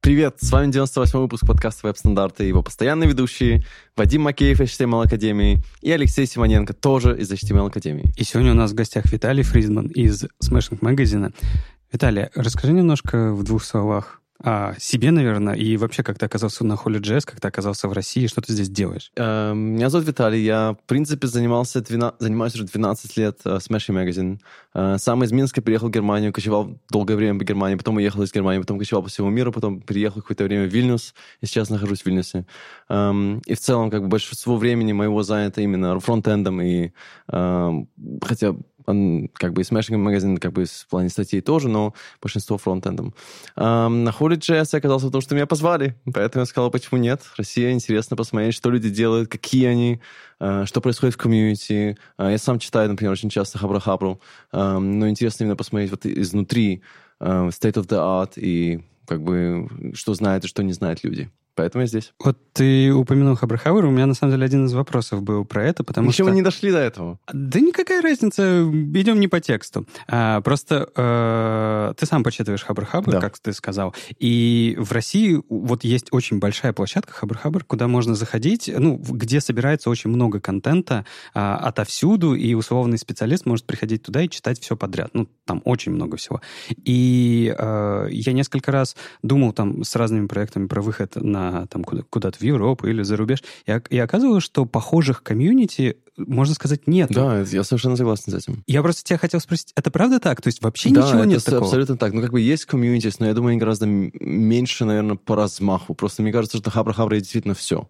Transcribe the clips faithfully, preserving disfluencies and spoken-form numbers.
Привет, с вами девяносто восьмой выпуск подкаста «Веб-стандарты» и его постоянные ведущие Вадим Макеев из эйч ти эм эл Академии и Алексей Симоненко, тоже из эйч ти эм эл Академии. И сегодня у нас в гостях Виталий Фридман из Smashing Magazine. Виталий, расскажи немножко в двух словах о себе, наверное, и вообще, как ты оказался на Holy.js, как ты оказался в России, что ты здесь делаешь? Uh, меня зовут Виталий, я, в принципе, занимался двенадцать, занимаюсь уже двенадцать лет uh, Smashing Magazine. Uh, сам из Минска переехал в Германию, кочевал долгое время по Германии, потом уехал из Германии, потом кочевал по всему миру, потом переехал какое-то время в Вильнюс, и сейчас нахожусь в Вильнюсе. Um, и в целом, как бы, большинство времени моего занято именно фронтендом, и uh, хотя... Он, как бы, и Smashing Magazine, как бы, в плане статей тоже, но большинство фронтендом. Um, на Holy.js я оказался в том, что меня позвали, поэтому я сказал, почему нет. Россия, интересно посмотреть, что люди делают, какие они, uh, что происходит в комьюнити. Uh, я сам читаю, например, очень часто Хабра-Хабру, um, но интересно именно посмотреть вот изнутри uh, state of the art и, как бы, что знают и что не знают люди. Поэтому я здесь. Вот ты упомянул Хабр-Хабр, у меня на самом деле один из вопросов был про это, потому Еще что... мы не дошли до этого. Да никакая разница, идем не по тексту. А, просто э, ты сам почитываешь Хабр-Хабр, да. Как ты сказал, и в России вот есть очень большая площадка Хабр-Хабр, куда можно заходить, ну, где собирается очень много контента а, отовсюду, и условный специалист может приходить туда и читать все подряд. Ну, там очень много всего. И э, я несколько раз думал там с разными проектами про выход на там, куда- куда-то в Европу или за рубеж, и, и оказывалось, что похожих комьюнити, можно сказать, нет. Да, я совершенно согласен с этим. Я просто тебя хотел спросить, это правда так? То есть вообще да, ничего это нет такого? абсолютно так. Ну, как бы есть комьюнити, но я думаю, они гораздо меньше, наверное, по размаху. Просто мне кажется, что Хабра-Хабра действительно все.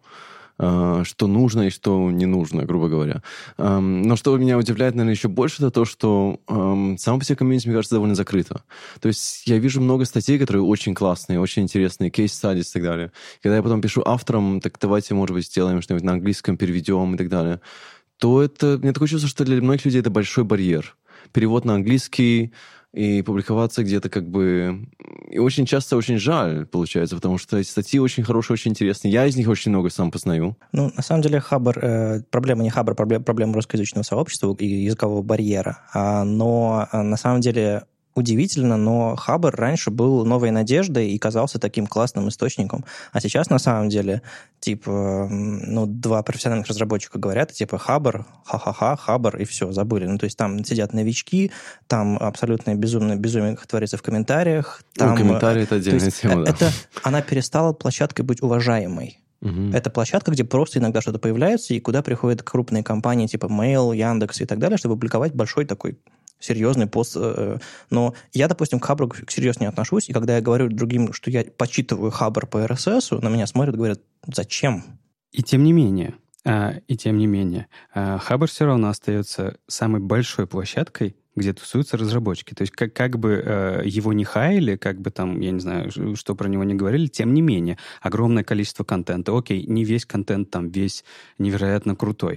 Что нужно и что не нужно, грубо говоря. Но что меня удивляет, наверное, еще больше, это то, что само по себе комьюнити, мне кажется, довольно закрыто. То есть я вижу много статей, которые очень классные, очень интересные, кейс-стадис и так далее. Когда я потом пишу авторам, так давайте, может быть, сделаем что-нибудь на английском, переведем и так далее, то это... Мне такое чувство, что для многих людей это большой барьер. Перевод на английский и публиковаться где-то как бы... И очень часто очень жаль, получается, потому что эти статьи очень хорошие, очень интересные. Я из них очень много сам познаю. Ну, на самом деле, Хабр... Э, проблема не Хабр, проблема, проблема русскоязычного сообщества и языкового барьера. А, но на самом деле... Удивительно, но Хабр раньше был новой надеждой и казался таким классным источником. А сейчас, на самом деле, типа, ну, два профессиональных разработчика говорят, типа, Хабр, ха-ха-ха, Хабр, и все, забыли. Ну, то есть там сидят новички, там абсолютно безумно, безумие творится в комментариях. Там, ну, комментарии — это отдельная тема, да. Это, она перестала площадкой быть уважаемой. Угу. Это площадка, где просто иногда что-то появляется, и куда приходят крупные компании, типа Mail, Яндекс и так далее, чтобы публиковать большой такой серьезный пост. Но я, допустим, к Хабру серьезно не отношусь, и когда я говорю другим, что я почитываю Хабр по эр эс эс, на меня смотрят и говорят, зачем? И тем не менее, и тем не менее, Хабр все равно остается самой большой площадкой, где тусуются разработчики. То есть как, как бы э, его не хаяли, как бы там, я не знаю, что про него не говорили, тем не менее, огромное количество контента. Окей, не весь контент там весь невероятно крутой.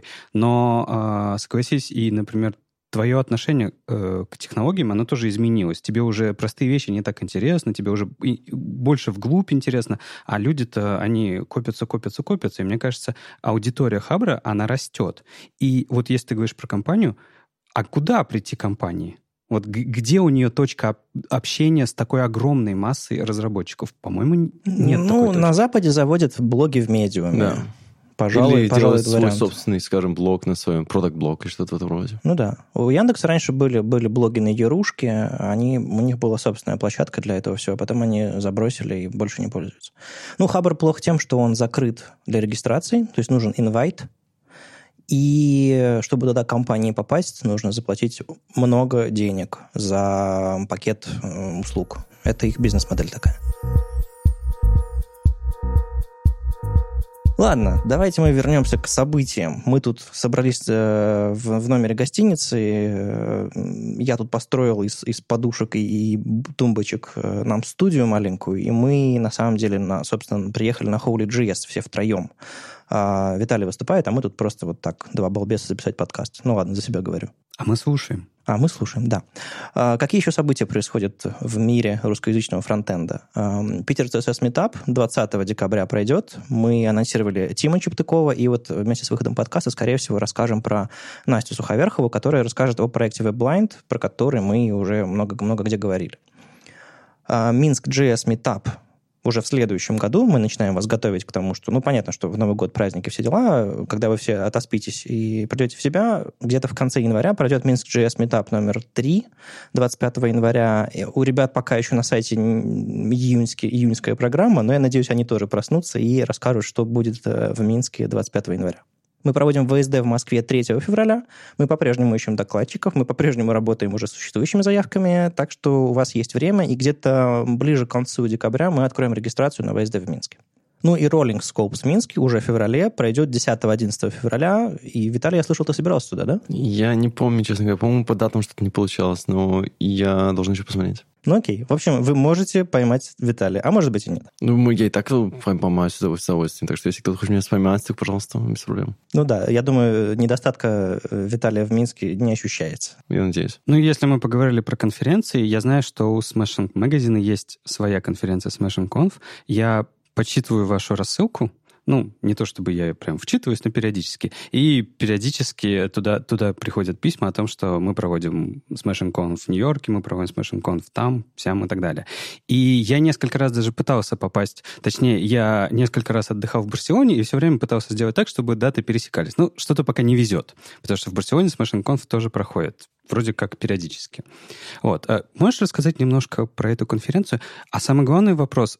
Но э, согласись, и, например, твое отношение э, к технологиям, оно тоже изменилось. Тебе уже простые вещи не так интересны, тебе уже больше вглубь интересно, а люди-то, они копятся, копятся, копятся. И мне кажется, аудитория Хабра, она растет. И вот если ты говоришь про компанию, а куда прийти компании? Вот где у нее точка общения с такой огромной массой разработчиков? По-моему, нет ну, такой точки. На Западе заводят блоги в медиуме. Да. Пожалуй, Или пожалуй, делать свой вариант. Собственный, скажем, блог на своем, продакт-блог или что-то в этом роде. Ну да. У Яндекса раньше были, были блоги на Ярушке, они, у них была собственная площадка для этого всего, потом они забросили и больше не пользуются. Ну, Хабр плох тем, что он закрыт для регистрации, то есть нужен инвайт, и чтобы туда компании попасть, нужно заплатить много денег за пакет услуг. Это их бизнес-модель такая. Ладно, давайте мы вернемся к событиям. Мы тут собрались э, в, в номере гостиницы. Э, я тут построил из, из подушек и, и тумбочек э, нам студию маленькую, и мы, на самом деле, на, собственно, приехали на Holy.js все втроем. А Виталий выступает, а мы тут просто вот так, два балбеса, записать подкаст. Ну ладно, за себя говорю. А мы слушаем. А, мы слушаем, да. А, какие еще события происходят в мире русскоязычного фронтенда? А, Питер си эс эс Meetup двадцатого декабря пройдет. Мы анонсировали Тима Чептыкова, и вот вместе с выходом подкаста, скорее всего, расскажем про Настю Суховерхову, которая расскажет о проекте WebBlind, про который мы уже много-много где говорили. А, Минск джей эс Meetup уже в следующем году мы начинаем вас готовить к тому, что, ну, понятно, что в Новый год, праздники, все дела, когда вы все отоспитесь и придете в себя, где-то в конце января пройдет Minsk.js Meetup номер три, двадцать пятого января. У ребят пока еще на сайте июньский, июньская программа, но я надеюсь, они тоже проснутся и расскажут, что будет в Минске двадцать пятого января. Мы проводим вэ эс дэ в Москве третьего февраля. Мы по-прежнему ищем докладчиков, мы по-прежнему работаем уже с существующими заявками, так что у вас есть время, и где-то ближе к концу декабря мы откроем регистрацию на вэ эс дэ в Минске. Ну и Rolling Scopes в Минске уже в феврале, пройдет десятого-одиннадцатого февраля. И, Виталий, я слышал, ты собирался туда, да? Я не помню, честно говоря. По-моему, по датам что-то не получалось, но я должен еще посмотреть. Ну окей. В общем, вы можете поймать Виталия, а может быть и нет. Ну, я и так поймаю с удовольствием, так что если кто-то хочет меня поймать, так, пожалуйста, без проблем. Ну да, я думаю, недостатка Виталия в Минске не ощущается. Я надеюсь. Ну, если мы поговорили про конференции, я знаю, что у Smashing Magazine есть своя конференция Smashing Conf. Я подсчитываю вашу рассылку, ну, не то чтобы я прям вчитываюсь, но периодически. И периодически туда, туда приходят письма о том, что мы проводим Smashing Conf в Нью-Йорке, мы проводим Smashing Conf там, сям и так далее. И я несколько раз даже пытался попасть, точнее, я несколько раз отдыхал в Барселоне и все время пытался сделать так, чтобы даты пересекались. Ну, что-то пока не везет, потому что в Барселоне Smashing Conf тоже проходит. Вроде как периодически. Вот. Можешь рассказать немножко про эту конференцию? А самый главный вопрос,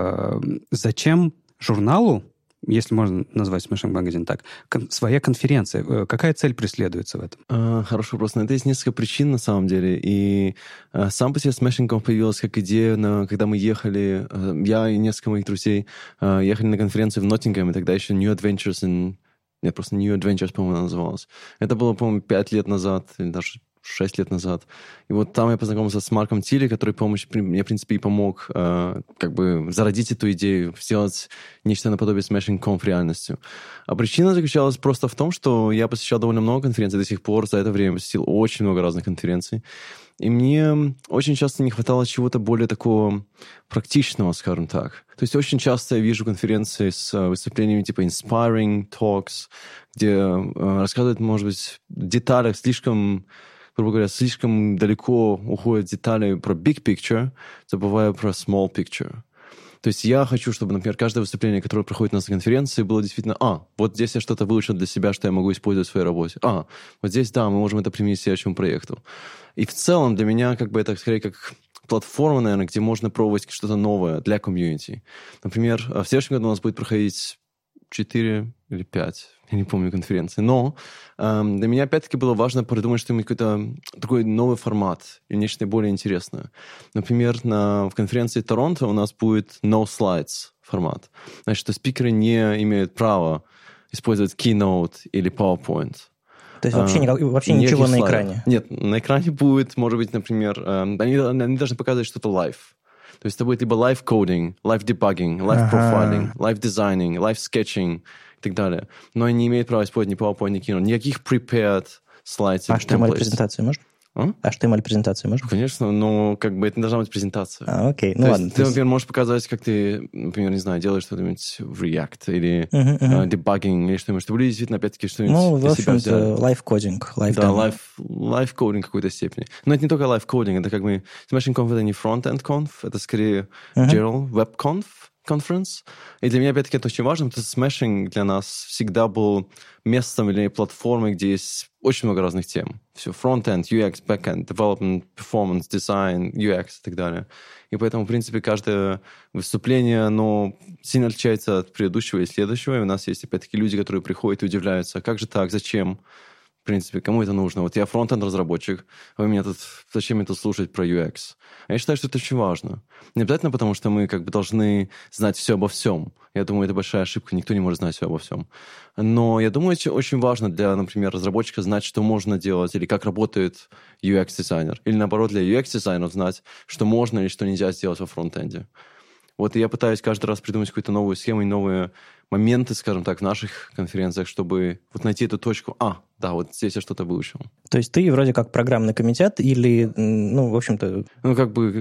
зачем журналу, если можно назвать Smashing Magazine так, кон- своя конференция? Какая цель преследуется в этом? А, хороший вопрос. На это есть несколько причин, на самом деле. И а, сам по себе Smashing Conf появилась как идея, на, когда мы ехали, а, я и несколько моих друзей а, ехали на конференцию в Ноттингем, и тогда еще New Adventures in... Нет, просто New Adventures, по-моему, называлась. Это было, по-моему, пять лет назад, или даже шесть лет назад. И вот там я познакомился с Марком Тилли, который помощь, мне, в принципе, и помог э, как бы зародить эту идею, сделать нечто наподобие Smashing Conf реальностью. А причина заключалась просто в том, что я посещал довольно много конференций до сих пор, за это время посетил очень много разных конференций. И мне очень часто не хватало чего-то более такого практичного, скажем так. То есть очень часто я вижу конференции с выступлениями типа inspiring talks, где э, рассказывают, может быть, в деталях слишком... грубо говоря, слишком далеко уходят детали про big picture, забывая про small picture. То есть я хочу, чтобы, например, каждое выступление, которое проходит у нас на конференции, было действительно, а, вот здесь я что-то выучил для себя, что я могу использовать в своей работе. А, вот здесь, да, мы можем это применить к следующему проекту. И в целом для меня как бы это скорее как платформа, наверное, где можно пробовать что-то новое для комьюнити. Например, в следующем году у нас будет проходить четыре или пять, я не помню, конференции. Но эм, для меня опять-таки было важно придумать что-нибудь, какой-то такой новый формат или нечто более интересное. Например, на, в конференции Торонто у нас будет no slides формат. Значит, что спикеры не имеют права использовать Keynote или PowerPoint. То есть вообще, а, вообще ничего на экране? Нет, на экране будет, может быть, например, эм, они, они должны показывать что-то live. То есть это будет либо live coding, live debugging, live profiling, live designing, live sketching и так далее. Но они не имеют права использовать ни PowerPoint, ни Keynote, никаких prepared slides. А эйч ти эм эль-презентацию можно? А? эйч ти эм эль-презентацию можно? Конечно, но как бы это не должна быть презентация. А, окей, ну то ладно. Есть, ты, например, можешь показать, как ты, например, не знаю, делаешь что-нибудь в React или uh-huh, uh-huh. Uh, debugging или что-нибудь, чтобы люди действительно, опять-таки, что-нибудь ну, для себя взяли. Ну, в общем-то, лайв-кодинг. Да, лайв-кодинг в какой-то степени. Но это не только лайв-кодинг, это как бы... Smashing Conf — это не front-end conf, это скорее uh-huh. general web-conf conference. И для меня, опять-таки, это очень важно, потому что Smashing для нас всегда был местом или платформой, где есть очень много разных тем. Все, фронт-энд, ю экс, бэк-энд, development, performance, design, ю экс и так далее. И поэтому, в принципе, каждое выступление, оно сильно отличается от предыдущего и следующего. И у нас есть, опять-таки, люди, которые приходят и удивляются, как же так, зачем? В принципе, кому это нужно? Вот я фронт-энд-разработчик, а вы меня тут... Зачем мне тут слушать про ю экс? А я считаю, что это очень важно. Не обязательно потому, что мы как бы должны знать все обо всем. Я думаю, это большая ошибка. Никто не может знать все обо всем. Но я думаю, это очень важно для, например, разработчика знать, что можно делать, или как работает ю экс-дизайнер. Или, наоборот, для ю экс-дизайнеров знать, что можно или что нельзя сделать во фронт-энде. Вот и я пытаюсь каждый раз придумать какую-то новую схему и новые моменты, скажем так, в наших конференциях, чтобы вот найти эту точку. А, да, вот здесь я что-то выучил. То есть ты вроде как программный комитет или, ну, в общем-то... Ну, как бы,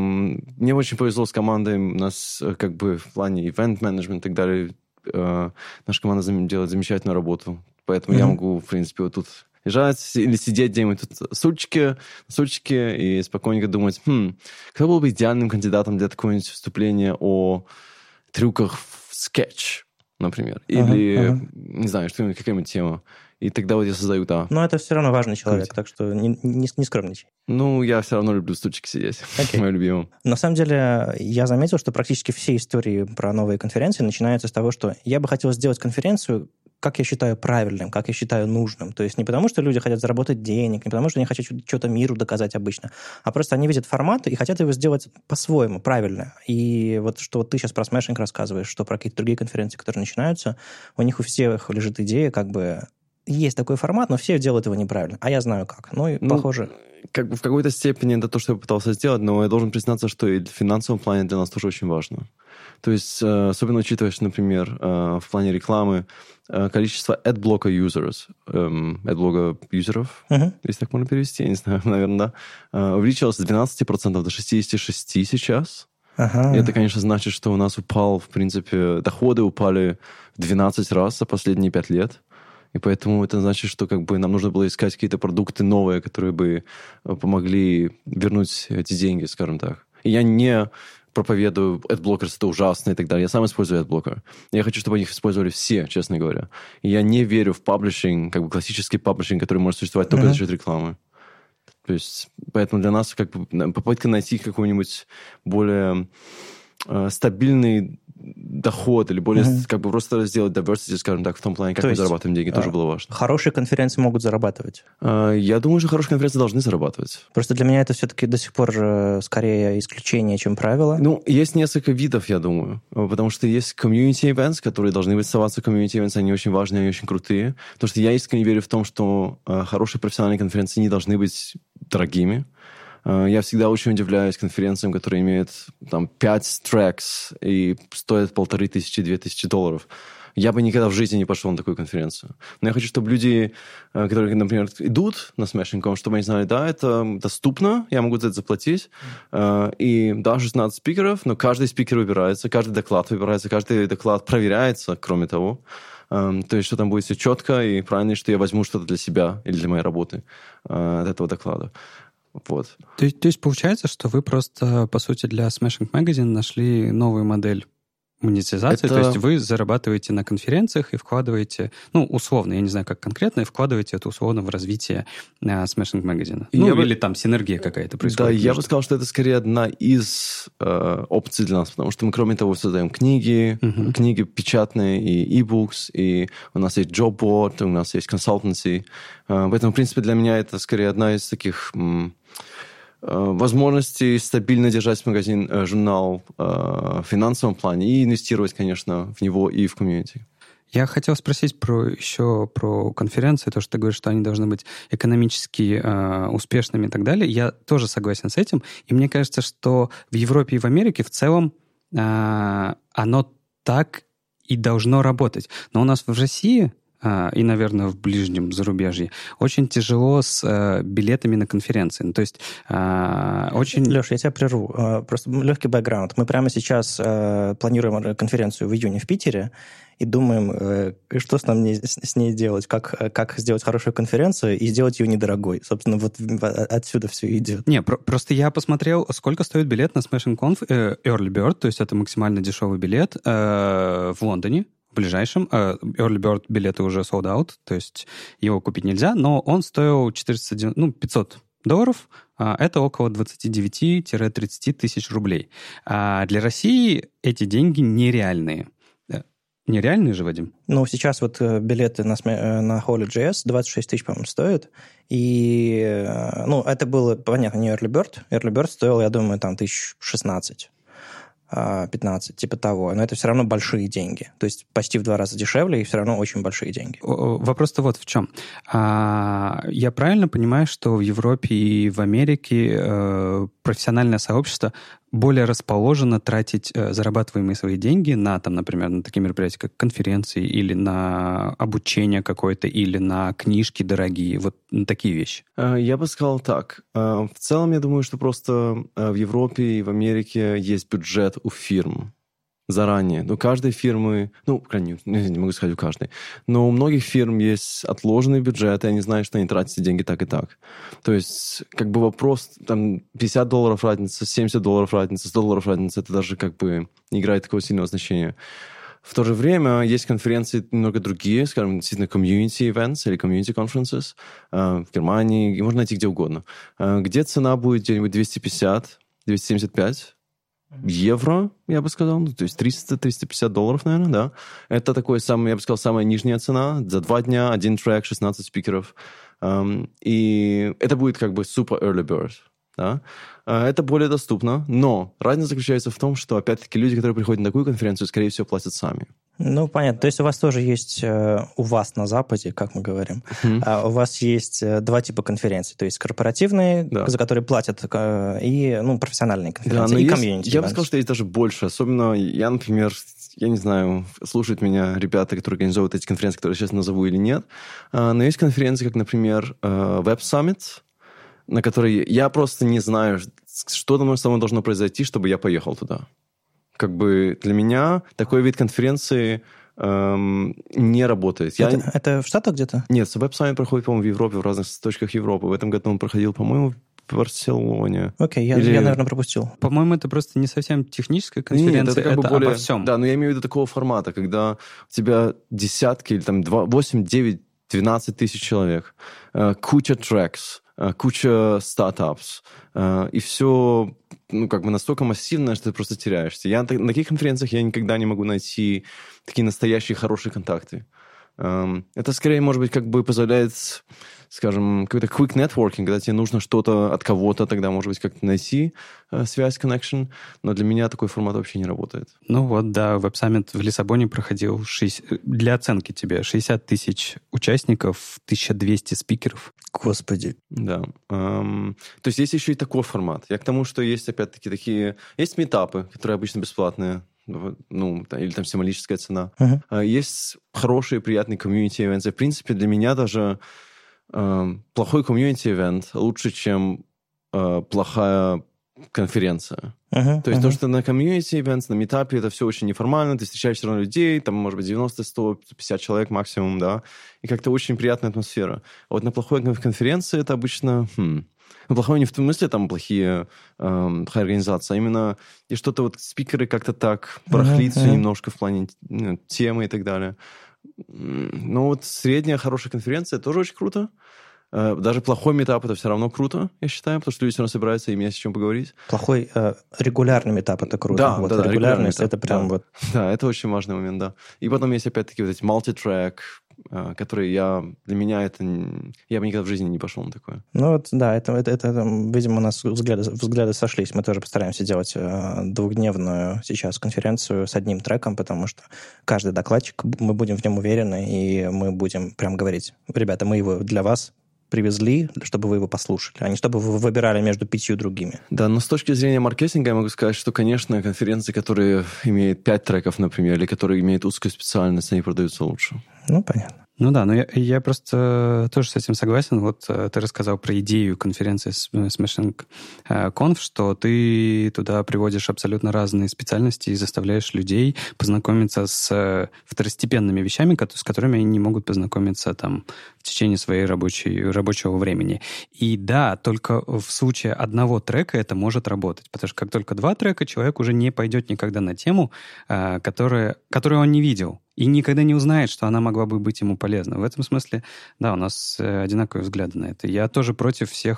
мне очень повезло с командой. У нас как бы в плане ивент-менеджмент и так далее, наша команда делает замечательную работу. Поэтому mm-hmm. я могу, в принципе, вот тут Лежать или сидеть где-нибудь тут с ручки, с ручки и спокойненько думать, хм, кто был бы идеальным кандидатом для такого-нибудь выступления о трюках в скетч, например. Или, ага, ага. не знаю, что-нибудь, какая-нибудь тема. И тогда вот я создаю, да. Но это все равно важный человек, так что не, не, не скромничай. Ну, я все равно люблю стульчики сидеть. Okay. Мой любимый. На самом деле, я заметил, что практически все истории про новые конференции начинаются с того, что я бы хотел сделать конференцию, как я считаю правильным, как я считаю нужным. То есть не потому, что люди хотят заработать денег, не потому, что они хотят что-то миру доказать обычно, а просто они видят формат и хотят его сделать по-своему, правильно. И вот что вот ты сейчас про Smashing рассказываешь, что про какие-то другие конференции, которые начинаются, у них у всех лежит идея, как бы есть такой формат, но все делают его неправильно. А я знаю как. Ну, и ну, похоже... Как бы в какой-то степени это то, что я пытался сделать, но я должен признаться, что и в финансовом плане для нас тоже очень важно. То есть, особенно учитывая, что, например, в плане рекламы количество AdBlocker users, AdBlocker юзеров, uh-huh. если так можно перевести, я не знаю, наверное, да, увеличилось с двенадцати процентов до шестидесяти шести процентов сейчас. Uh-huh. И это, конечно, значит, что у нас упал, в принципе, доходы упали в двенадцать раз за последние пять лет. И поэтому это значит, что как бы нам нужно было искать какие-то продукты новые, которые бы помогли вернуть эти деньги, скажем так. И я не проповедую AdBlockers, это ужасно и так далее. Я сам использую AdBlocker. Я хочу, чтобы их использовали все, честно говоря. И я не верю в паблишинг, как бы классический паблишинг, который может существовать только mm-hmm. за счет рекламы. То есть, поэтому для нас как бы попытка найти какой-нибудь более э, стабильный доход или более, mm-hmm. как бы просто сделать diversity, скажем так, в том плане, как То мы зарабатываем деньги, а, тоже было важно. Хорошие конференции могут зарабатывать? А, я думаю, что хорошие конференции должны зарабатывать. Просто для меня это все-таки до сих пор скорее исключение, чем правило. Ну, есть несколько видов, я думаю, потому что есть community events, которые должны быть оставаться community events, они очень важные, они очень крутые, потому что я искренне верю в том, что а, хорошие профессиональные конференции не должны быть дорогими. Я всегда очень удивляюсь конференциям, которые имеют там пять трекс и стоят полторы тысячи, две тысячи долларов. Я бы никогда в жизни не пошел на такую конференцию. Но я хочу, чтобы люди, которые, например, идут на Smashing, чтобы они знали, да, это доступно, я могу за это заплатить. И да, шестнадцать спикеров, но каждый спикер выбирается, каждый доклад выбирается, каждый доклад проверяется, кроме того. То есть, что там будет все четко и правильно, что я возьму что-то для себя или для моей работы от этого доклада. Вот. То, то есть получается, что вы просто, по сути, для Smashing Magazine нашли новую модель монетизации, это... то есть вы зарабатываете на конференциях и вкладываете, ну, условно, я не знаю, как конкретно, и вкладываете это условно в развитие uh, Smashing Magazine. Ну, я или бы... там синергия какая-то происходит. Да, я бы сказал, что это скорее одна из э, опций для нас, потому что мы, кроме того, создаем книги, uh-huh. книги печатные и e-books, и у нас есть job board, у нас есть consultancy. Э, поэтому, в принципе, для меня это скорее одна из таких... М- возможности стабильно держать магазин, журнал в финансовом плане и инвестировать, конечно, в него и в комьюнити. Я хотел спросить про, еще про конференции, то, что ты говоришь, что они должны быть экономически э, успешными и так далее. Я тоже согласен с этим. И мне кажется, что в Европе и в Америке в целом э, оно так и должно работать. Но у нас в России... и, наверное, в ближнем зарубежье, очень тяжело с э, билетами на конференции. Ну, то есть э, очень... Леш, я тебя прерву. Просто легкий бэкграунд. Мы прямо сейчас э, планируем конференцию в июне в Питере и думаем, э, что с, нам не, с, с ней делать, как, как сделать хорошую конференцию и сделать ее недорогой. Собственно, вот отсюда все идет. Не, про- просто я посмотрел, сколько стоит билет на Smashing Conf э, Early Bird, то есть это максимально дешевый билет э, в Лондоне. В ближайшем. Early Bird билеты уже sold out, то есть его купить нельзя, но он стоил четыреста, ну, пятьсот долларов. Это около двадцать девять - тридцать тысяч рублей. А для России эти деньги нереальные. Нереальные же, Вадим? Ну, сейчас вот билеты на, на Holy.js двадцать шесть тысяч, по-моему, стоят. И, ну, это было, понятно, не Early Bird. Early Bird стоил, я думаю, там тысяч шестнадцать. пятнадцать, типа того. Но это все равно большие деньги. То есть почти в два раза дешевле, и все равно очень большие деньги. Вопрос-то вот в чем. Я правильно понимаю, что в Европе и в Америке профессиональное сообщество более расположено тратить зарабатываемые свои деньги на, там, например, на такие мероприятия, как конференции, или на обучение какое-то, или на книжки дорогие, вот на такие вещи? Я бы сказал так. В целом, я думаю, что просто в Европе и в Америке есть бюджет у фирм. заранее. Но у каждой фирмы, ну, крайне, не могу сказать у каждой, но у многих фирм есть отложенный бюджет, и они знают, что они тратят деньги так и так. То есть, как бы вопрос, там, пятьдесят долларов разница, семьдесят долларов разница, сто долларов разница, это даже как бы не играет такого сильного значения. В то же время есть конференции немного другие, скажем, действительно community events или community conferences э, в Германии, и можно найти где угодно, э, где цена будет где-нибудь двести пятьдесят - двести семьдесят пять евро, я бы сказал, ну, то есть триста - триста пятьдесят долларов, наверное, да. Это такой самый, я бы сказал, самая нижняя цена за два дня, один трек, шестнадцать спикеров. Эм, и это будет как бы super early bird. Да? Это более доступно, но разница заключается в том, что, опять-таки, люди, которые приходят на такую конференцию, скорее всего, платят сами. Ну, понятно. То есть у вас тоже есть, у вас на Западе, как мы говорим, mm-hmm. у вас есть два типа конференций. То есть корпоративные, да. за которые платят, и ну, профессиональные конференции, да, и комьюнити. Я бы сказал, что есть даже больше. Особенно я, например, я не знаю, слушают меня ребята, которые организовывают эти конференции, которые я сейчас назову или нет, но есть конференции, как, например, Web Summit, на которой я просто не знаю, что там со мной должно произойти, чтобы я поехал туда. Как бы для меня такой вид конференции эм, не работает. Это, я... это в Штатах где-то? Нет, Web Summit проходит, по-моему, в Европе, в разных точках Европы. В этом году он проходил, по-моему, в Барселоне. Окей, okay, я, Или... я, наверное, пропустил. По-моему, это просто не совсем техническая конференция, Нет, это, как это бы более... обо всем. Да, но я имею в виду такого формата, когда у тебя десятки или там восемь, девять, двенадцать тысяч человек, э, куча трекс, куча стартапс, и все ну, как бы настолько массивное, что ты просто теряешься. Я на таких конференциях я никогда не могу найти такие настоящие хорошие контакты. Это скорее, может быть, как бы позволяет, скажем, какой-то quick networking, когда тебе нужно что-то от кого-то, тогда, может быть, как-то найти э, связь, connection, но для меня такой формат вообще не работает. Ну вот, да, Web Summit в Лиссабоне проходил шестьдесят, для оценки тебе шестьдесят тысяч участников, тысяча двести спикеров. Господи. Да. Эм, то есть есть еще и такой формат. Я к тому, что есть, опять-таки, такие... Есть митапы, которые обычно бесплатные, ну, или там символическая цена. Uh-huh. Есть хорошие, приятные комьюнити-эвенты. В принципе, для меня даже э, плохой комьюнити-эвент лучше, чем э, плохая конференция. Uh-huh. То есть uh-huh. то, что на комьюнити-эвент, на митапе, это все очень неформально, ты встречаешь все равно людей, там, может быть, девяносто, сто пятьдесят человек максимум, да, и как-то очень приятная атмосфера. А вот на плохой конференции это обычно... Хм, Ну, плохое не в том смысле, там, плохие, э, плохая организация, а именно и что-то вот спикеры как-то так барахлит uh-huh, uh-huh. немножко в плане ну, темы и так далее. Но вот средняя хорошая конференция тоже очень круто. Э, даже плохой митап — это все равно круто, я считаю, потому что люди все равно собираются, и им есть о чем поговорить. Плохой э, регулярный митап — это круто. Да, вот, да, да, регулярность — это прям да. вот... Да, это очень важный момент, да. И потом есть опять-таки вот эти multi-track, которые я... Для меня это... Я бы никогда в жизни не пошел на такое. Ну вот, да, это, это, это, это видимо, у нас взгляды, взгляды сошлись. Мы тоже постараемся делать э, двухдневную сейчас конференцию с одним треком, потому что каждый докладчик, мы будем в нем уверены, и мы будем прям говорить: ребята, мы его для вас привезли, чтобы вы его послушали, а не чтобы вы выбирали между пятью другими. Да, но с точки зрения маркетинга я могу сказать, что, конечно, конференции, которые имеют пять треков, например, или которые имеют узкую специальность, они продаются лучше. Ну, понятно. Ну да, но я, я просто тоже с этим согласен. Вот ты рассказал про идею конференции Smashing Conf, что ты туда приводишь абсолютно разные специальности и заставляешь людей познакомиться с второстепенными вещами, с которыми они не могут познакомиться там в течение своей рабочей, рабочего времени. И да, только в случае одного трека это может работать, потому что как только два трека, человек уже не пойдет никогда на тему, которая, которую он не видел, и никогда не узнает, что она могла бы быть ему полезна. В этом смысле, да, у нас одинаковые взгляды на это. Я тоже против всех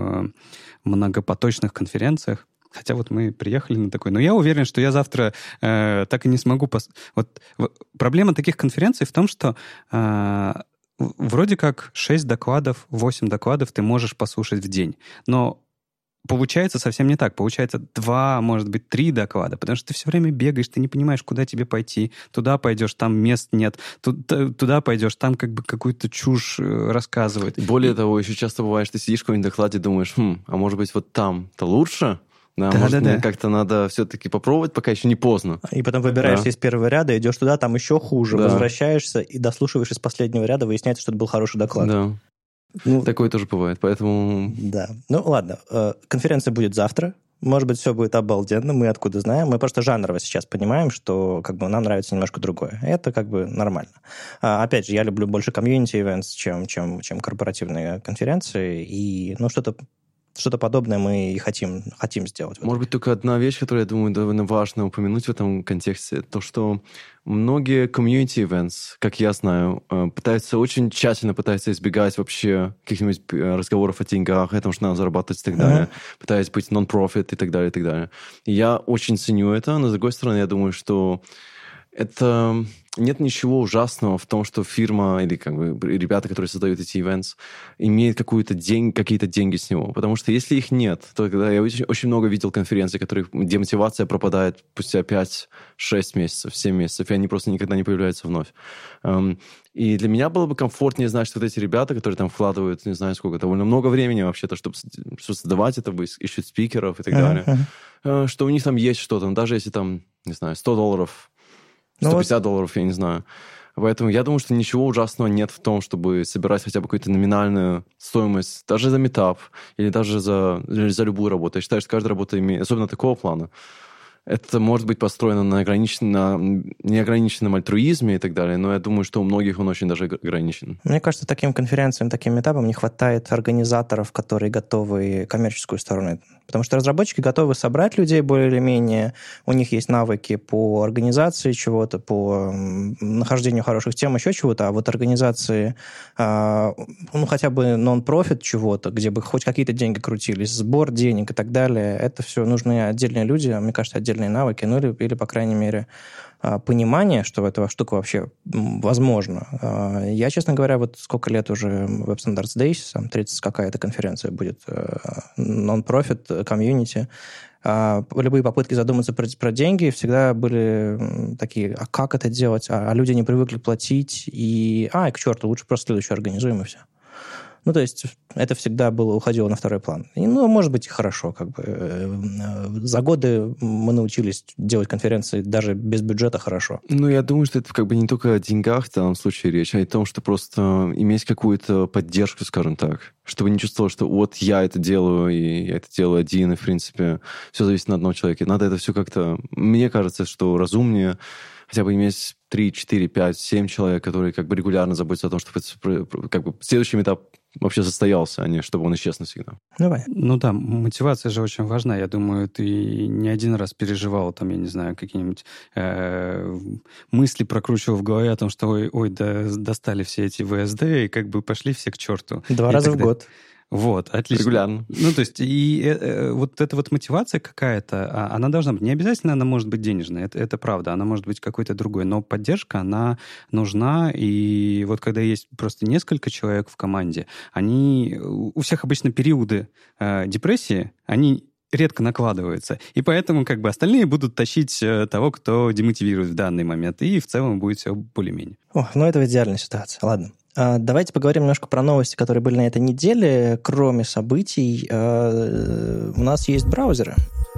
многопоточных конференциях. Хотя вот мы приехали на такой. Но я уверен, что я завтра э, так и не смогу... Пос... Вот, в... Проблема таких конференций в том, что э, вроде как шесть докладов, восемь докладов ты можешь послушать в день. Но получается совсем не так. Получается два, может быть, три доклада, потому что ты все время бегаешь, ты не понимаешь, куда тебе пойти. Туда пойдешь, там мест нет. Туда пойдешь, там как бы какую-то чушь рассказывают. Более и... того, еще часто бывает, что ты сидишь в каком-нибудь докладе и думаешь, хм, а может быть, вот там-то лучше? Да, да, может, да, да. как-то надо все-таки попробовать, пока еще не поздно. И потом выбираешься да. из первого ряда, идешь туда, там еще хуже, да. возвращаешься и дослушиваешь из последнего ряда, выясняется, что это был хороший доклад. Да. Ну, такое тоже бывает, поэтому... Да. Ну, ладно. Конференция будет завтра. может быть, все будет обалденно, мы откуда знаем. Мы просто жанрово сейчас понимаем, что как бы нам нравится немножко другое. Это как бы нормально. А, опять же, я люблю больше комьюнити-ивентс, чем, чем, чем корпоративные конференции, и ну, что-то Что-то подобное мы и хотим, хотим сделать. Может быть, только одна вещь, которую, я думаю, довольно важно упомянуть в этом контексте, то, что многие community events, как я знаю, пытаются, очень тщательно пытаются избегать вообще каких-нибудь разговоров о деньгах, о том, что надо зарабатывать и так далее, uh-huh. пытаясь быть non-profit и так далее, и так далее. И я очень ценю это, но, с другой стороны, я думаю, что это... Нет ничего ужасного в том, что фирма или как бы ребята, которые создают эти events, имеют какую-то день, какие-то деньги с него. Потому что если их нет, то когда я очень, очень много видел конференций, которые демотивация пропадает спустя пять-шесть месяцев, семь месяцев, и они просто никогда не появляются вновь. Um, и для меня было бы комфортнее знать, что вот эти ребята, которые там вкладывают, не знаю сколько, довольно много времени вообще-то, чтобы, чтобы создавать это, ищут спикеров и так далее, uh-huh. что у них там есть что-то, даже если там, не знаю, сто долларов, сто пятьдесят ну, долларов, я не знаю. Поэтому я думаю, что ничего ужасного нет в том, чтобы собирать хотя бы какую-то номинальную стоимость даже за митап или даже за, или за любую работу. Я считаю, что каждая работа имеет, особенно такого плана, это может быть построено на, ограничен... на неограниченном альтруизме и так далее, но я думаю, что у многих он очень даже ограничен. Мне кажется, таким конференциям, таким этапам не хватает организаторов, которые готовы коммерческую сторону. Потому что разработчики готовы собрать людей более или менее, у них есть навыки по организации чего-то, по нахождению хороших тем, еще чего-то, а вот организации, ну, хотя бы нон-профит чего-то, где бы хоть какие-то деньги крутились, сбор денег и так далее, это все нужны отдельные люди, мне кажется, отдельные навыки, ну или, или, по крайней мере, понимание, что эта штука вообще возможно. Я, честно говоря, вот сколько лет уже Web Standards Days, там тридцать какая-то конференция будет, non-profit, комьюнити, любые попытки задуматься про, про деньги всегда были такие, а как это делать? А, а люди не привыкли платить, и, а, и к черту, лучше просто следующую организуем, и все. Ну, то есть это всегда было, уходило на второй план. И, ну, может быть, и хорошо. Как бы. За годы мы научились делать конференции даже без бюджета хорошо. Ну, я думаю, что это как бы не только о деньгах в данном случае речь, а и о том, что просто иметь какую-то поддержку, скажем так, чтобы не чувствовал, что вот я это делаю, и я это делаю один, и, в принципе, все зависит от одного человека. Надо это все как-то... Мне кажется, что разумнее хотя бы иметь три, четыре, пять, семь человек, которые как бы регулярно заботятся о том, чтобы как бы следующий этап вообще состоялся, а не чтобы он исчез навсегда. Давай. Ну да, мотивация же очень важна. Я думаю, ты не один раз переживал, там, я не знаю, какие-нибудь э, мысли прокручивал в голове о том, что ой, ой да, достали все эти вэ эс дэ, и как бы пошли все к черту. Два и раза в год. Вот, отлично. Регулярно. Ну, то есть, и э, вот эта вот мотивация какая-то, она должна быть. Не обязательно она может быть денежная, это, это правда, она может быть какой-то другой, но поддержка, она нужна, и вот когда есть просто несколько человек в команде, они, у всех обычно периоды э, депрессии, они редко накладываются, и поэтому как бы остальные будут тащить того, кто демотивирует в данный момент, и в целом будет все более-менее. О, ну это идеальная ситуация, ладно. Давайте поговорим немножко про новости, которые были на этой неделе. Кроме событий, у нас есть браузеры.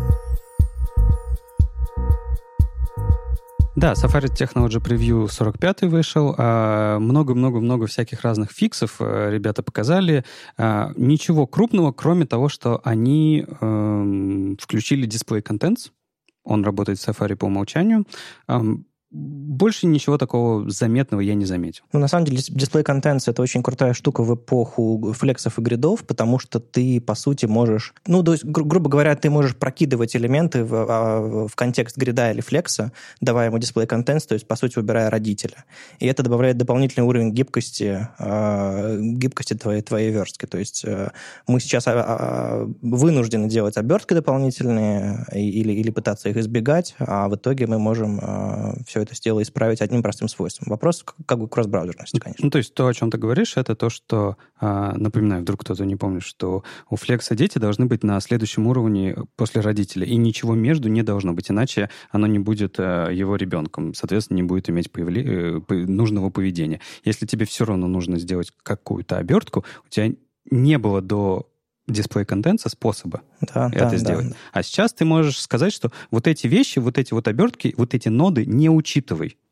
Да, Safari Technology Preview сорок пятый вышел. Много-много-много всяких разных фиксов ребята показали. Ничего крупного, кроме того, что они включили Display Contents. Он работает в Safari по умолчанию. Больше ничего такого заметного я не заметил. Ну, на самом деле, Display Contents — это очень крутая штука в эпоху флексов и гридов, потому что ты, по сути, можешь... Ну, то есть, гру- грубо говоря, ты можешь прокидывать элементы в, в контекст грида или флекса, давая ему Display Contents, то есть, по сути, выбирая родителя. И это добавляет дополнительный уровень гибкости, э, гибкости твоей, твоей верстки. То есть, э, мы сейчас э, э, вынуждены делать обертки дополнительные или, или пытаться их избегать, а в итоге мы можем э, все это сделать исправить одним простым свойством. Вопрос как бы кросс-браузерности, конечно. Ну, то есть то, о чем ты говоришь, это то, что, напоминаю, вдруг кто-то не помнит, что у Flex дети должны быть на следующем уровне после родителя, и ничего между не должно быть, иначе оно не будет его ребенком, соответственно, не будет иметь появле... нужного поведения. Если тебе все равно нужно сделать какую-то обертку, у тебя не было до Display Contents способа да, это да, сделать. Да. А сейчас ты можешь сказать, что вот эти вещи, вот эти вот обертки, вот эти ноды не учитывай.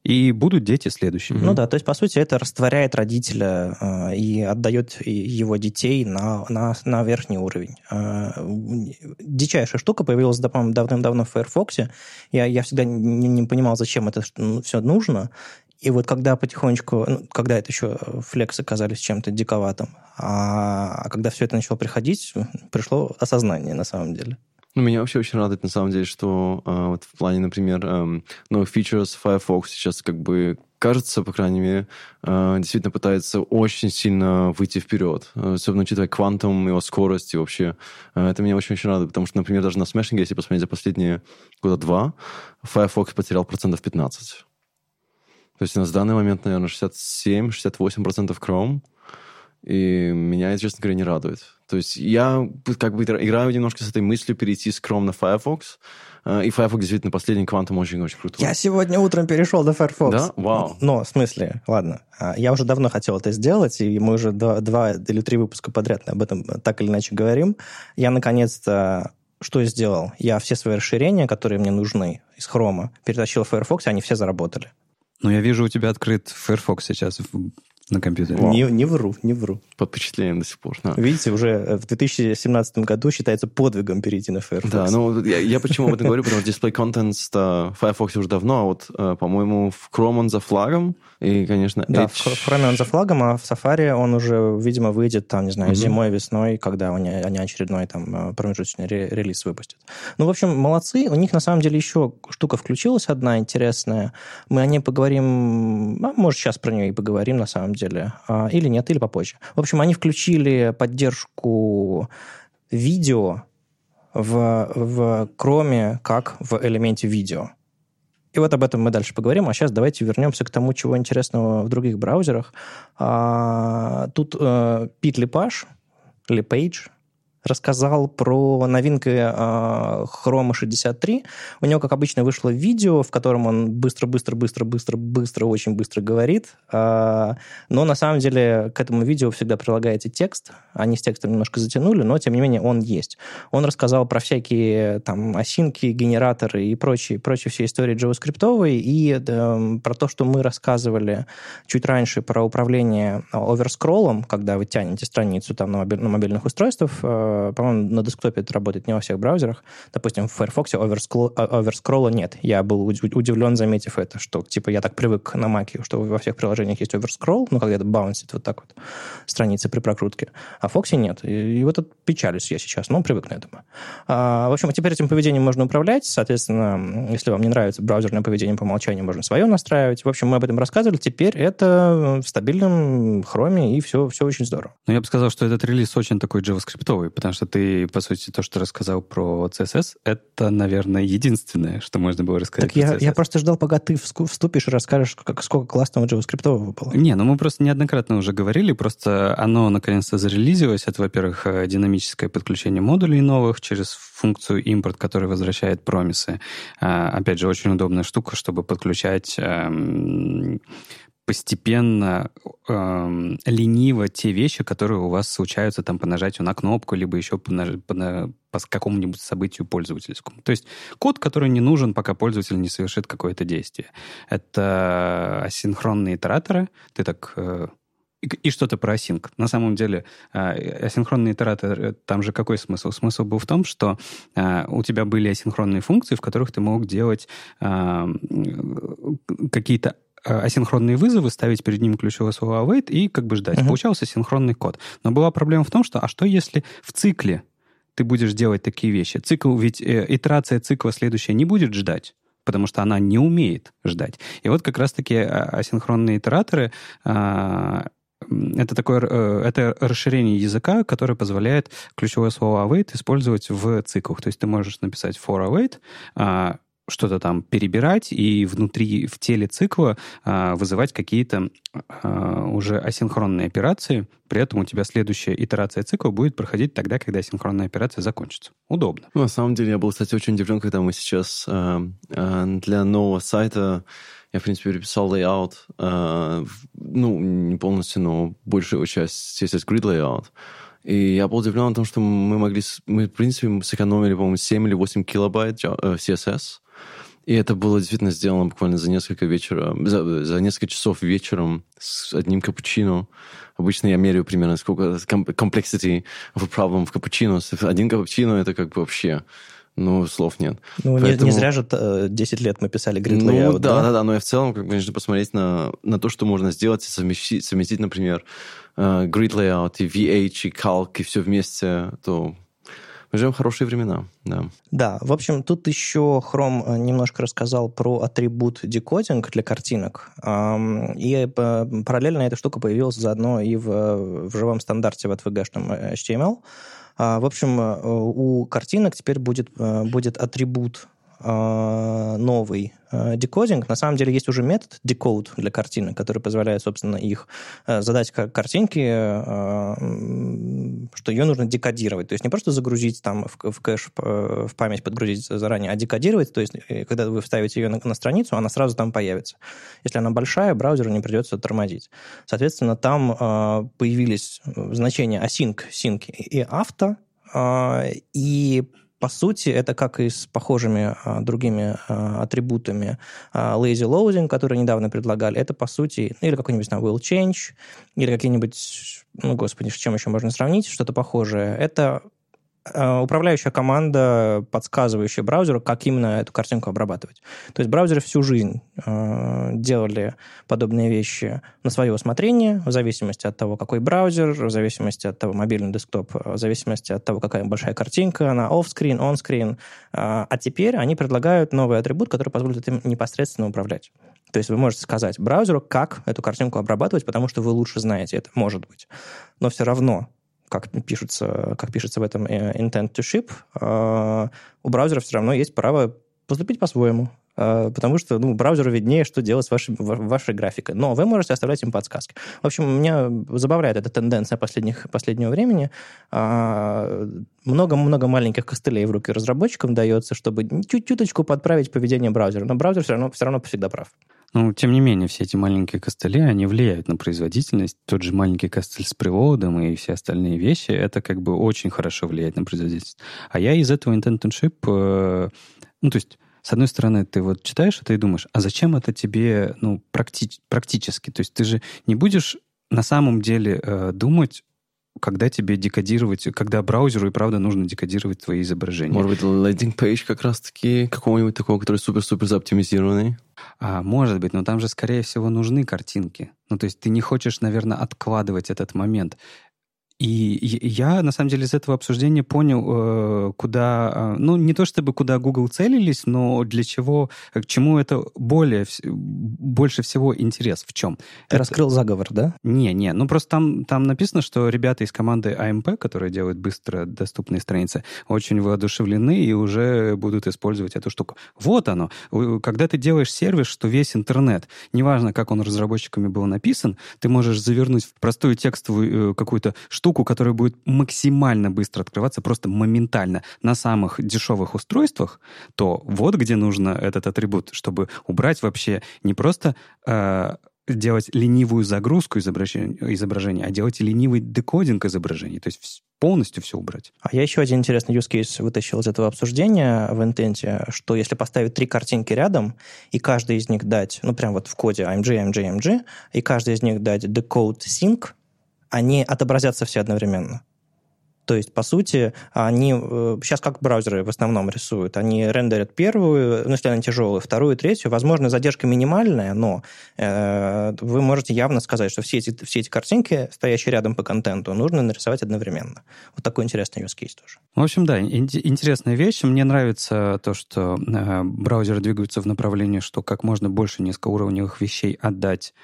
и будут дети следующими. Ну да, то есть, по сути, это растворяет родителя э, и отдает его детей на, на, на верхний уровень. Э, дичайшая штука появилась, по-моему, давным-давно в Firefox. Я, я всегда не, не понимал, зачем это все нужно. И вот когда потихонечку, ну, когда это еще флексы казались чем-то диковатым, а, а когда все это начало приходить, пришло осознание на самом деле. Ну, меня вообще очень радует, на самом деле, что э, вот в плане, например, э, новых features Firefox сейчас как бы, кажется, по крайней мере, э, действительно пытается очень сильно выйти вперед. Особенно учитывая квантум, его скорость и вообще. Э, это меня очень-очень радует, потому что, например, даже на смешинге, если посмотреть за последние года два, Firefox потерял процентов пятнадцать. То есть у нас в данный момент, наверное, шестьдесят семь - шестьдесят восемь процентов Chrome. И меня это, честно говоря, не радует. То есть я как бы играю немножко с этой мыслью перейти с Chrome на Firefox. И Firefox действительно последний квантум очень-очень крутой. Я сегодня утром перешел на Firefox. Да? Вау. Но, в смысле, ладно. Я уже давно хотел это сделать, и мы уже два, два или три выпуска подряд об этом так или иначе говорим. Я, наконец-то, что сделал? Я все свои расширения, которые мне нужны из Chrome, перетащил в Firefox, и они все заработали. Ну, я вижу, у тебя открыт Firefox сейчас в, на компьютере. Не, не вру, не вру. Под впечатлением до сих пор. Да. Видите, уже в две тысячи семнадцатом году считается подвигом перейти на Firefox. Да, ну, я, я почему об этом говорю, потому что Display Contents в Firefox уже давно, а вот, по-моему, в Chrome он за флагом, и, конечно... Да, Edge... в Chrome он за флагом, а в Safari он уже, видимо, выйдет, там, не знаю, mm-hmm. зимой, весной, когда они, они очередной там промежуточный ре- релиз выпустят. Ну, в общем, молодцы. У них, на самом деле, еще штука включилась одна интересная. Мы о ней поговорим, а, может, сейчас про нее и поговорим, на самом деле. А, или нет, или попозже. В общем, они включили поддержку видео в, в Chrome как в элементе видео. И вот об этом мы дальше поговорим. А сейчас давайте вернемся к тому, чего интересного в других браузерах. А, тут а, Пит Лепаж, Лепейдж, рассказал про новинки э, Chrome шестьдесят три. У него, как обычно, вышло видео, в котором он быстро-быстро-быстро-быстро, очень быстро говорит. Э, но, на самом деле, к этому видео всегда прилагается текст. Они с текстом немножко затянули, но, тем не менее, он есть. Он рассказал про всякие там осинки, генераторы и прочие, прочие все истории JavaScript-овые, и э, про то, что мы рассказывали чуть раньше про управление оверскроллом, когда вы тянете страницу там на, мобиль, на мобильных устройствах. э, По-моему, на десктопе это работает не во всех браузерах. Допустим, в Firefox оверскролла нет. Я был удивлен, заметив это, что типа я так привык на Mac, что во всех приложениях есть оверскролл, ну, когда это баунсит вот так вот страницы при прокрутке. А в Fox нет. И, и вот это печалюсь я сейчас, но привык к этому. А, в общем, теперь этим поведением можно управлять. Соответственно, если вам не нравится браузерное поведение по умолчанию, можно свое настраивать. В общем, мы об этом рассказывали. Теперь это в стабильном Chrome, и все, все очень здорово. Но я бы сказал, что этот релиз очень такой JavaScript-овый, потому что ты, по сути, то, что рассказал про си эс эс, это, наверное, единственное, что можно было рассказать так про я, си эс эс. Я просто ждал, пока ты вступишь и расскажешь, как, сколько классного JavaScript было. Не, ну мы просто неоднократно уже говорили, просто оно наконец-то зарелизилось. Это, во-первых, динамическое подключение модулей новых через функцию импорт, который возвращает промисы. Опять же, очень удобная штука, чтобы подключать постепенно, э, лениво те вещи, которые у вас случаются там по нажатию на кнопку, либо еще по, по, по какому-нибудь событию пользовательскому. То есть код, который не нужен, пока пользователь не совершит какое-то действие. Это асинхронные итераторы. Ты так... Э, и, и что-то про async. На самом деле, э, асинхронные итераторы, там же какой смысл? Смысл был в том, что э, у тебя были асинхронные функции, в которых ты мог делать э, какие-то асинхронные вызовы, ставить перед ними ключевое слово await и как бы ждать. Uh-huh. Получался синхронный код. Но была проблема в том, что а что если в цикле ты будешь делать такие вещи? Цикл, ведь э, итерация цикла следующая не будет ждать, потому что она не умеет ждать. И вот как раз-таки асинхронные итераторы э, это такое э, это расширение языка, которое позволяет ключевое слово await использовать в циклах. То есть ты можешь написать for await, э, что-то там перебирать и внутри, в теле цикла а, вызывать какие-то а, уже асинхронные операции. При этом у тебя следующая итерация цикла будет проходить тогда, когда асинхронная операция закончится. Удобно. Ну, на самом деле, я был, кстати, очень удивлен, когда мы сейчас а, а, для нового сайта я, в принципе, переписал лейаут, а, ну, не полностью, но большую его часть си эс эс Grid layout. И я был удивлен о том, что мы могли, мы, в принципе, сэкономили, по-моему, семь или восемь килобайт си эс эс. И это было действительно сделано буквально за несколько вечера, за, за несколько часов вечером с одним капучино. Обычно я меряю примерно сколько complexity of a problem в капучино. Один капучино — это как бы вообще... Ну, слов нет. Ну, Поэтому... не, не зря же десять лет мы писали grid layout, ну, да? Ну, да, да, да, но и в целом, как бы, нужно посмотреть на, на то, что можно сделать и совместить, совместить, например, uh, grid layout и ви эйч, и calc, и все вместе, то мы живем в хорошие времена, да. Да, в общем, тут еще Chrome немножко рассказал про атрибут декодинг для картинок, и параллельно эта штука появилась заодно и в, в живом стандарте в эй ти ви джи-шном эйч ти эм эл. В общем, у картинок теперь будет, будет атрибут новый декодинг. На самом деле есть уже метод decode для картинок, который позволяет, собственно, их задать как картинки, что ее нужно декодировать. То есть не просто загрузить там в, в кэш, в память подгрузить заранее, а декодировать. То есть когда вы вставите ее на, на страницу, она сразу там появится. Если она большая, браузеру не придется тормозить. Соответственно, там появились значения async, sync и auto, и по сути, это как и с похожими а, другими а, атрибутами а, lazy loading, которые недавно предлагали. Это, по сути, или какой-нибудь там will change, или какие-нибудь, ну, господи, с чем еще можно сравнить, что-то похожее. Это а, управляющая команда, подсказывающая браузеру, как именно эту картинку обрабатывать. То есть браузеры всю жизнь а, делали подобные вещи на свое усмотрение, в зависимости от того, какой браузер, в зависимости от того, мобильный десктоп, в зависимости от того, какая большая картинка, она off-screen, on-screen. А, а теперь они предлагают новый атрибут, который позволит им непосредственно управлять. То есть вы можете сказать браузеру, как эту картинку обрабатывать, потому что вы лучше знаете это, может быть. Но все равно как пишется, как пишется в этом intent to ship, у браузера все равно есть право поступить по-своему, потому что ну, браузеру виднее, что делать с вашей, вашей графикой. Но вы можете оставлять им подсказки. В общем, меня забавляет эта тенденция последних, последнего времени. Много-много маленьких костылей в руки разработчикам дается, чтобы чуть-чуточку подправить поведение браузера. Но браузер все равно, все равно всегда прав. Ну, тем не менее, все эти маленькие костыли, они влияют на производительность. Тот же маленький костыль с преводом и все остальные вещи, это как бы очень хорошо влияет на производительность. А я из этого intent to ship, э, ну, то есть, с одной стороны, ты вот читаешь это и думаешь, а зачем это тебе, ну, практи- практически? То есть ты же не будешь на самом деле э, думать, когда тебе декодировать, когда браузеру и правда нужно декодировать твои изображения. Может быть, лендинг-пейдж как раз-таки какого-нибудь такого, который супер-супер заоптимизированный? А, может быть, но там же, скорее всего, нужны картинки. Ну, то есть ты не хочешь, наверное, откладывать этот момент. И я, на самом деле, из этого обсуждения понял, куда... Ну, не то чтобы куда Google целились, но для чего, к чему это более, больше всего интерес. В чем? Ты это... раскрыл заговор, да? Не, не. Ну, просто там, там написано, что ребята из команды эй эм пи, которые делают быстро доступные страницы, очень воодушевлены и уже будут использовать эту штуку. Вот оно. Когда ты делаешь сервис, что весь интернет, неважно, как он разработчиками был написан, ты можешь завернуть в простую текстовую какую-то штуку, штуку, которая будет максимально быстро открываться, просто моментально на самых дешевых устройствах, то вот где нужно этот атрибут, чтобы убрать вообще не просто э, делать ленивую загрузку изображения, изображения, а делать ленивый декодинг изображений, то есть полностью все убрать. А я еще один интересный use case вытащил из этого обсуждения в интенте, что если поставить три картинки рядом, и каждый из них дать, ну прям вот в коде эй эм джи, эй эм джи, эй эм джи, и каждый из них дать decode sync, они отобразятся все одновременно. То есть, по сути, они... Сейчас как браузеры в основном рисуют? Они рендерят первую, ну, если она тяжелая, вторую, третью. Возможно, задержка минимальная, но э, вы можете явно сказать, что все эти, все эти картинки, стоящие рядом по контенту, нужно нарисовать одновременно. Вот такой интересный use case тоже. В общем, да, ин- интересная вещь. Мне нравится то, что э, браузеры двигаются в направлении, что как можно больше низкоуровневых вещей отдать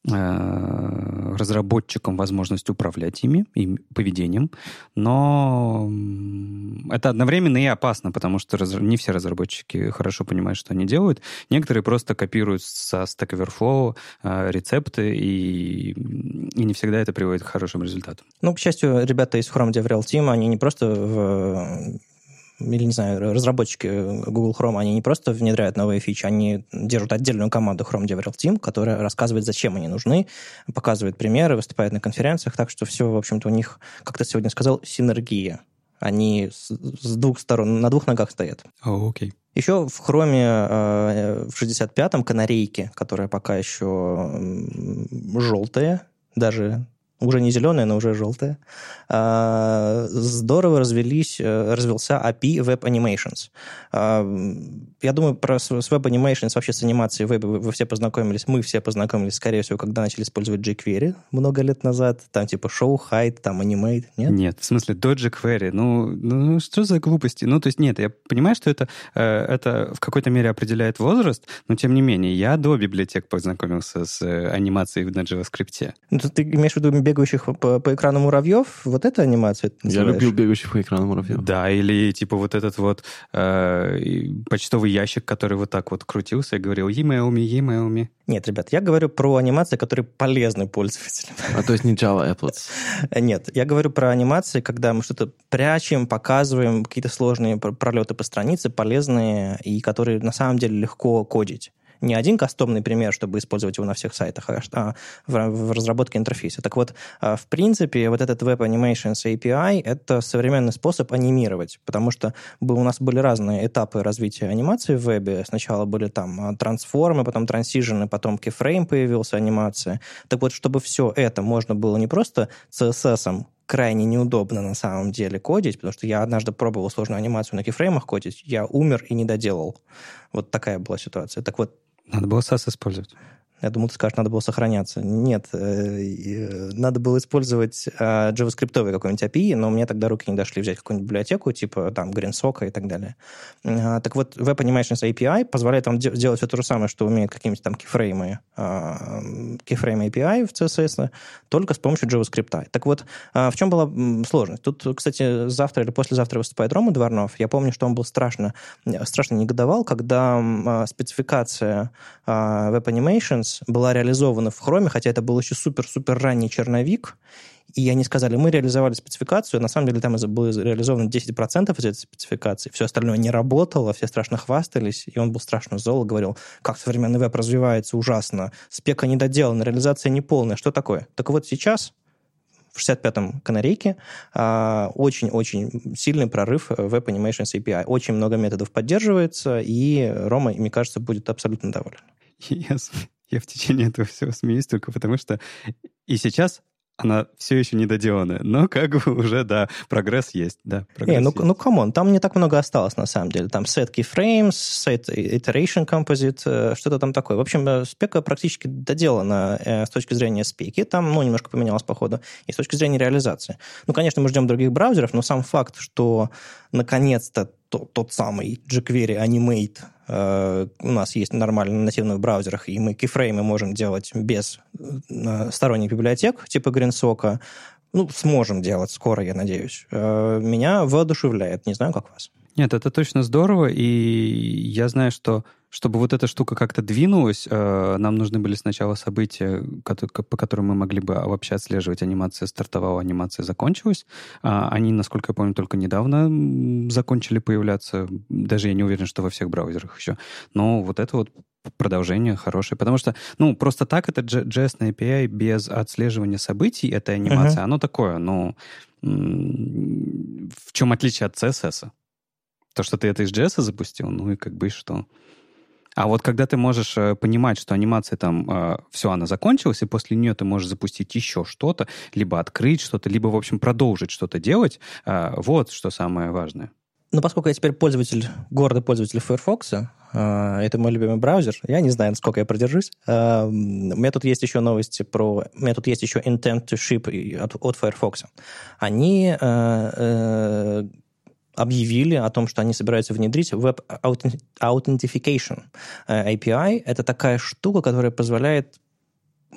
разработчикам возможность управлять ими, им поведением, но это одновременно и опасно, потому что не все разработчики хорошо понимают, что они делают. Некоторые просто копируют со Stack Overflow рецепты, и, и не всегда это приводит к хорошим результатам. Ну, к счастью, ребята из Chrome DevRel Team, они не просто в... или, не знаю, разработчики Google Chrome, они не просто внедряют новые фичи, они держат отдельную команду Chrome DevRel Team, которая рассказывает, зачем они нужны, показывает примеры, выступает на конференциях, так что все, в общем-то, у них, как ты сегодня сказал, синергия. Они с, с двух сторон, на двух ногах стоят. О, окей. Еще в Chrome э, в шестьдесят пятом канарейки, которая пока еще желтая, даже уже не зеленая, но уже желтая, э, здорово развелись, развелся эй пи ай Web Animations. Э, я думаю, про, с Web Animations, вообще с анимацией веба вы, вы все познакомились, мы все познакомились, скорее всего, когда начали использовать jQuery много лет назад, там типа show, hide, там animate, нет? Нет, в смысле до jQuery, ну, ну что за глупости? Ну, то есть нет, я понимаю, что это, э, это в какой-то мере определяет возраст, но тем не менее, я до библиотек познакомился с э, анимацией на JavaScript. Ну, ты имеешь в виду бегающих по, по экрану муравьев? Вот это анимация? Ты Я любил бегающих по экрану муравьев. Да, или типа вот этот вот э, почтовый ящик, который вот так вот крутился и говорил «Email me, email me». Нет, ребят, я говорю про анимации, которые полезны пользователям. А то есть не Java Applets? Нет, я говорю про анимации, когда мы что-то прячем, показываем, какие-то сложные пролеты по странице, полезные, и которые на самом деле легко кодить. Не один кастомный пример, чтобы использовать его на всех сайтах, а в, в разработке интерфейса. Так вот, в принципе, вот этот Web Animations эй пи ай — это современный способ анимировать, потому что у нас были разные этапы развития анимации в вебе. Сначала были там трансформы, потом трансижены, потом keyframe появился, анимация. Так вот, чтобы все это можно было не просто си эс эс-ом крайне неудобно на самом деле кодить, потому что я однажды пробовал сложную анимацию на кейфреймах кодить, я умер и не доделал. Вот такая была ситуация. Так вот, надо было сас использовать. Я думал, ты скажешь, надо было сохраняться. Нет, надо было использовать JavaScript какой-нибудь эй пи ай, но мне тогда руки не дошли взять какую-нибудь библиотеку, типа там GreenSock и так далее. Так вот, Web Animations эй пи ай позволяет вам делать все то же самое, что умеют какие-нибудь там кейфреймы, кейфрейм эй пи ай в си эс эс, только с помощью JavaScript. Так вот, в чем была сложность? Тут, кстати, завтра или послезавтра выступает Рома Дворнов. Я помню, что он был страшно, страшно негодовал, когда спецификация Web Animations была реализована в Chrome, хотя это был еще супер-супер ранний черновик, и они сказали, мы реализовали спецификацию, на самом деле там было реализовано десять процентов из этой спецификации, все остальное не работало, все страшно хвастались, и он был страшно зол, говорил, как современный веб развивается ужасно, спека недоделана, реализация неполная, что такое? Так вот сейчас, в шестьдесят пятом канарейке, очень-очень сильный прорыв Web Animations эй пи ай, очень много методов поддерживается, и Рома, мне кажется, будет абсолютно доволен. Yes. Я в течение этого всего смеюсь только потому, что и сейчас она все еще недоделанная, но как бы уже, да, прогресс есть. Да, прогресс не, ну, есть. ну, камон, там не так много осталось, на самом деле. Там set keyframes, set iteration composite, что-то там такое. В общем, спека практически доделана э, с точки зрения спеки. Там, ну, немножко поменялось по ходу. И с точки зрения реализации. Ну, конечно, мы ждем других браузеров, но сам факт, что наконец-то тот, тот самый jQuery Animate э, у нас есть нормально нативно в браузерах, и мы кейфреймы можем делать без э, сторонних библиотек, типа GreenSock, ну, сможем делать скоро, я надеюсь. Э, меня воодушевляет, не знаю, как вас. Нет, это точно здорово, и я знаю, что чтобы вот эта штука как-то двинулась, э, нам нужны были сначала события, которые, по которым мы могли бы вообще отслеживать. Анимация стартовала, анимация закончилась. А они, насколько я помню, только недавно закончили появляться. Даже я не уверен, что во всех браузерах еще. Но вот это вот продолжение хорошее. Потому что, ну, просто так это джей эс на эй пи ай без отслеживания событий, эта анимация, uh-huh. оно такое, ну, в чем отличие от си эс эс? То, что ты это из джей эс запустил, ну и как бы и что. А вот когда ты можешь э, понимать, что анимация там, э, все, она закончилась, и после нее ты можешь запустить еще что-то, либо открыть что-то, либо, в общем, продолжить что-то делать, э, вот что самое важное. Ну, поскольку я теперь пользователь, гордый пользователь Firefox, э, это мой любимый браузер, я не знаю, насколько я продержусь. Э, у меня тут есть еще новости про... У меня тут есть еще Intent to Ship от, от Firefox. Они... Э, э, объявили о том, что они собираются внедрить Web Authentication эй пи ай. Это такая штука, которая позволяет... И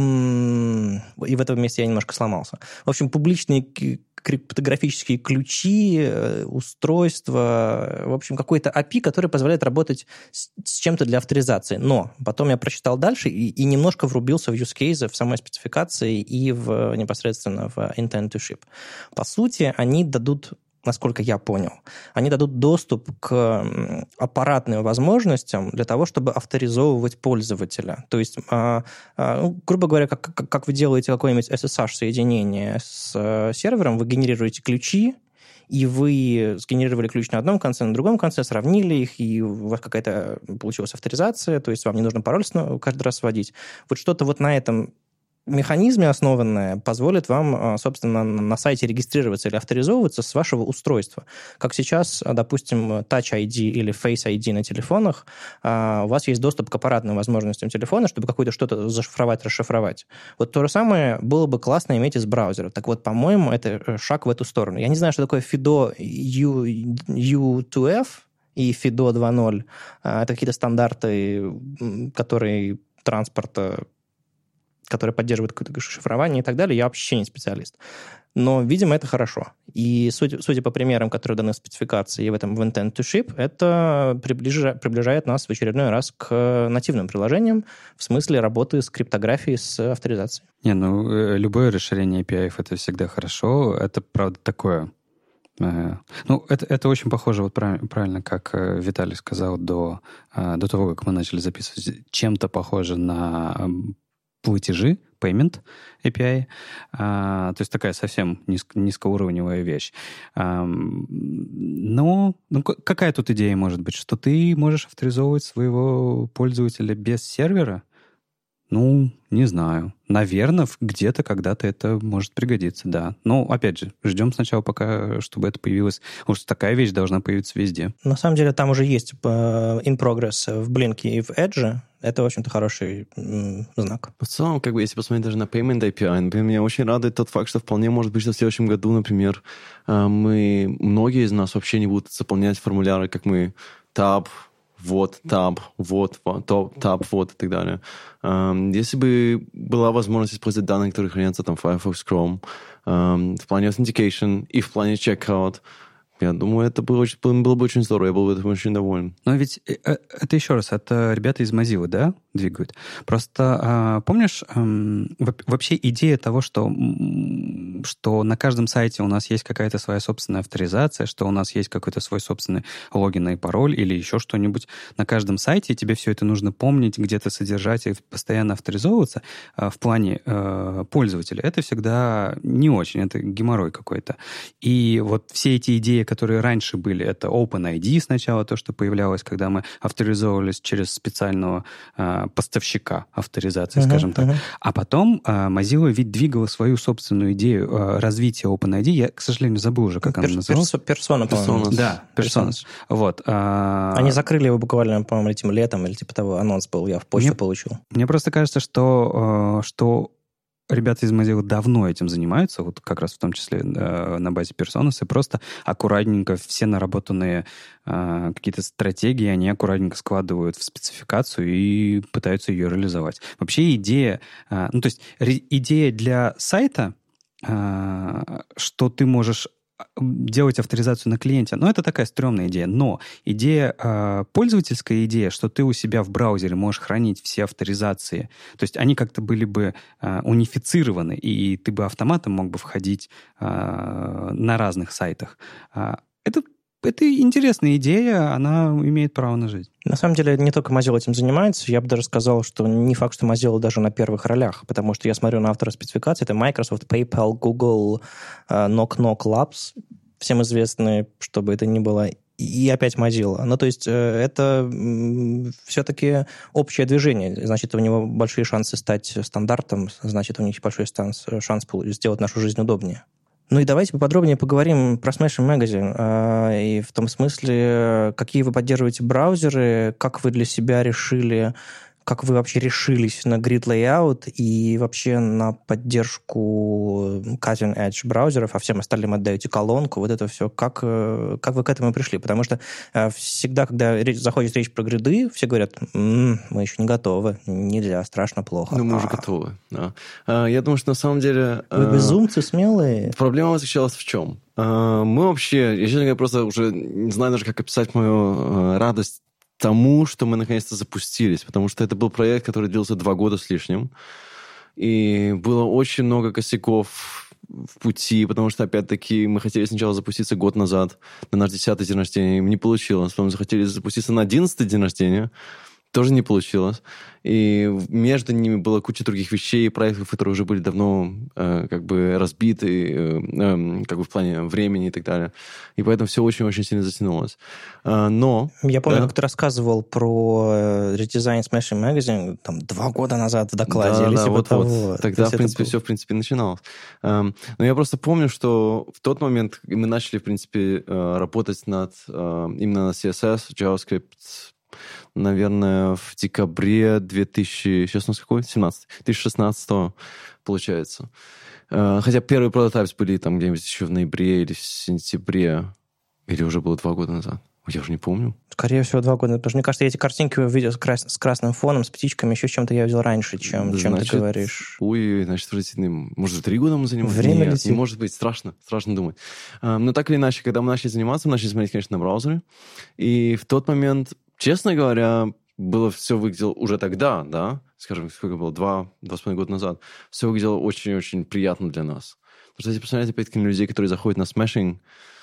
в этом месте я немножко сломался. В общем, публичные криптографические ключи, устройства, в общем, какой-то эй пи ай, который позволяет работать с, с чем-то для авторизации. Но потом я прочитал дальше и, и немножко врубился в use case, в самой спецификации и в, непосредственно в intent to ship. По сути, они дадут... насколько я понял, они дадут доступ к аппаратным возможностям для того, чтобы авторизовывать пользователя. То есть, а, а, ну, грубо говоря, как, как, как вы делаете какое-нибудь эс эс эйч-соединение с сервером, вы генерируете ключи, и вы сгенерировали ключ на одном конце, на другом конце, сравнили их, и у вас какая-то получилась авторизация, то есть вам не нужно пароль каждый раз вводить. Вот что-то вот на этом механизме основанное позволит вам, собственно, на сайте регистрироваться или авторизовываться с вашего устройства. Как сейчас, допустим, Touch ай ди или Face ай ди на телефонах, у вас есть доступ к аппаратным возможностям телефона, чтобы какое-то что-то зашифровать, расшифровать. Вот то же самое было бы классно иметь из браузера. Так вот, по-моему, это шаг в эту сторону. Я не знаю, что такое FIDO ю ту эф и FIDO два ноль. Это какие-то стандарты, которые транспорта, которые поддерживают какое-то шифрование и так далее, я вообще не специалист. Но, видимо, это хорошо. И судя, судя по примерам, которые даны в спецификации в этом в Intent to Ship, это приближает, приближает нас в очередной раз к нативным приложениям в смысле работы с криптографией, с авторизацией. Не, ну, любое расширение эй пи ай это всегда хорошо. Это, правда, такое... Ну, это, это очень похоже, вот правильно, правильно, как Виталий сказал до, до того, как мы начали записывать, чем-то похоже на платежи, payment эй пи ай, а, то есть такая совсем низко, низкоуровневая вещь. А, но ну, какая тут идея может быть? Что ты можешь авторизовывать своего пользователя без сервера? Ну, не знаю. Наверное, где-то когда-то это может пригодиться, да. Но, опять же, ждем сначала, пока, чтобы это появилось. Потому что такая вещь должна появиться везде. На самом деле, там уже есть in progress в Blink и в Edge. Это, в общем-то, хороший м, знак. В целом, как бы, если посмотреть даже на Payment эй пи ай, например, меня очень радует тот факт, что вполне может быть, что в следующем году, например, мы, многие из нас вообще не будут заполнять формуляры, как мы Tab, вот, Tab, вот, Tab, вот и так далее. Если бы была возможность использовать данные, которые хранятся там в Firefox, Chrome, в плане Authentication и в плане Checkout, я думаю, это было, очень, было бы очень здорово, я был бы этим очень доволен. Но ведь это еще раз, это ребята из Mozilla, да, двигают? Просто помнишь, вообще идея того, что, что на каждом сайте у нас есть какая-то своя собственная авторизация, что у нас есть какой-то свой собственный логин и пароль или еще что-нибудь на каждом сайте, и тебе все это нужно помнить, где-то содержать и постоянно авторизовываться в плане пользователя. Это всегда не очень, это геморрой какой-то. И вот все эти идеи, которые раньше были, это OpenID сначала, то, что появлялось, когда мы авторизовывались через специального э, поставщика авторизации, uh-huh, скажем так. Uh-huh. А потом э, Mozilla ведь двигала свою собственную идею э, развития OpenID. Я, к сожалению, забыл уже, как Пер- она называлась. Persona, по-моему. Да, Personas. Вот. Э, Они закрыли его буквально, по-моему, этим летом, или типа того, анонс был, я в почту мне, получил. Мне просто кажется, что, э, что ребята из Mozilla давно этим занимаются, вот как раз в том числе э, на базе Personas, и просто аккуратненько все наработанные э, какие-то стратегии, они аккуратненько складывают в спецификацию и пытаются ее реализовать. Вообще идея, э, ну то есть ре, идея для сайта, э, что ты можешь делать авторизацию на клиенте. Ну, это такая стрёмная идея. Но идея, э, пользовательская идея, что ты у себя в браузере можешь хранить все авторизации, то есть они как-то были бы э, унифицированы, и ты бы автоматом мог бы входить э, на разных сайтах. Э, это Это интересная идея, она имеет право на жизнь. На самом деле, не только Mozilla этим занимается, я бы даже сказал, что не факт, что Mozilla даже на первых ролях, потому что я смотрю на автора спецификации, это Microsoft, PayPal, Google, Knock Knock Labs, всем известные, чтобы это ни было, и опять Mozilla. Ну, то есть это все-таки общее движение, значит, у него большие шансы стать стандартом, значит, у них большой шанс, шанс сделать нашу жизнь удобнее. Ну и давайте поподробнее поговорим про Smashing Magazine. И в том смысле, какие вы поддерживаете браузеры, как вы для себя решили, как вы вообще решились на grid layout и вообще на поддержку cutting edge браузеров, а всем остальным отдаете колонку, вот это все. Как, как вы к этому пришли? Потому что всегда, когда речь, заходит речь про гриды, все говорят, м-м, мы еще не готовы, нельзя, страшно, плохо. Ну, мы уже готовы, да. Я думаю, что на самом деле... Вы безумцы смелые. Проблема заключалась в чем? Мы вообще, я, честно говоря, просто уже не знаю даже, как описать мою радость тому, что мы наконец-то запустились, потому что это был проект, который длился два года с лишним, и было очень много косяков в пути, потому что, опять-таки, мы хотели сначала запуститься год назад на наш десятый день рождения, и не получилось. Потом захотели запуститься на одиннадцатый день рождения, тоже не получилось. И между ними была куча других вещей, проектов, которые уже были давно э, как бы разбиты, э, э, как бы в плане времени и так далее. И поэтому все очень-очень сильно затянулось. Э, но... Я помню, да? как ты рассказывал про редизайн Smashing Magazine там, два года назад в докладе. Да, или да, типа вот, того. вот. Тогда, в принципе, был... все, в принципе, начиналось. Эм, но я просто помню, что в тот момент мы начали, в принципе, э, работать над э, именно на си эс эс, JavaScript, наверное, в декабре две тысячи... Сейчас у нас какой? семнадцатый. две тысячи шестнадцатого, получается. Хотя первые прототипы были там где-нибудь еще в ноябре или в сентябре. Или уже было два года назад. Я уже не помню. Скорее всего, два года. Потому что, мне кажется, я эти картинки увидел с, крас... с красным фоном, с птичками, еще с чем-то я видел раньше, чем, чем значит, ты говоришь. Ой, значит, может, три года мы занимались? Время Нет, летит. Не может быть, страшно, страшно думать. Но так или иначе, когда мы начали заниматься, мы начали смотреть, конечно, на браузере. И в тот момент, честно говоря, было все выглядело уже тогда, да, скажем, сколько было, два, два с половиной года назад, все выглядело очень-очень приятно для нас. Потому что если посмотреть, опять-таки, на людей, которые заходят на Smashing,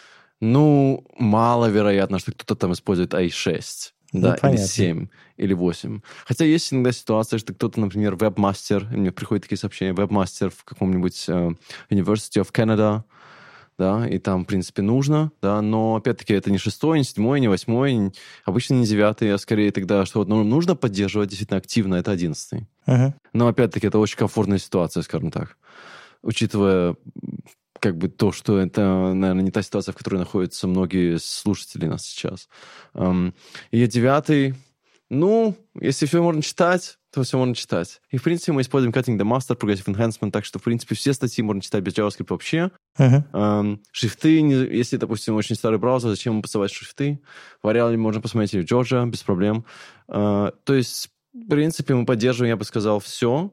ну, маловероятно, что кто-то там использует ай шесть, ну, да, понятно. Или семь, или восемь. Хотя есть иногда ситуация, что кто-то, например, веб-мастер, мне приходят такие сообщения, веб-мастер в каком-нибудь uh, University of Canada, да, и там, в принципе, нужно, да, но, опять-таки, это не шестой, не седьмой, не восьмой, обычно не девятый, а скорее тогда, что вот, ну, нужно поддерживать действительно активно, это одиннадцатый. Uh-huh. Но, опять-таки, это очень комфортная ситуация, скажем так, учитывая как бы то, что это, наверное, не та ситуация, в которой находятся многие слушатели нас сейчас. Um, и девятый, ну, если все можно читать, то все можно читать. И, в принципе, мы используем Cutting the Master, Progressive Enhancement, так что, в принципе, все статьи можно читать без JavaScript вообще. Uh-huh. Um, шрифты, если, допустим, очень старый браузер, зачем ему посылать шрифты? В Arial можно посмотреть и в Georgia, без проблем. Uh, то есть, в принципе, мы поддерживаем, я бы сказал, все.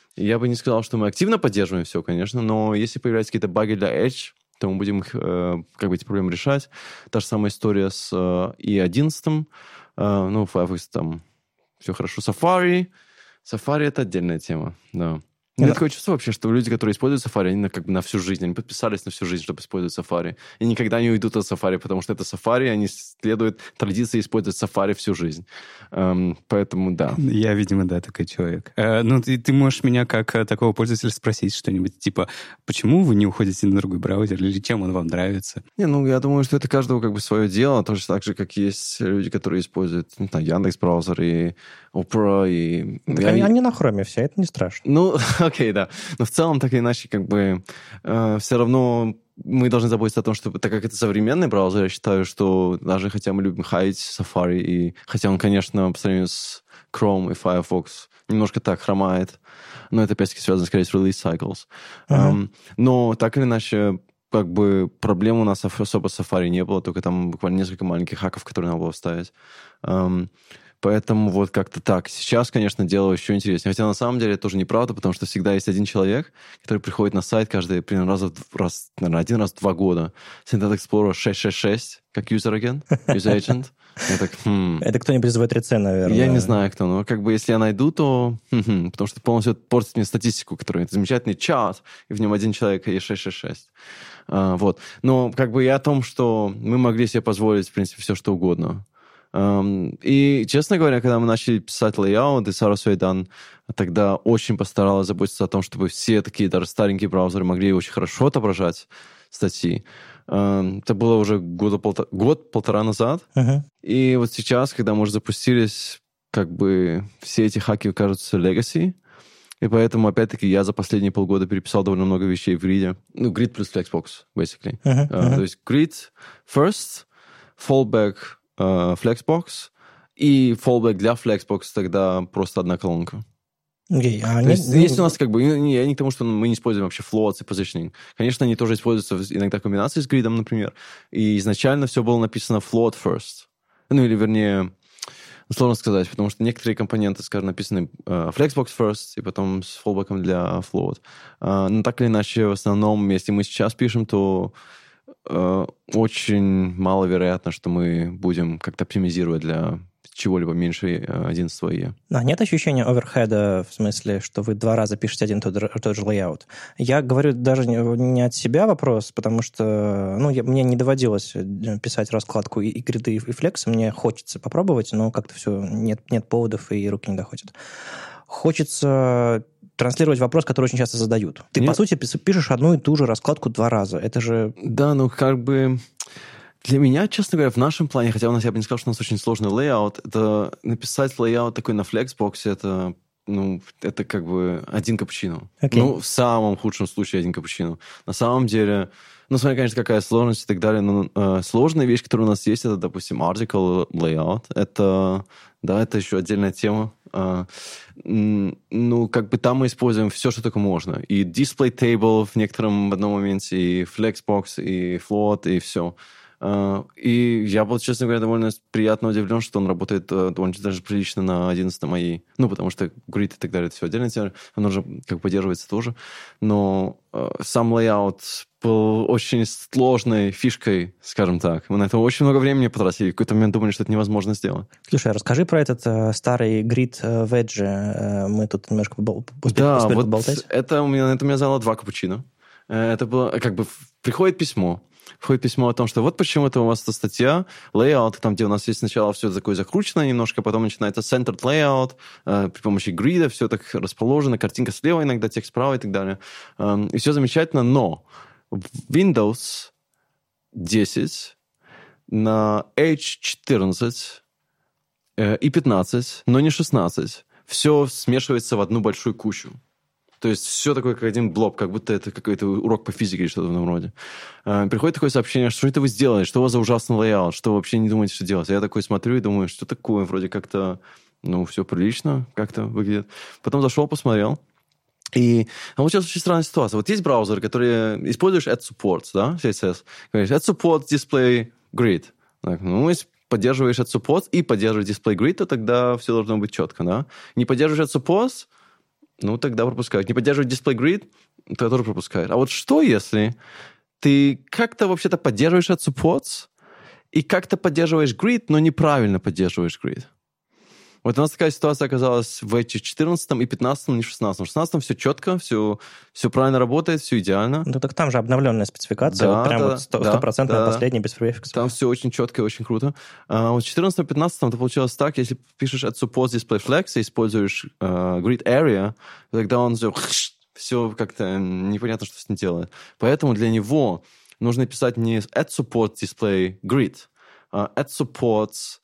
Я бы не сказал, что мы активно поддерживаем все, конечно, но если появляются какие-то баги для Edge, то мы будем их, э, как бы, эти проблемы решать. Та же самая история с э, и одиннадцать. Э, ну, Firefox там все хорошо. Safari. Safari — это отдельная тема, да. У меня такое чувство вообще, что люди, которые используют Safari, они как бы на всю жизнь, они подписались на всю жизнь, чтобы использовать Safari. И никогда не уйдут от Safari, потому что это Safari, они следуют традиции использовать Safari всю жизнь. Эм, поэтому, да. Я, видимо, да, такой человек. Э, ну, ты, ты можешь меня как э, такого пользователя спросить что-нибудь, типа, почему вы не уходите на другой браузер, или чем он вам нравится? Не, ну, я думаю, что это каждого как бы свое дело, точно так же, как есть люди, которые используют, не знаю, Яндекс.Браузер и Opera, и... Так я... они, они на хроме все, это не страшно. Ну, окей, okay, да. Но в целом, так или иначе, как бы э, все равно мы должны заботиться о том, что, так как это современный браузер, я считаю, что даже хотя мы любим хаять Safari, и хотя он, конечно, по сравнению с Chrome и Firefox немножко так хромает, но это, опять-таки, связано, скорее, с release cycles. Uh-huh. Um, но так или иначе, как бы проблем у нас особо с Safari не было, только там буквально несколько маленьких хаков, которые надо было вставить. Um, Поэтому вот как-то так. Сейчас, конечно, дело еще интереснее. Хотя на самом деле это тоже неправда, потому что всегда есть один человек, который приходит на сайт каждый, примерно раз, раз наверное, один раз в два года с Internet Explorer шесть шесть шесть, как user agent, user agent. Я так, хм. Это кто-нибудь из вэ три си, наверное. Я не знаю, кто, но как бы если я найду, то... Хм-хм, потому что полностью портит мне статистику, которая... Это замечательный чат, и в нем один человек и шесть шесть шесть. А, вот. Но как бы и о том, что мы могли себе позволить, в принципе, все что угодно. Um, и, честно говоря, когда мы начали писать лейаут, и Сара Суэйдан тогда очень постаралась заботиться о том, чтобы все такие даже старенькие браузеры могли очень хорошо отображать статьи. Um, это было уже года полтора, год-полтора назад. Uh-huh. И вот сейчас, когда мы уже запустились, как бы все эти хаки кажутся legacy. И поэтому, опять-таки, я за последние полгода переписал довольно много вещей в Grid. Ну, Grid плюс Flexbox, basically. Uh-huh. Uh, uh-huh. То есть Grid first, fallback Uh, Flexbox, и fallback для Flexbox тогда просто одна колонка. Okay, а То не, есть, не... есть у нас как бы... Я не к тому, что мы не используем вообще floats и positioning. Конечно, они тоже используются иногда в комбинации с гридом, например. И изначально все было написано float first. Ну, или, вернее, сложно сказать, потому что некоторые компоненты, скажем, написаны uh, Flexbox first, и потом с fallback'ом для float. Uh, но так или иначе, в основном, если мы сейчас пишем, то Uh, очень маловероятно, что мы будем как-то оптимизировать для чего-либо меньше одиннадцать и. А нет ощущения оверхеда, в смысле, что вы два раза пишете один и тот, тот же layout? Я говорю даже не от себя вопрос, потому что ну, я, мне не доводилось писать раскладку и, и гриды, и флексы. Мне хочется попробовать, но как-то все, нет, нет поводов, и руки не доходят. Хочется транслировать вопрос, который очень часто задают. Ты, нет. по сути, пишешь одну и ту же раскладку два раза. Это же... Да, ну как бы... Для меня, честно говоря, в нашем плане, хотя у нас, я бы не сказал, что у нас очень сложный лейаут, это написать лейаут такой на флексбоксе, это, ну, это как бы один капучино. Okay. Ну, в самом худшем случае один капучино. На самом деле, ну, смотри, конечно, какая сложность и так далее, но э, сложная вещь, которая у нас есть, это, допустим, article layout. Это, да, это еще отдельная тема. Uh, ну, как бы там мы используем все, что только можно. И display table в некотором в одном моменте, и flexbox, и float, и все. Uh, и я был, честно говоря, довольно приятно удивлен, что он работает uh, довольно даже прилично на одиннадцать и. Ну, потому что grid и так далее, это все отдельно. Он уже как поддерживается тоже. Но uh, сам layout был очень сложной фишкой, скажем так. Мы на это очень много времени потратили. В какой-то момент думали, что это невозможно сделать. Слушай, расскажи про этот э, старый грид э, веджи. Э, мы тут немножко побол... успели, да, успели вот поболтать. Это у меня, это у меня заняло два капучино. Это было, как бы, приходит письмо. Входит письмо о том, что вот почему это у вас эта статья, layout, там, где у нас есть сначала все такое закручено немножко, потом начинается centered layout, э, при помощи грида все так расположено, картинка слева иногда, текст справа и так далее. Э, и все замечательно, но в Windows десять на эйч четырнадцать э, и пятнадцать, но не шестнадцать, все смешивается в одну большую кучу. То есть все такое, как один блок, как будто это какой-то урок по физике или что-то в этом роде. Э, приходит такое сообщение, что это вы сделали, что у вас за ужасный лейаут, что вы вообще не думаете, что делать. А я такой смотрю и думаю, что такое, вроде как-то, ну, все прилично как-то выглядит. Потом зашел, посмотрел. И получилась очень странная ситуация. Вот есть браузеры, которые используешь add supports, да, си эс эс. Говоришь, add support display grid. Так, ну, если поддерживаешь add supports и поддерживаешь display grid, то тогда все должно быть четко, да. Не поддерживаешь add supports, ну, тогда пропускают. Не поддерживать display grid, то тоже пропускают. А вот что, если ты как-то вообще-то поддерживаешь add supports и как-то поддерживаешь grid, но неправильно поддерживаешь grid? Вот у нас такая ситуация оказалась в эйч четырнадцать и пятнадцать, не в шестнадцать. В шестнадцать все четко, все, все правильно работает, все идеально. Ну, так там же обновленная спецификация, да, вот прям да, вот сто процентов да, последний, без префиксов. Там все очень четко и очень круто. А вот в четырнадцать пятнадцать это получилось так, если пишешь add support display flex и используешь uh, grid area, тогда он все, все как-то непонятно, что с ним делает. Поэтому для него нужно писать не add support display grid, а add supports...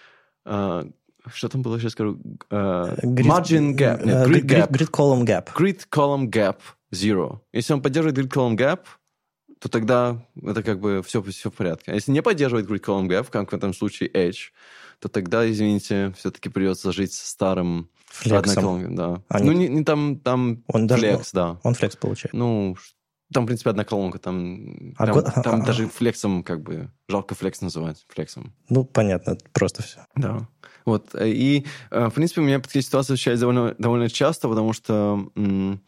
Uh, Что там было, сейчас скажу? Uh, grid, margin gap. Нет, grid, gap. Grid column gap. Grid column gap zero. Если он поддерживает grid column gap, то тогда это как бы все, все в порядке. А если не поддерживает grid column gap, как в этом случае Edge, то тогда, извините, все-таки придется жить с старым флексом. Да. А ну, не, не, не там, там он флекс, даже, да. Он флекс получает. Ну, там, в принципе, одна колонка. Там, а там, го... там а, даже а. флексом, как бы, жалко флекс называть, флексом. Ну, понятно, просто все. Да. Вот. И, в принципе, у меня такие ситуации случаются довольно, довольно часто, потому что м-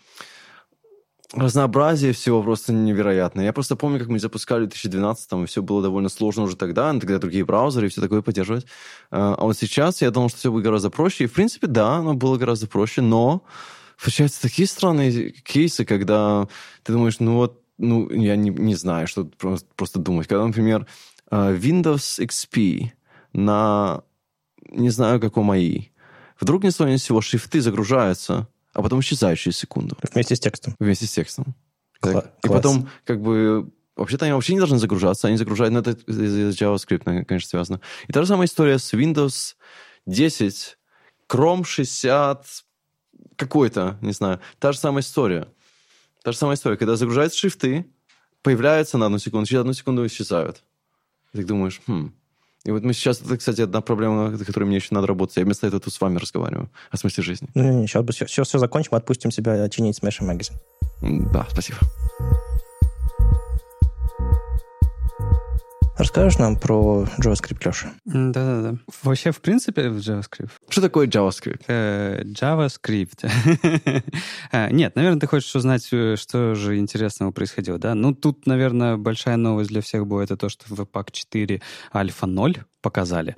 разнообразие всего просто невероятное. Я просто помню, как мы запускали в две тысячи двенадцатом, и все было довольно сложно уже тогда, тогда другие браузеры и все такое поддерживать. А вот сейчас я думал, что все будет гораздо проще. И, в принципе, да, оно было гораздо проще, но случаются такие странные кейсы, когда ты думаешь, ну вот, ну, я не, не знаю, что просто, просто думать. Когда, например, Windows икс пи на, не знаю, каком эй и, вдруг ни с того ни с сего шрифты загружаются, а потом исчезают через секунду. Вместе с текстом. Вместе с текстом. Кла- и класс. потом, как бы, вообще-то они вообще не должны загружаться, они загружают, но это из JavaScript, конечно, связано. И та же самая история с Windows десять, Chrome шестьдесят, какой-то, не знаю, та же самая история. Та же самая история, когда загружаются шрифты, появляются на одну секунду, через одну секунду исчезают. И ты думаешь, хм... И вот мы сейчас, это, кстати, одна проблема, над которой мне еще надо работать. Я вместо этого тут с вами разговариваю о смысле жизни. Ну, не, не, сейчас все, все, все закончим, отпустим себя чинить Smash Magazine. Да, спасибо. Расскажешь нам про JavaScript, Леша? Да-да-да. Вообще, в принципе, в JavaScript Что такое JavaScript? JavaScript. Нет, наверное, ты хочешь узнать, что же интересного происходило, да? Ну, тут, наверное, большая новость для всех будет это то, что в Webpack четыре альфа ноль показали.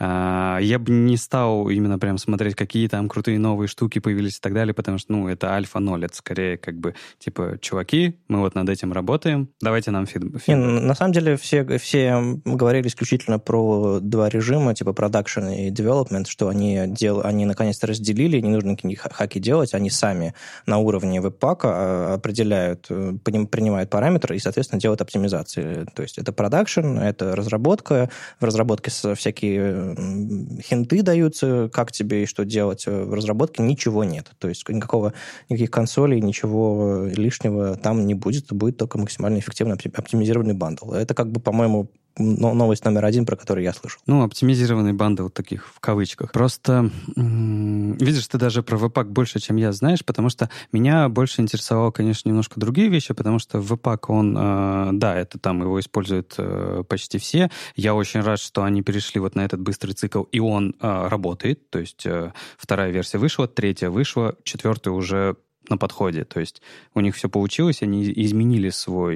Я бы не стал именно прям смотреть, какие там крутые новые штуки появились и так далее, потому что, ну, это альфа ноль, это скорее как бы, типа, чуваки, мы вот над этим работаем, давайте нам фидбэк. На самом деле все, все говорили исключительно про два режима, типа production и development, что они, дел, они наконец-то разделили, не нужно какие-нибудь хаки делать, они сами на уровне веб-пака определяют, принимают параметры и, соответственно, делают оптимизации. То есть это production, это разработка, в разработке всякие хинты даются, как тебе и что делать. В разработке ничего нет. То есть никакого, никаких консолей, ничего лишнего там не будет. Будет только максимально эффективно оптимизированный бандл. Это как бы, по-моему, новость номер один, про которую я слышал. Ну, оптимизированный бандл таких в кавычках. Просто м- видишь, ты даже про Webpack больше, чем я, знаешь, потому что меня больше интересовало, конечно, немножко другие вещи, потому что Webpack, он, э, да, это там его используют э, почти все. Я очень рад, что они перешли вот на этот быстрый цикл, и он э, работает. То есть э, вторая версия вышла, третья вышла, четвертая уже на подходе. То есть у них все получилось, они изменили свой,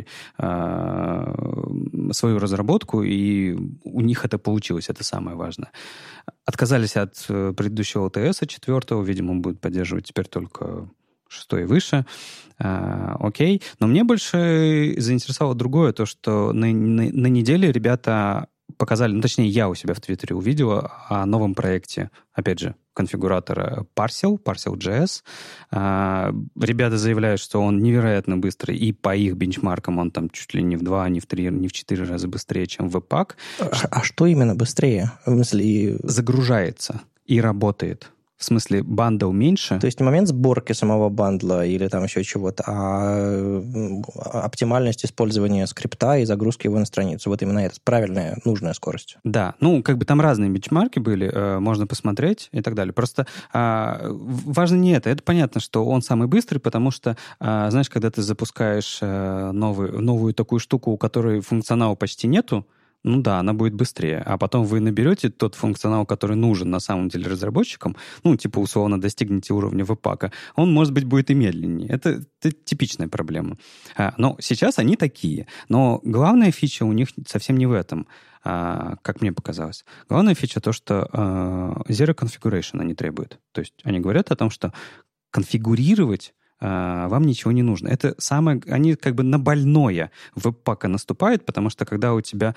э, свою разработку, и у них это получилось, это самое важное. Отказались от предыдущего эл ти эс четвертого, видимо, он будет поддерживать теперь только шестой и выше. Э, окей. Но мне больше заинтересовало другое, то, что на, на, на неделе ребята показали, ну, точнее, я у себя в Твиттере увидел о новом проекте, опять же, конфигуратора Parcel, Parcel.js. А, ребята заявляют, что он невероятно быстрый, и по их бенчмаркам он там чуть ли не в два, не в три, не в четыре раза быстрее, чем Webpack. А, а что именно быстрее? В смысле... Загружается и работает. В смысле, бандл меньше. То есть не момент сборки самого бандла или там еще чего-то, а оптимальность использования скрипта и загрузки его на страницу. Вот именно это правильная, нужная скорость. Да, ну, как бы там разные бенчмарки были, э, можно посмотреть и так далее. Просто э, важно не это. Это понятно, что он самый быстрый, потому что, э, знаешь, когда ты запускаешь э, новый, новую такую штуку, у которой функционала почти нету, ну да, она будет быстрее. А потом вы наберете тот функционал, который нужен на самом деле разработчикам, ну, типа, условно, достигнете уровня веб-пака, он, может быть, будет и медленнее. Это, это типичная проблема. А, но сейчас они такие. Но главная фича у них совсем не в этом, а, как мне показалось. Главная фича то, что а, zero configuration они требуют. То есть они говорят о том, что конфигурировать вам ничего не нужно. Это самое... Они как бы на больное веб-пака наступают, потому что когда у тебя...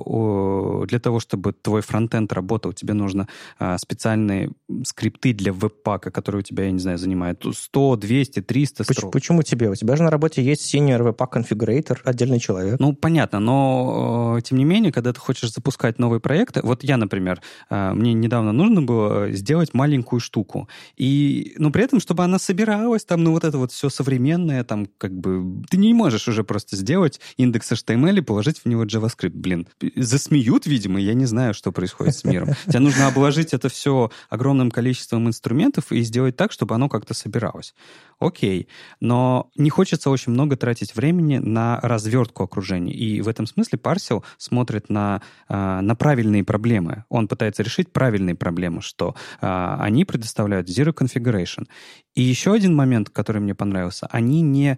Для того, чтобы твой фронтенд работал, тебе нужно специальные скрипты для веб-пака, которые у тебя, я не знаю, занимают сто, двести, триста строк. Почему тебе? У тебя же на работе есть senior веб-пак конфигурейтор, отдельный человек. Ну, понятно, но тем не менее, когда ты хочешь запускать новые проекты... Вот я, например, мне недавно нужно было сделать маленькую штуку. И, ну, при этом, чтобы она собиралась, там, ну, вот это вот все современное, там, как бы... Ты не можешь уже просто сделать индекс эйч ти эм эль и положить в него JavaScript. Блин, засмеют, видимо, я не знаю, что происходит с миром. Тебе нужно обложить это все огромным количеством инструментов и сделать так, чтобы оно как-то собиралось. Окей, но не хочется очень много тратить времени на развертку окружения. И в этом смысле Parcel смотрит на, на правильные проблемы. Он пытается решить правильные проблемы, что они предоставляют Zero Configuration. И еще один момент, который мне понравился, они не...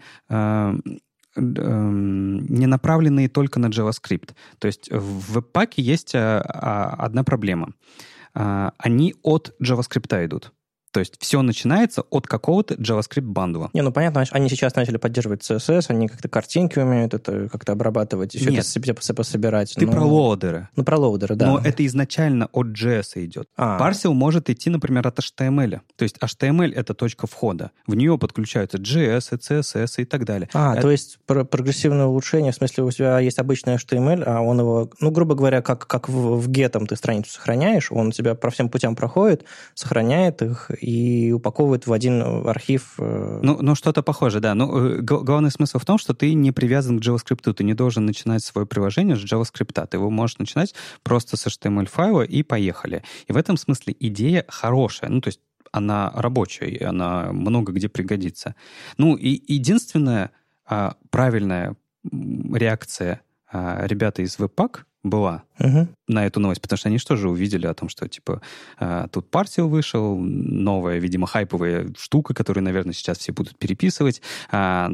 не направленные только на JavaScript. То есть в веб-паке есть одна проблема. Они от JavaScript идут. То есть все начинается от какого-то JavaScript-бандла. Не, ну понятно, они сейчас начали поддерживать си эс эс, они как-то картинки умеют это как-то обрабатывать, все Нет. это пособирать. Ты но... про лоудеры. Ну, про лоудеры, да. Но это изначально от джей эс идет. А. Parcel может идти, например, от эйч ти эм эль. То есть эйч ти эм эль — это точка входа. В нее подключаются джей эс, си эс эс и так далее. А, это... то есть про- прогрессивное улучшение, в смысле у тебя есть обычный эйч ти эм эль, а он его, ну, грубо говоря, как, как в, в Get ты страницу сохраняешь, он у тебя по всем путям проходит, сохраняет их и упаковывает в один архив. Ну, ну что-то похоже, да. Ну, г- главный смысл в том, что ты не привязан к JavaScript. Ты не должен начинать свое приложение с JavaScript. Ты его можешь начинать просто с эйч ти эм эль-файла и поехали. И в этом смысле идея хорошая. Ну, то есть она рабочая, и она много где пригодится. Ну, и единственная а, правильная реакция а, ребята из Webpack была Угу. на эту новость, потому что они же тоже увидели о том, что, типа, э, тут Parcel вышел, новая, видимо, хайповая штука, которую, наверное, сейчас все будут переписывать. А,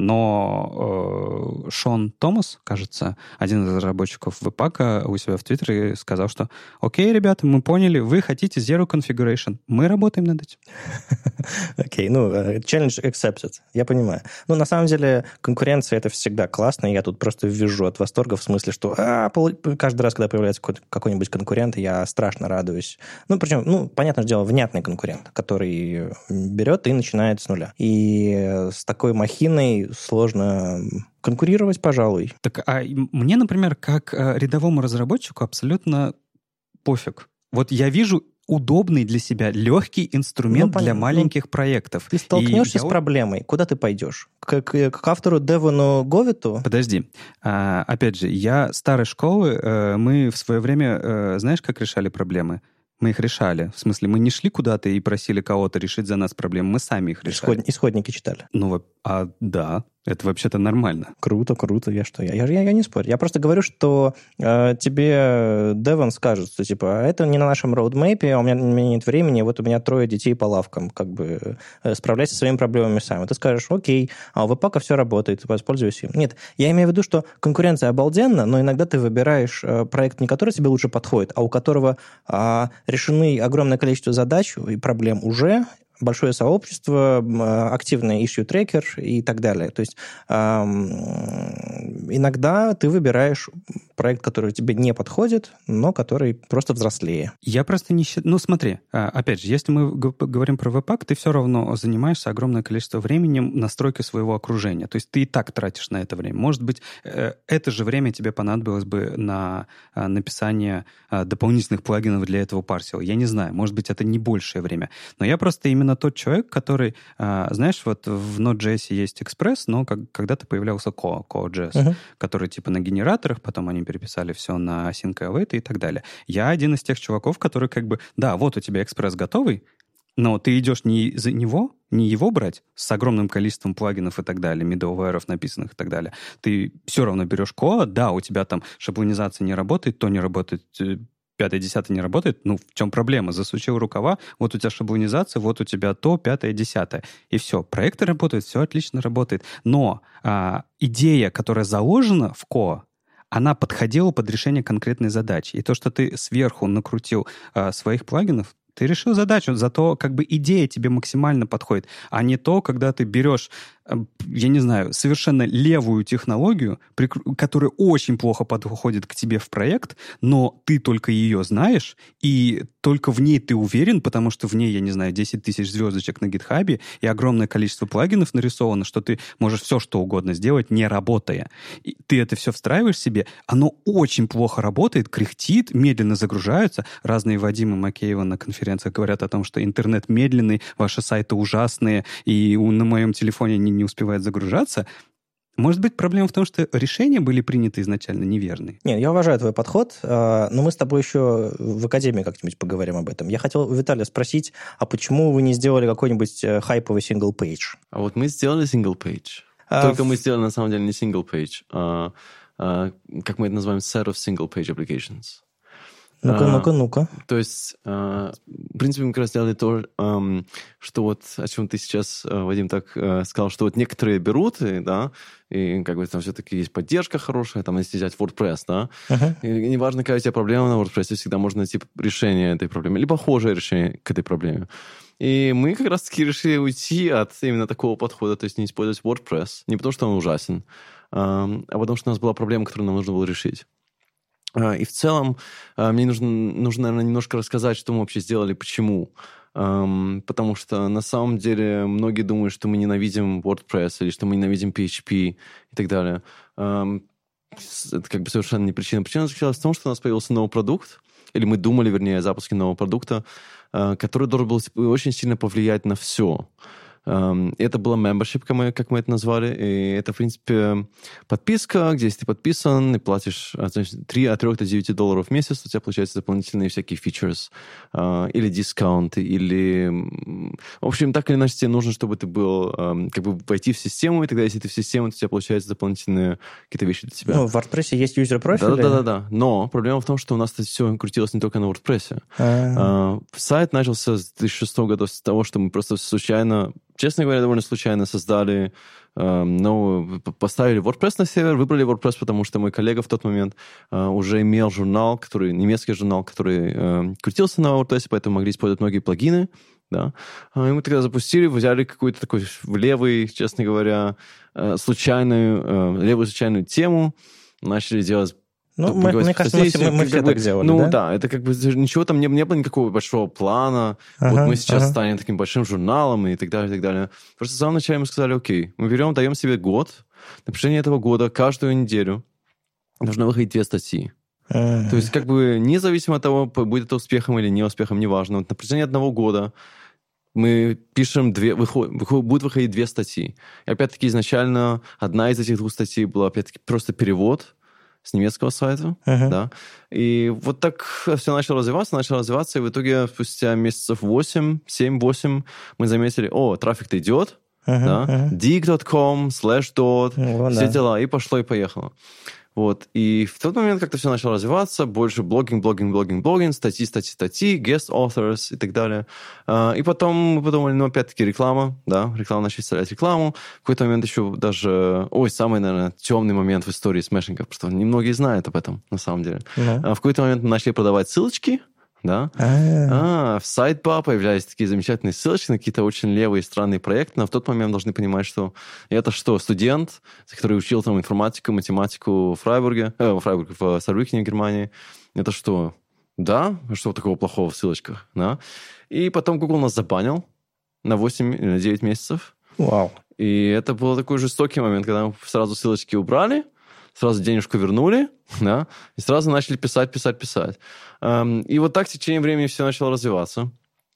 но э, Шон Томас, кажется, один из разработчиков Webpack у себя в Твиттере сказал, что окей, ребята, мы поняли, вы хотите Zero Configuration. Мы работаем над этим. Окей, ну, challenge accepted. Я понимаю. Ну, на самом деле, конкуренция — это всегда классно, и я тут просто вижу от восторга в смысле, что а, каждый раз, когда появляется какой-нибудь конкурент, я страшно радуюсь. Ну, причем, ну, понятное дело, внятный конкурент, который берет и начинает с нуля. И с такой махиной сложно конкурировать, пожалуй. Так, а мне, например, как рядовому разработчику абсолютно пофиг. Вот я вижу удобный для себя, легкий инструмент ну, для ну, маленьких проектов. Ты столкнешься и с я... проблемой. Куда ты пойдешь? К, к, к автору Девону Говиту? Подожди. А, опять же, я старой школы, мы в свое время, знаешь, как решали проблемы? Мы их решали. В смысле, мы не шли куда-то и просили кого-то решить за нас проблемы, мы сами их решали. Исход... Исходники читали. Ну, а да, это вообще-то нормально. Круто, круто. Я что? Я, я, я не спорю. Я просто говорю, что э, тебе Девон скажет, что типа, это не на нашем роудмэпе, у меня, у меня нет времени, вот у меня трое детей по лавкам, как бы э, справляйся со своими проблемами сам. Ты скажешь, окей, а у Webpack все работает, воспользуйся им. Нет, я имею в виду, что конкуренция обалденна, но иногда ты выбираешь э, проект, не который тебе лучше подходит, а у которого э, решены огромное количество задач и проблем уже, большое сообщество, активный issue-трекер и так далее. То есть эм, иногда ты выбираешь проект, который тебе не подходит, но который просто взрослее. Я просто не считаю... Ну, смотри, опять же, если мы говорим про Webpack, ты все равно занимаешься огромное количество времени настройкой своего окружения. То есть ты и так тратишь на это время. Может быть, это же время тебе понадобилось бы на написание дополнительных плагинов для этого Parcel. Я не знаю, может быть, это не большее время. Но я просто именно тот человек, который, знаешь, вот в Node.js есть Express, но как, когда-то появлялся Core, Core.js, uh-huh. который типа на генераторах, потом они переписали все на async await и так далее. Я один из тех чуваков, который как бы, да, вот у тебя Express готовый, но ты идешь не за него, не его брать с огромным количеством плагинов и так далее, middleware'ов написанных и так далее. Ты все равно берешь Core, да, у тебя там шаблонизация не работает, то не работает, пятое, десятое не работает, ну, в чем проблема? Засучил рукава, вот у тебя шаблонизация, вот у тебя то, пятое, десятое. И все, проекты работают, все отлично работает. Но а, идея, которая заложена в Core, она подходила под решение конкретной задачи. И то, что ты сверху накрутил а, своих плагинов, ты решил задачу, зато как бы идея тебе максимально подходит, а не то, когда ты берешь, я не знаю, совершенно левую технологию, которая очень плохо подходит к тебе в проект, но ты только ее знаешь, и только в ней ты уверен, потому что в ней, я не знаю, десять тысяч звездочек на гитхабе и огромное количество плагинов нарисовано, что ты можешь все, что угодно сделать, не работая. И ты это все встраиваешь себе, оно очень плохо работает, кряхтит, медленно загружаются. Разные Вадимы Макеева на конференциях говорят о том, что интернет медленный, ваши сайты ужасные, и на моем телефоне не, не успевает загружаться. Может быть, проблема в том, что решения были приняты изначально неверные? Нет, я уважаю твой подход, но мы с тобой еще в Академии как-нибудь поговорим об этом. Я хотел у Виталия спросить, а почему вы не сделали какой-нибудь хайповый сингл-пейдж? А вот мы сделали сингл-пейдж. А Только в... мы сделали, на самом деле, не сингл-пейдж, а, а, как мы это называем, set of single-page applications. Ну-ка, а, ну-ка, ну-ка. То есть, а, в принципе, мы как раз сделали то, а, что вот, о чем ты сейчас, Вадим, так а, сказал, что вот некоторые берут, и, да, и как бы там все-таки есть поддержка хорошая, там, если взять WordPress, да, uh-huh. и неважно, какая у тебя проблема на WordPress, всегда можно найти решение этой проблемы, или похожее решение к этой проблеме. И мы как раз-таки решили уйти от именно такого подхода, то есть не использовать WordPress, не потому что он ужасен, а, а потому что у нас была проблема, которую нам нужно было решить. И в целом мне нужно, нужно, наверное, немножко рассказать, что мы вообще сделали, почему. Потому что на самом деле многие думают, что мы ненавидим WordPress или что мы ненавидим пи эйч пи и так далее. Это как бы совершенно не причина. Причина заключалась в том, что у нас появился новый продукт, или мы думали, вернее, о запуске нового продукта, который должен был очень сильно повлиять на все. Это было membership, как мы, как мы это назвали. И это, в принципе, подписка, где если ты подписан и платишь значит, три от трёх до девяти долларов в месяц, у тебя получаются дополнительные всякие features или дискаунты, или... В общем, так или иначе, тебе нужно, чтобы ты был, как бы, войти в систему, и тогда, если ты в систему, то у тебя получаются дополнительные какие-то вещи для тебя. Ну, в WordPress есть юзер-профили. Да-да-да. Но проблема в том, что у нас это все крутилось не только на WordPress. А-а-а. Сайт начался с две тысячи шестого года с того, что мы просто случайно, честно говоря, довольно случайно создали, э, ну, поставили WordPress на сервер, выбрали WordPress, потому что мой коллега в тот момент э, уже имел журнал, который, немецкий журнал, который э, крутился на WordPress, поэтому могли использовать многие плагины. Да. И мы тогда запустили, взяли какую-то такой левый, честно говоря, э, случайную, э, левую случайную тему, начали делать. Ну, мы, мне кажется, мы, мы, мы все бы, так делали, ну, да? да, это как бы ничего там не, не было никакого большого плана. Ага, вот мы сейчас ага. станем таким большим журналом и так далее, и так далее. Просто в самом начале мы сказали, окей, мы берем, даем себе год. На протяжении этого года каждую неделю должно выходить две статьи. Ага. То есть как бы независимо от того, будет это успехом или не успехом, неважно. Вот на протяжении одного года мы пишем две, выход, выход, будут выходить две статьи. И опять-таки изначально одна из этих двух статей была опять-таки просто перевод с немецкого сайта, uh-huh. да, и вот так все начало развиваться, начало развиваться, и в итоге спустя месяцев восемь, семь-восемь мы заметили, о, трафик-то идет, uh-huh, да, uh-huh. dig точка ком, slash dot, oh, все да. дела, и пошло, и поехало. Вот, и в тот момент как-то все начало развиваться, больше блогинг, блогинг, блогинг, блогинг, статьи, статьи, статьи, guest authors и так далее. И потом мы подумали, ну, опять-таки, реклама, да, реклама, начали вставлять рекламу. В какой-то момент еще даже, ой, самый, наверное, темный момент в истории смешинга, потому что немногие знают об этом, на самом деле. Mm-hmm. В какой-то момент мы начали продавать ссылочки, да, а, в сайт-ба появлялись такие замечательные ссылочки на какие-то очень левые странные проекты, но в тот момент должны понимать, что это что, студент, который учил там информатику, математику в Фрайбурге, э, в Фрайбурге, в Сарбрюкене, в Германии, это что, да, что такого плохого в ссылочках, да, и потом Google нас забанил на восемь или на девять месяцев. Вау. И это был такой жестокий момент, когда мы сразу ссылочки убрали, сразу денежку вернули, да, и сразу начали писать, писать, писать. И вот так в течение времени все начало развиваться.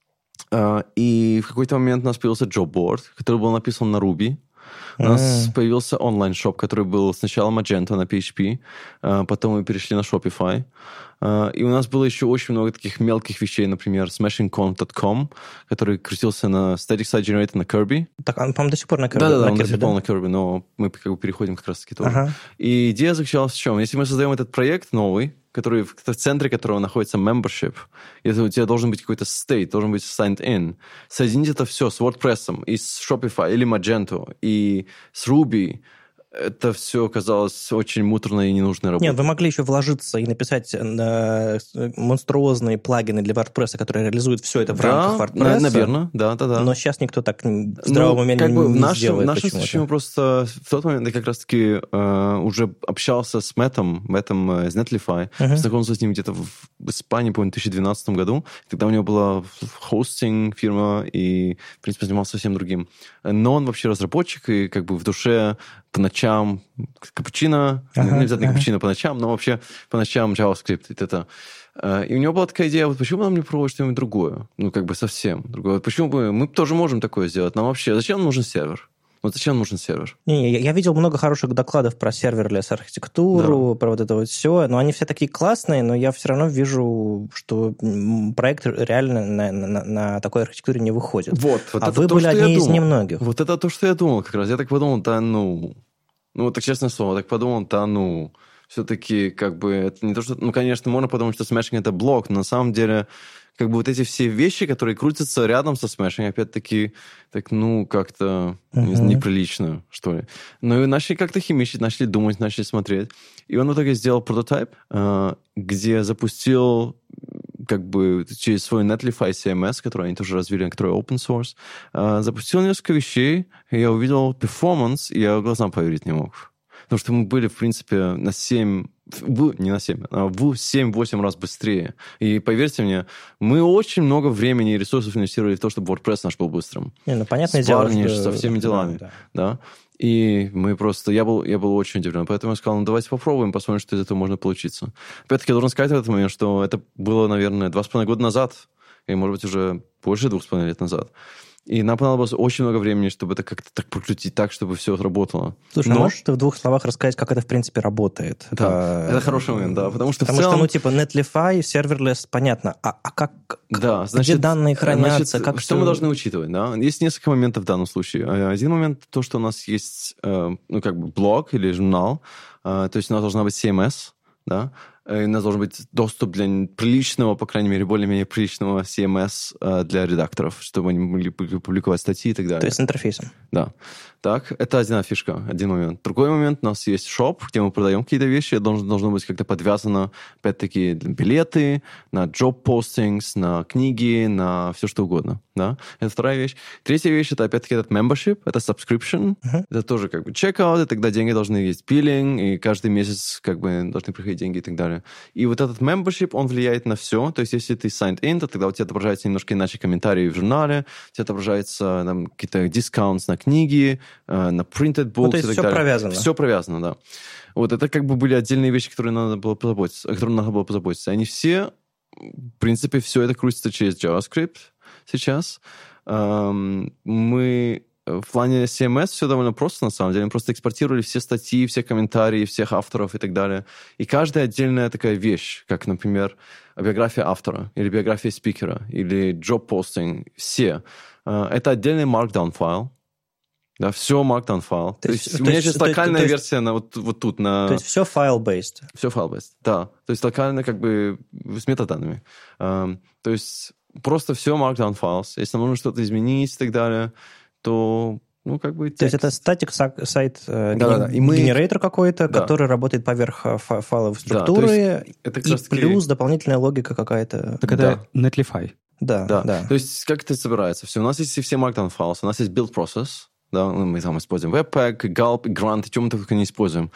И в какой-то момент у нас появился job-board, который был написан на Ruby. У нас mm. появился онлайн-шоп, который был сначала Magento на пи эйч пи, потом мы перешли на Shopify. И у нас было еще очень много таких мелких вещей, например, smashing conf точка ком, который крутился на Static Site Generator на Kirby. Так, он, по-моему, до сих пор на Kirby. Да-да-да, он Kirby, до сих пор да? на Kirby, но мы как бы переходим как раз-таки тоже. Ага. И идея заключалась в чем? Если мы создаем этот проект новый, который, в центре которого находится membership, если у тебя должен быть какой-то state, должен быть signed in, соединить это все с WordPress, и с Shopify, или Magento, и с Ruby, это все казалось очень муторной и ненужной работой. Нет, вы могли еще вложиться и написать э, монструозные плагины для WordPress, которые реализуют все это в да, рамках WordPress. Наверное, да, да, да. Но сейчас никто так в здравом уме как не, бы не в нашем, сделает. В нашем случае мы просто в тот момент я как раз-таки э, уже общался с Мэттом, Мэттом из Netlify, uh-huh. познакомился с ним где-то в, в Испании, по-моему, в две тысячи двенадцатом году. Тогда у него была хостинг фирма, и, в принципе, занимался совсем другим. Но он вообще разработчик, и как бы в душе по ночам капучино, ага, не обязательно ага. капучино по ночам, но вообще по ночам JavaScript. Это. И у него была такая идея, вот почему нам не пробовать что-нибудь другое? Ну, как бы совсем другое. Почему бы мы тоже можем такое сделать? Нам вообще, зачем нужен сервер? Вот зачем нужен сервер? Не, я, я видел много хороших докладов про серверлес архитектуру, да. про вот это вот все, но они все такие классные, но я все равно вижу, что проект реально на, на, на такой архитектуре не выходит. Вот, вот а это вы то, были одни из думал. немногих. Вот это то, что я думал как раз. Я так подумал, да ну... Ну, так честное слово, так подумал, да ну... Все-таки, как бы, это не то, что... Ну, конечно, можно подумать, что смешинг — это блок, но на самом деле... Как бы вот эти все вещи, которые крутятся рядом со смешинг, опять-таки, так, ну, как-то uh-huh. неприлично, что ли. Ну, и начали как-то химичить, начали думать, начали смотреть. И он в итоге сделал прототип, где запустил, как бы, через свой Netlify си эм эс, который они тоже развили, который open source, запустил несколько вещей, и я увидел performance, и я глазам поверить не мог. Потому что мы были, в принципе, на семь... В, не на семь, а в семь-восемь раз быстрее. И поверьте мне, мы очень много времени и ресурсов инвестировали в то, чтобы WordPress наш был быстрым. Не, ну, понятное с дело, Varnish, что... со всеми делами. Да, да. да. И мы просто... Я был, я был очень удивлен. Поэтому я сказал, ну, давайте попробуем, посмотрим, что из этого можно получиться. Опять-таки, я должен сказать в этот момент, что это было, наверное, два с половиной года назад, и, может быть, уже больше двух с половиной лет назад. И нам понадобилось очень много времени, чтобы это как-то так прокрутить так, чтобы все работало. Слушай, Но... а можешь ты в двух словах рассказать, как это в принципе работает? Да, а, это хороший момент, да, потому что потому в целом... что, ну, типа, Netlify, serverless, понятно, а, а как, да, значит, где данные хранятся? Значит, как что все... мы должны учитывать, да? Есть несколько моментов в данном случае. Один момент, то, что у нас есть, ну, как бы блог или журнал, то есть у нас должна быть си эм эс, да, и у нас должен быть доступ для приличного, по крайней мере, более-менее приличного си эм эс для редакторов, чтобы они могли публиковать статьи и так далее. То есть с интерфейсом. Да. Так, это одна фишка, один момент. Другой момент, у нас есть шоп, где мы продаем какие-то вещи, должно, должно быть как-то подвязано, опять-таки, билеты, на job postings, на книги, на все что угодно, да. Это вторая вещь. Третья вещь, это опять-таки этот membership, это subscription, uh-huh. это тоже как бы checkout, и тогда деньги должны есть billing, и каждый месяц как бы должны приходить деньги и так далее. И вот этот membership, он влияет на все, то есть если ты signed in, то тогда у тебя отображается немножко иначе комментарии в журнале, у тебя отображается там, какие-то discounts на книги, на printed books, ну, то есть и так все далее. Провязано. Все провязано, да. Вот это как бы были отдельные вещи, которые надо было позаботиться, о которых надо было позаботиться. Они все, в принципе, все это крутится через JavaScript сейчас. Мы в плане си эм эс все довольно просто, на самом деле. Мы просто экспортировали все статьи, все комментарии, всех авторов и так далее. И каждая отдельная такая вещь, как, например, биография автора, или биография спикера, или job-posting, все. Это отдельный markdown файл. Да, все markdown файл. То, то есть, есть у меня сейчас локальная есть, версия на, вот, вот тут. На... То есть все file-based? Все file-based, да. То есть локально как бы с метаданными. Um, то есть просто все markdown files. Если нужно что-то изменить и так далее, то, ну, как бы... Текст. То есть это статик сайт да, да, да. генератор мы... какой-то, да. который работает поверх файловой структуры, да, это и таки... плюс дополнительная логика какая-то. Так это да. Netlify. Да, да, да. То есть как это собирается? Все, у нас есть все markdown files, у нас есть build process, да, мы там используем Webpack, Gulp, Grunt, чем мы только не используем.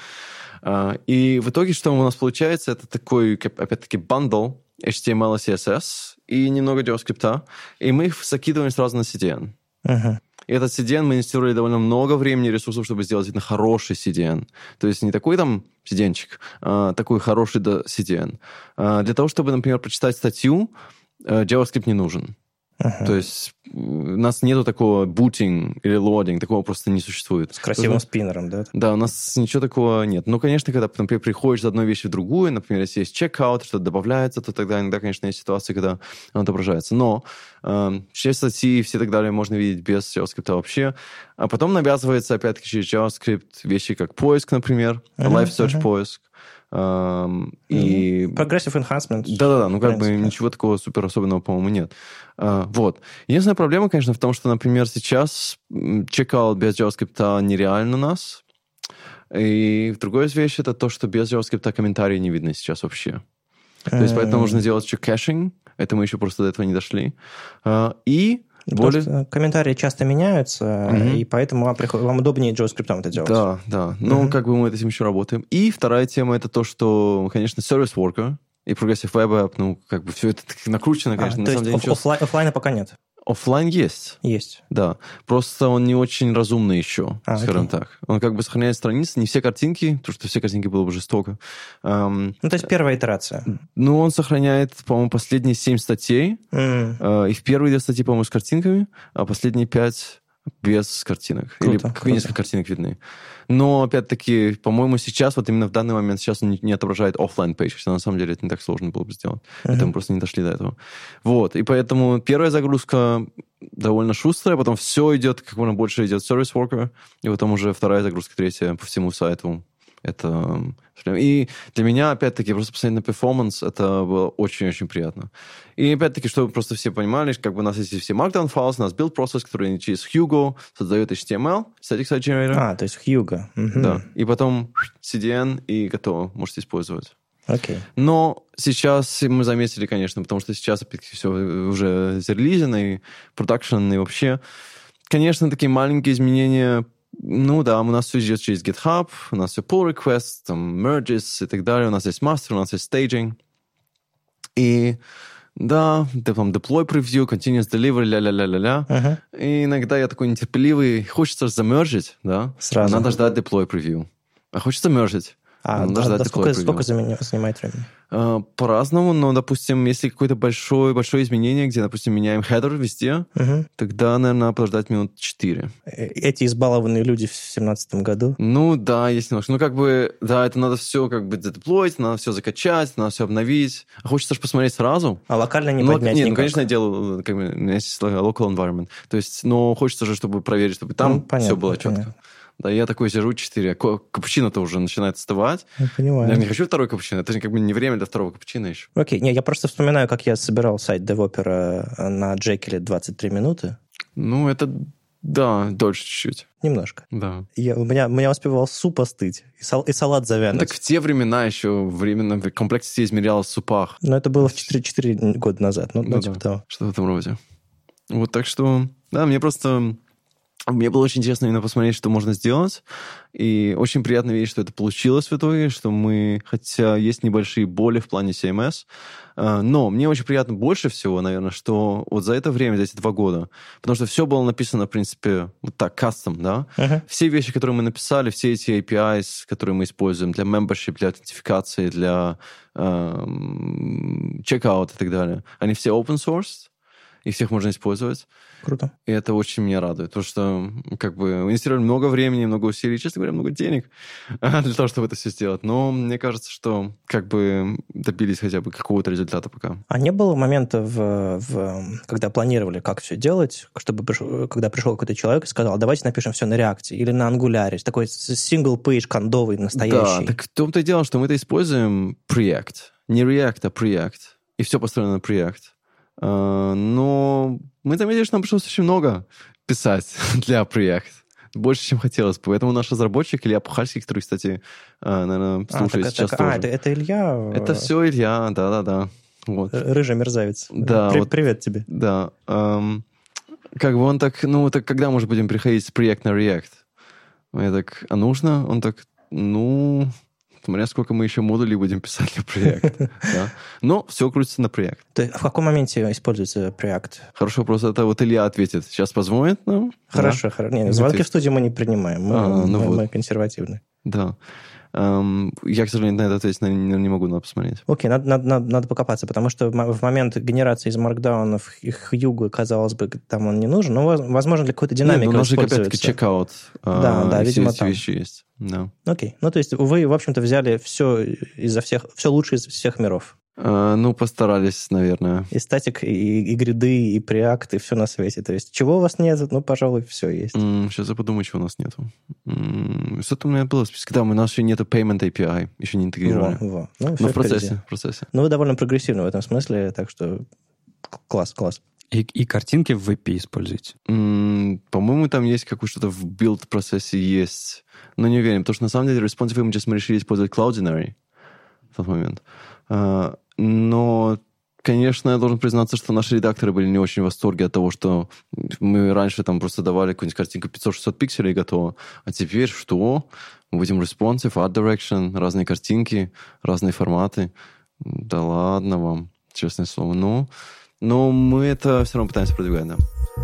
И в итоге, что у нас получается, это такой, опять-таки, бандл эйч ти эм эл и си эс эс и немного JavaScript, и мы их закидываем сразу на си ди эн. Uh-huh. И этот си ди эн мы инвестировали довольно много времени и ресурсов, чтобы сделать это хороший си ди эн. То есть не такой там си ди эн-чик, а такой хороший си ди эн. А для того, чтобы, например, прочитать статью, JavaScript не нужен. Uh-huh. То есть у нас нету такого booting или loading, такого просто не существует. С красивым есть, спиннером, да? Да, у нас ничего такого нет. Ну, конечно, когда, например, приходишь из одной вещи в другую, например, если есть checkout, что-то добавляется, то тогда иногда, конечно, есть ситуации, когда оно отображается. Но э, все статьи и все так далее можно видеть без JavaScript вообще. А потом навязывается, опять-таки, через JavaScript вещи, как поиск, например, uh-huh, Live Search uh-huh. поиск. Um, и... Progressive enhancement. Да-да-да, ну как бы ничего такого супер особенного, по-моему, нет. Uh, вот. Единственная проблема, конечно, в том, что, например, сейчас checkout без JavaScript нереально у нас. И другая вещь это то, что без JavaScript комментарии не видно сейчас вообще. Uh-huh. То есть поэтому нужно делать еще кэшинг. Это мы еще просто до этого не дошли. Uh, и Более... Потому что комментарии часто меняются, mm-hmm. и поэтому вам, приход... вам удобнее JavaScript это делать. Да, да. Но mm-hmm. как бы мы над этим еще работаем. И вторая тема это то, что, конечно, Service Worker и Progressive Web App, ну, как бы все это накручено, конечно. А, на то самом есть деле, оф- ничего... офлайн, пока нет? Оффлайн есть. Есть. Да. Просто он не очень разумный еще, а, скажем окей. так. Он как бы сохраняет страницы, не все картинки, потому что все картинки было бы жестоко. Um, ну, то есть первая итерация. Ну, он сохраняет, по-моему, последние семь статей. Mm. Uh, и в первые две статьи, по-моему, с картинками, а последние пять без картинок. Круто, Или круто. несколько картинок видны. Но, опять-таки, по-моему, сейчас, вот именно в данный момент, сейчас он не, не отображает оффлайн пейдж, хотя на самом деле это не так сложно было бы сделать. Uh-huh. Это мы просто не дошли до этого. Вот. И поэтому первая загрузка довольно шустрая, потом все идет, как можно больше идет Service Worker, и потом уже вторая загрузка, третья по всему сайту. Это... И для меня, опять-таки, просто посмотреть на перформанс, это было очень-очень приятно. И, опять-таки, чтобы просто все понимали, как бы у нас есть все markdown files, у нас build process, который через Hugo создает эйч ти эм эл, static site generator. А, то есть Hugo. Угу. Да. И потом си ди эн, и готово. Можете использовать. Окей. Okay. Но сейчас мы заметили, конечно, потому что сейчас, опять-таки, все уже зарелизено, и продакшн, и вообще. Конечно, такие маленькие изменения. Ну да, у нас все идет через GitHub, у нас все pull requests, там, merges и так далее, у нас есть master, у нас есть staging. И да, там deploy preview, continuous delivery, ля-ля-ля-ля-ля. Uh-huh. И иногда я такой нетерпеливый, хочется замержить, да? Сразу. Надо ждать deploy preview. А хочется мержить. А Надо да, ждать да деплой сколько, сколько прыгнет. занимает времени? Uh, по-разному, но, допустим, если какое-то большое, большое изменение, где, допустим, меняем хедер везде, Угу. тогда, наверное, подождать минут четыре. Эти избалованные люди в семнадцатом году? Ну, да, есть немножко. Ну, как бы, да, это надо все как бы задеплоить, надо все закачать, надо все обновить. А хочется же посмотреть сразу. А локально не ну, поднять Нет, никак? ну, конечно, я делаю, как бы, у меня есть local environment. То есть, но хочется же, чтобы проверить, чтобы там Ну, понятно, все было четко. понятно. Да, я такой сижу, четыре. Капучино-то уже начинает остывать. Я понимаю. Я не хочу второй капучино. Это же как бы не время для второго капучино еще. Окей, не, я просто вспоминаю, как я собирал сайт девопера на Jekyll двадцать три минуты. Ну, это, да, дольше чуть-чуть. Немножко. Да. Я, у, меня, у меня успевал суп остыть и, сал, и салат завянуть. Ну, так в те времена еще временно комплексити измерялась в супах. Но это было в четыре, четыре года назад. Ну, ну, ну типа да, того. что в этом роде. Вот, так что, да, мне просто... Мне было очень интересно именно посмотреть, что можно сделать. И очень приятно видеть, что это получилось в итоге, что мы, хотя есть небольшие боли в плане си эм эс, но мне очень приятно больше всего, наверное, что вот за это время, за эти два года, потому что все было написано, в принципе, вот так, кастом, да? Uh-huh. Все вещи, которые мы написали, все эти эй пи ай, которые мы используем для membership, для аутентификации, для эм, checkout и так далее, они все open source, и всех можно использовать. Круто. И это очень меня радует, потому что как бы инвестировали много времени, много усилий, честно говоря, много денег для того, чтобы это все сделать. Но мне кажется, что как бы добились хотя бы какого-то результата пока. А не было момента, в, в, когда планировали, как все делать, чтобы пришел, когда пришел какой-то человек и сказал, давайте напишем все на React или на Angular, такой single-page кондовый, настоящий. Да, так в том-то и дело, что мы-то используем Preact. Не React, а Preact. И все построено на Preact. Uh, но мы заметили, что нам пришлось очень много писать для Preact. Больше, чем хотелось. Поэтому наш разработчик Илья Пухальский, который, кстати, наверное, слушает а, сейчас так, тоже. А, это, это Илья? Это все Илья, да-да-да. Вот. Рыжий мерзавец. Да, При, вот, привет тебе. Да. Um, как бы он так, ну, так когда мы же будем приходить с Preact на React? Я так, а нужно? Он так, ну... Смотря сколько мы еще модулей будем писать для Preact. Да? Но все крутится на Preact. Ты, в каком моменте используется Preact? Хороший вопрос. Это вот Илья ответит. Сейчас позвонит нам. Хорошо, да? хорошо. Не, звонки в студии мы не принимаем. Мы, а, ну мы, вот. мы консервативны. Да. Um, я, к сожалению, на это ответить не, не могу, надо посмотреть. Окей, надо, надо, надо, надо покопаться, потому что в момент генерации из маркдаунов Хьюго, казалось бы, там он не нужен, но, возможно, для какой-то динамики Нет, ну, у нас же используется. опять-таки чекаут. Да, а, да, все видимо, эти там. вещи есть. Да. Окей. Ну, то есть вы, в общем-то, взяли все изо всех, все лучшее из всех миров. А, ну, постарались, наверное. И статик, и, и гриды, и Preact, и все на свете. То есть чего у вас нет, ну, пожалуй, все есть. Mm, сейчас я подумаю, чего у нас нету. Mm, что-то у меня было в списке. Да, у нас еще нету Payment эй пи ай. Еще не интегрировали. Во, во. Ну, Но в процессе, в процессе. Ну, вы довольно прогрессивны в этом смысле, так что класс, класс. И, и картинки в ви пи используете? Mm, по-моему, там есть какое-то что-то в билд-процессе есть. Но не уверен, потому что на самом деле Responsive Images мы решили использовать Cloudinary в тот момент. Uh, но, конечно, я должен признаться, что наши редакторы были не очень в восторге от того, что мы раньше там просто давали какую-нибудь картинку пятьсот-шестьсот пикселей и готово. А теперь что? Мы будем Responsive, Art Direction, разные картинки, разные форматы. Да ладно вам, честное слово. Но, но мы это все равно пытаемся продвигать, да.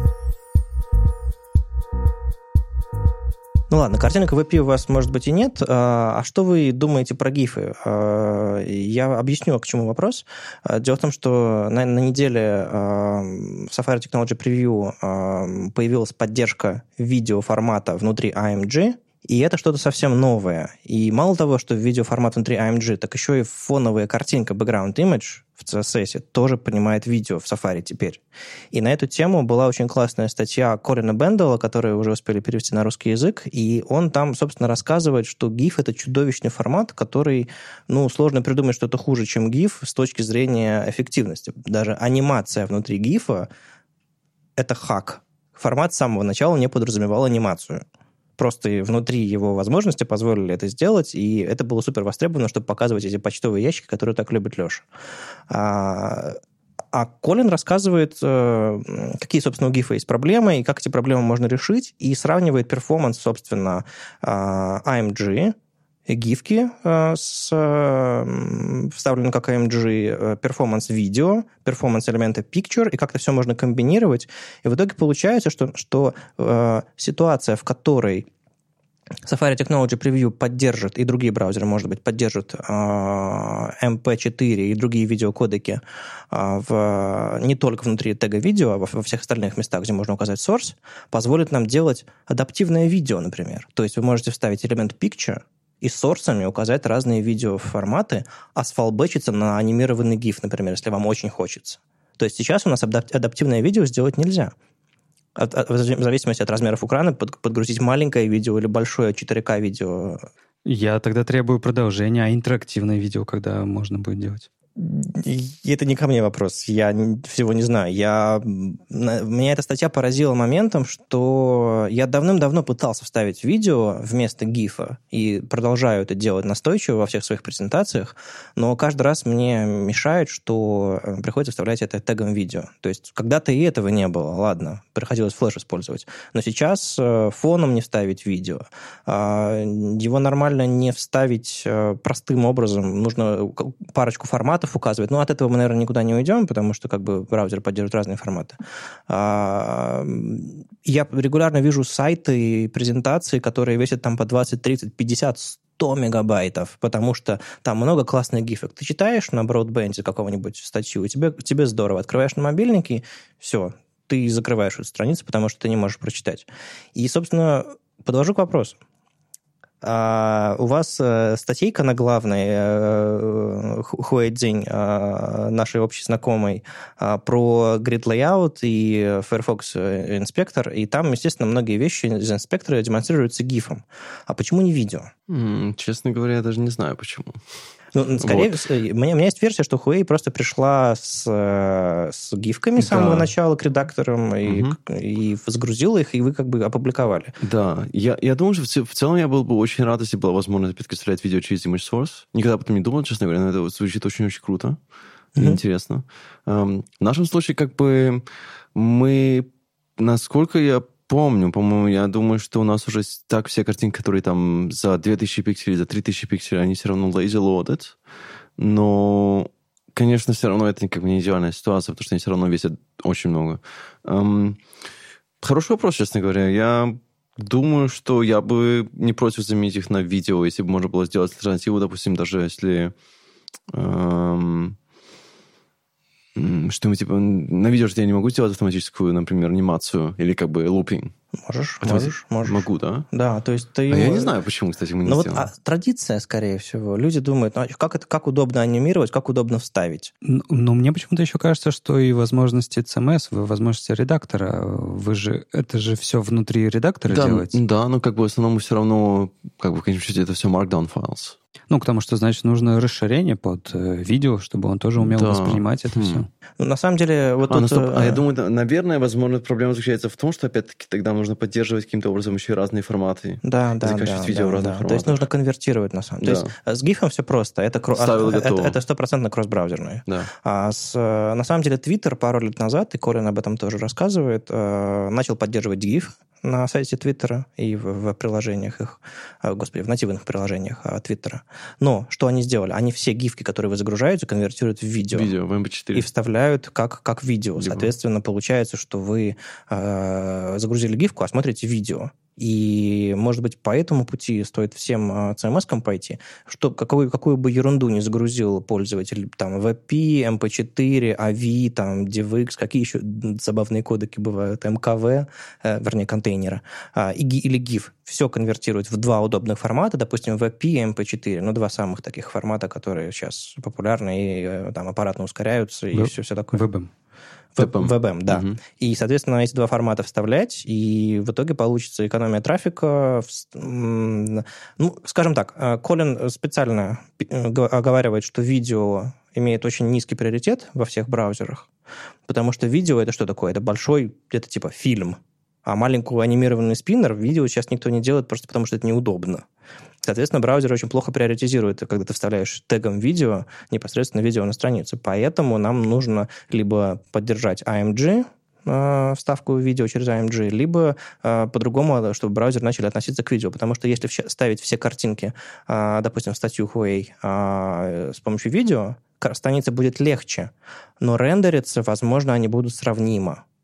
Ну ладно, картинок в ви пи у вас, может быть, и нет. А что вы думаете про гифы? Я объясню, к чему вопрос. Дело в том, что на, на неделе в Safari Technology Preview появилась поддержка видеоформата внутри эй эм джи, и это что-то совсем новое. И мало того, что видеоформат внутри эй эм джи, так еще и фоновая картинка background image в си эс эс тоже принимает видео в Safari теперь. И на эту тему была очень классная статья Колина Бендела, которую уже успели перевести на русский язык, и он там, собственно, рассказывает, что GIF — это чудовищный формат, который, ну, сложно придумать что-то хуже, чем GIF с точки зрения эффективности. Даже анимация внутри GIF — это хак. Формат с самого начала не подразумевал анимацию. Просто внутри его возможности позволили это сделать, и это было супер востребовано, чтобы показывать эти почтовые ящики, которые так любит Леша. А, а Колин рассказывает, какие, собственно, у гифа есть проблемы, и как эти проблемы можно решить, и сравнивает перформанс, собственно, эй эм джи, гифки с, вставлены как эй эм джи, перформанс-видео, перформанс-элементы picture, и как-то все можно комбинировать. И в итоге получается, что, что э, ситуация, в которой Safari Technology Preview поддержит, и другие браузеры, может быть, поддержат эм пи четыре и другие видеокодеки в, не только внутри тега видео, а во всех остальных местах, где можно указать source, позволит нам делать адаптивное видео, например. То есть вы можете вставить элемент picture и с сорсами указать разные видеоформаты, а сфалбэчиться на анимированный GIF, например, если вам очень хочется. То есть сейчас у нас адаптивное видео сделать нельзя. От, от, в зависимости от размеров экрана под, подгрузить маленькое видео или большое четыре ка видео. Я тогда требую продолжения, а интерактивное видео когда можно будет делать? И это не ко мне вопрос, я всего не знаю. Я... Меня эта статья поразила моментом, что я давным-давно пытался вставить видео вместо гифа, и продолжаю это делать настойчиво во всех своих презентациях, но каждый раз мне мешает, что приходится вставлять это тегом видео. То есть когда-то и этого не было, ладно, приходилось флеш использовать, но сейчас фоном не вставить видео, его нормально не вставить простым образом, нужно парочку форматов указывать. Ну, от этого мы, наверное, никуда не уйдем, потому что как бы браузер поддерживает разные форматы. Я регулярно вижу сайты и презентации, которые весят там по двадцать, тридцать, пятьдесят, сто мегабайтов, потому что там много классных гифок. Ты читаешь на Broadband какого-нибудь статью, и тебе, тебе здорово. Открываешь на мобильнике, все, ты закрываешь эту страницу, потому что ты не можешь прочитать. И, собственно, подвожу к вопросу. Uh, у вас uh, статейка на главной uh, Хуэйцзинь, uh, нашей общей знакомой, uh, про Grid Layout и Firefox инспектор, и там, естественно, многие вещи из инспектора демонстрируются гифом. А почему не видео? Mm, честно говоря, я даже не знаю, почему. Ну, скорее, вот. у, меня, у меня есть версия, что Huawei просто пришла с, с гифками с самого да. начала к редакторам и, угу. и загрузила их, и вы как бы опубликовали. Да, я, я думаю, что в, в целом я был бы очень рад, если была возможность опять-таки вставлять видео через Image Source. Никогда об этом не думал, честно говоря, но это звучит очень-очень круто и угу. интересно. Um, в нашем случае как бы мы, насколько я помню, по-моему, я думаю, что у нас уже так все картинки, которые там за две тысячи пикселей, за три тысячи пикселей, они все равно lazy loaded. Но, конечно, все равно это как бы не идеальная ситуация, потому что они все равно весят очень много. Um, хороший вопрос, честно говоря. Я думаю, что я бы не против заменить их на видео, если бы можно было сделать альтернативу, допустим, даже если... Um, что мы, типа, на видео что я не могу сделать автоматическую, например, анимацию или как бы лупинг. Можешь, можешь, можешь. Могу, да? Да, то есть ты... А его... я не знаю, почему, кстати, мы не ну сделали. Вот, а, традиция, скорее всего. Люди думают, ну, как, это, как удобно анимировать, как удобно вставить. Но, но мне почему-то еще кажется, что и возможности си эм эс, возможности редактора, вы же, это же все внутри редактора да, делаете. Да, но как бы в основном все равно, как бы в конечном счете, это все markdown files. Ну, потому что, значит, нужно расширение под э, видео, чтобы он тоже умел да. воспринимать это хм. все. Ну, на самом деле... Вот а, тут, ну, стоп. э... а я думаю, наверное, возможно, проблема заключается в том, что, опять-таки, тогда нужно поддерживать каким-то образом еще и разные форматы. Да, да, закачивать да. видео да, в разных да. форматах. То есть нужно конвертировать, на самом деле. Да. То есть с гифом все просто. Это стопроцентно кросс-браузерное. Да. А с, на самом деле Twitter пару лет назад, и Колин об этом тоже рассказывает, начал поддерживать гиф на сайте Твиттера и в, в приложениях их, господи, в нативных приложениях Твиттера. Но что они сделали? Они все гифки, которые вы загружаете, конвертируют в видео. Видео, в эм пи четыре. И вставляют как, как видео. Либо. Соответственно, получается, что вы э, загрузили гифку, а смотрите видео. И, может быть, по этому пути стоит всем си эм эс-кам пойти, что какую, какую бы ерунду не загрузил пользователь, там, ви пи, эм пи четыре, эй ви, там, DivX, какие еще забавные кодеки бывают, эм ка ви, э, вернее, контейнера, э, или GIF, все конвертирует в два удобных формата, допустим, ви пи и эм пи четыре, ну, два самых таких формата, которые сейчас популярны и э, там аппаратно ускоряются, и все, все такое. Веб. WebM, да. Угу. И, соответственно, эти два формата вставлять, и в итоге получится экономия трафика. Ну, скажем так, Колин специально оговаривает, что видео имеет очень низкий приоритет во всех браузерах, потому что видео — это что такое? Это большой, это типа фильм. А маленький анимированный спиннер видео сейчас никто не делает, просто потому что это неудобно. Соответственно, браузер очень плохо приоритизирует, когда ты вставляешь тегом видео непосредственно видео на страницу. Поэтому нам нужно либо поддержать эй эм джи, э, вставку видео через эй эм джи, либо э, по-другому, чтобы браузер начали относиться к видео. Потому что если ставить все картинки, э, допустим, в статью Huawei э, с помощью видео, страница будет легче, но рендериться, возможно, они будут сравнимо.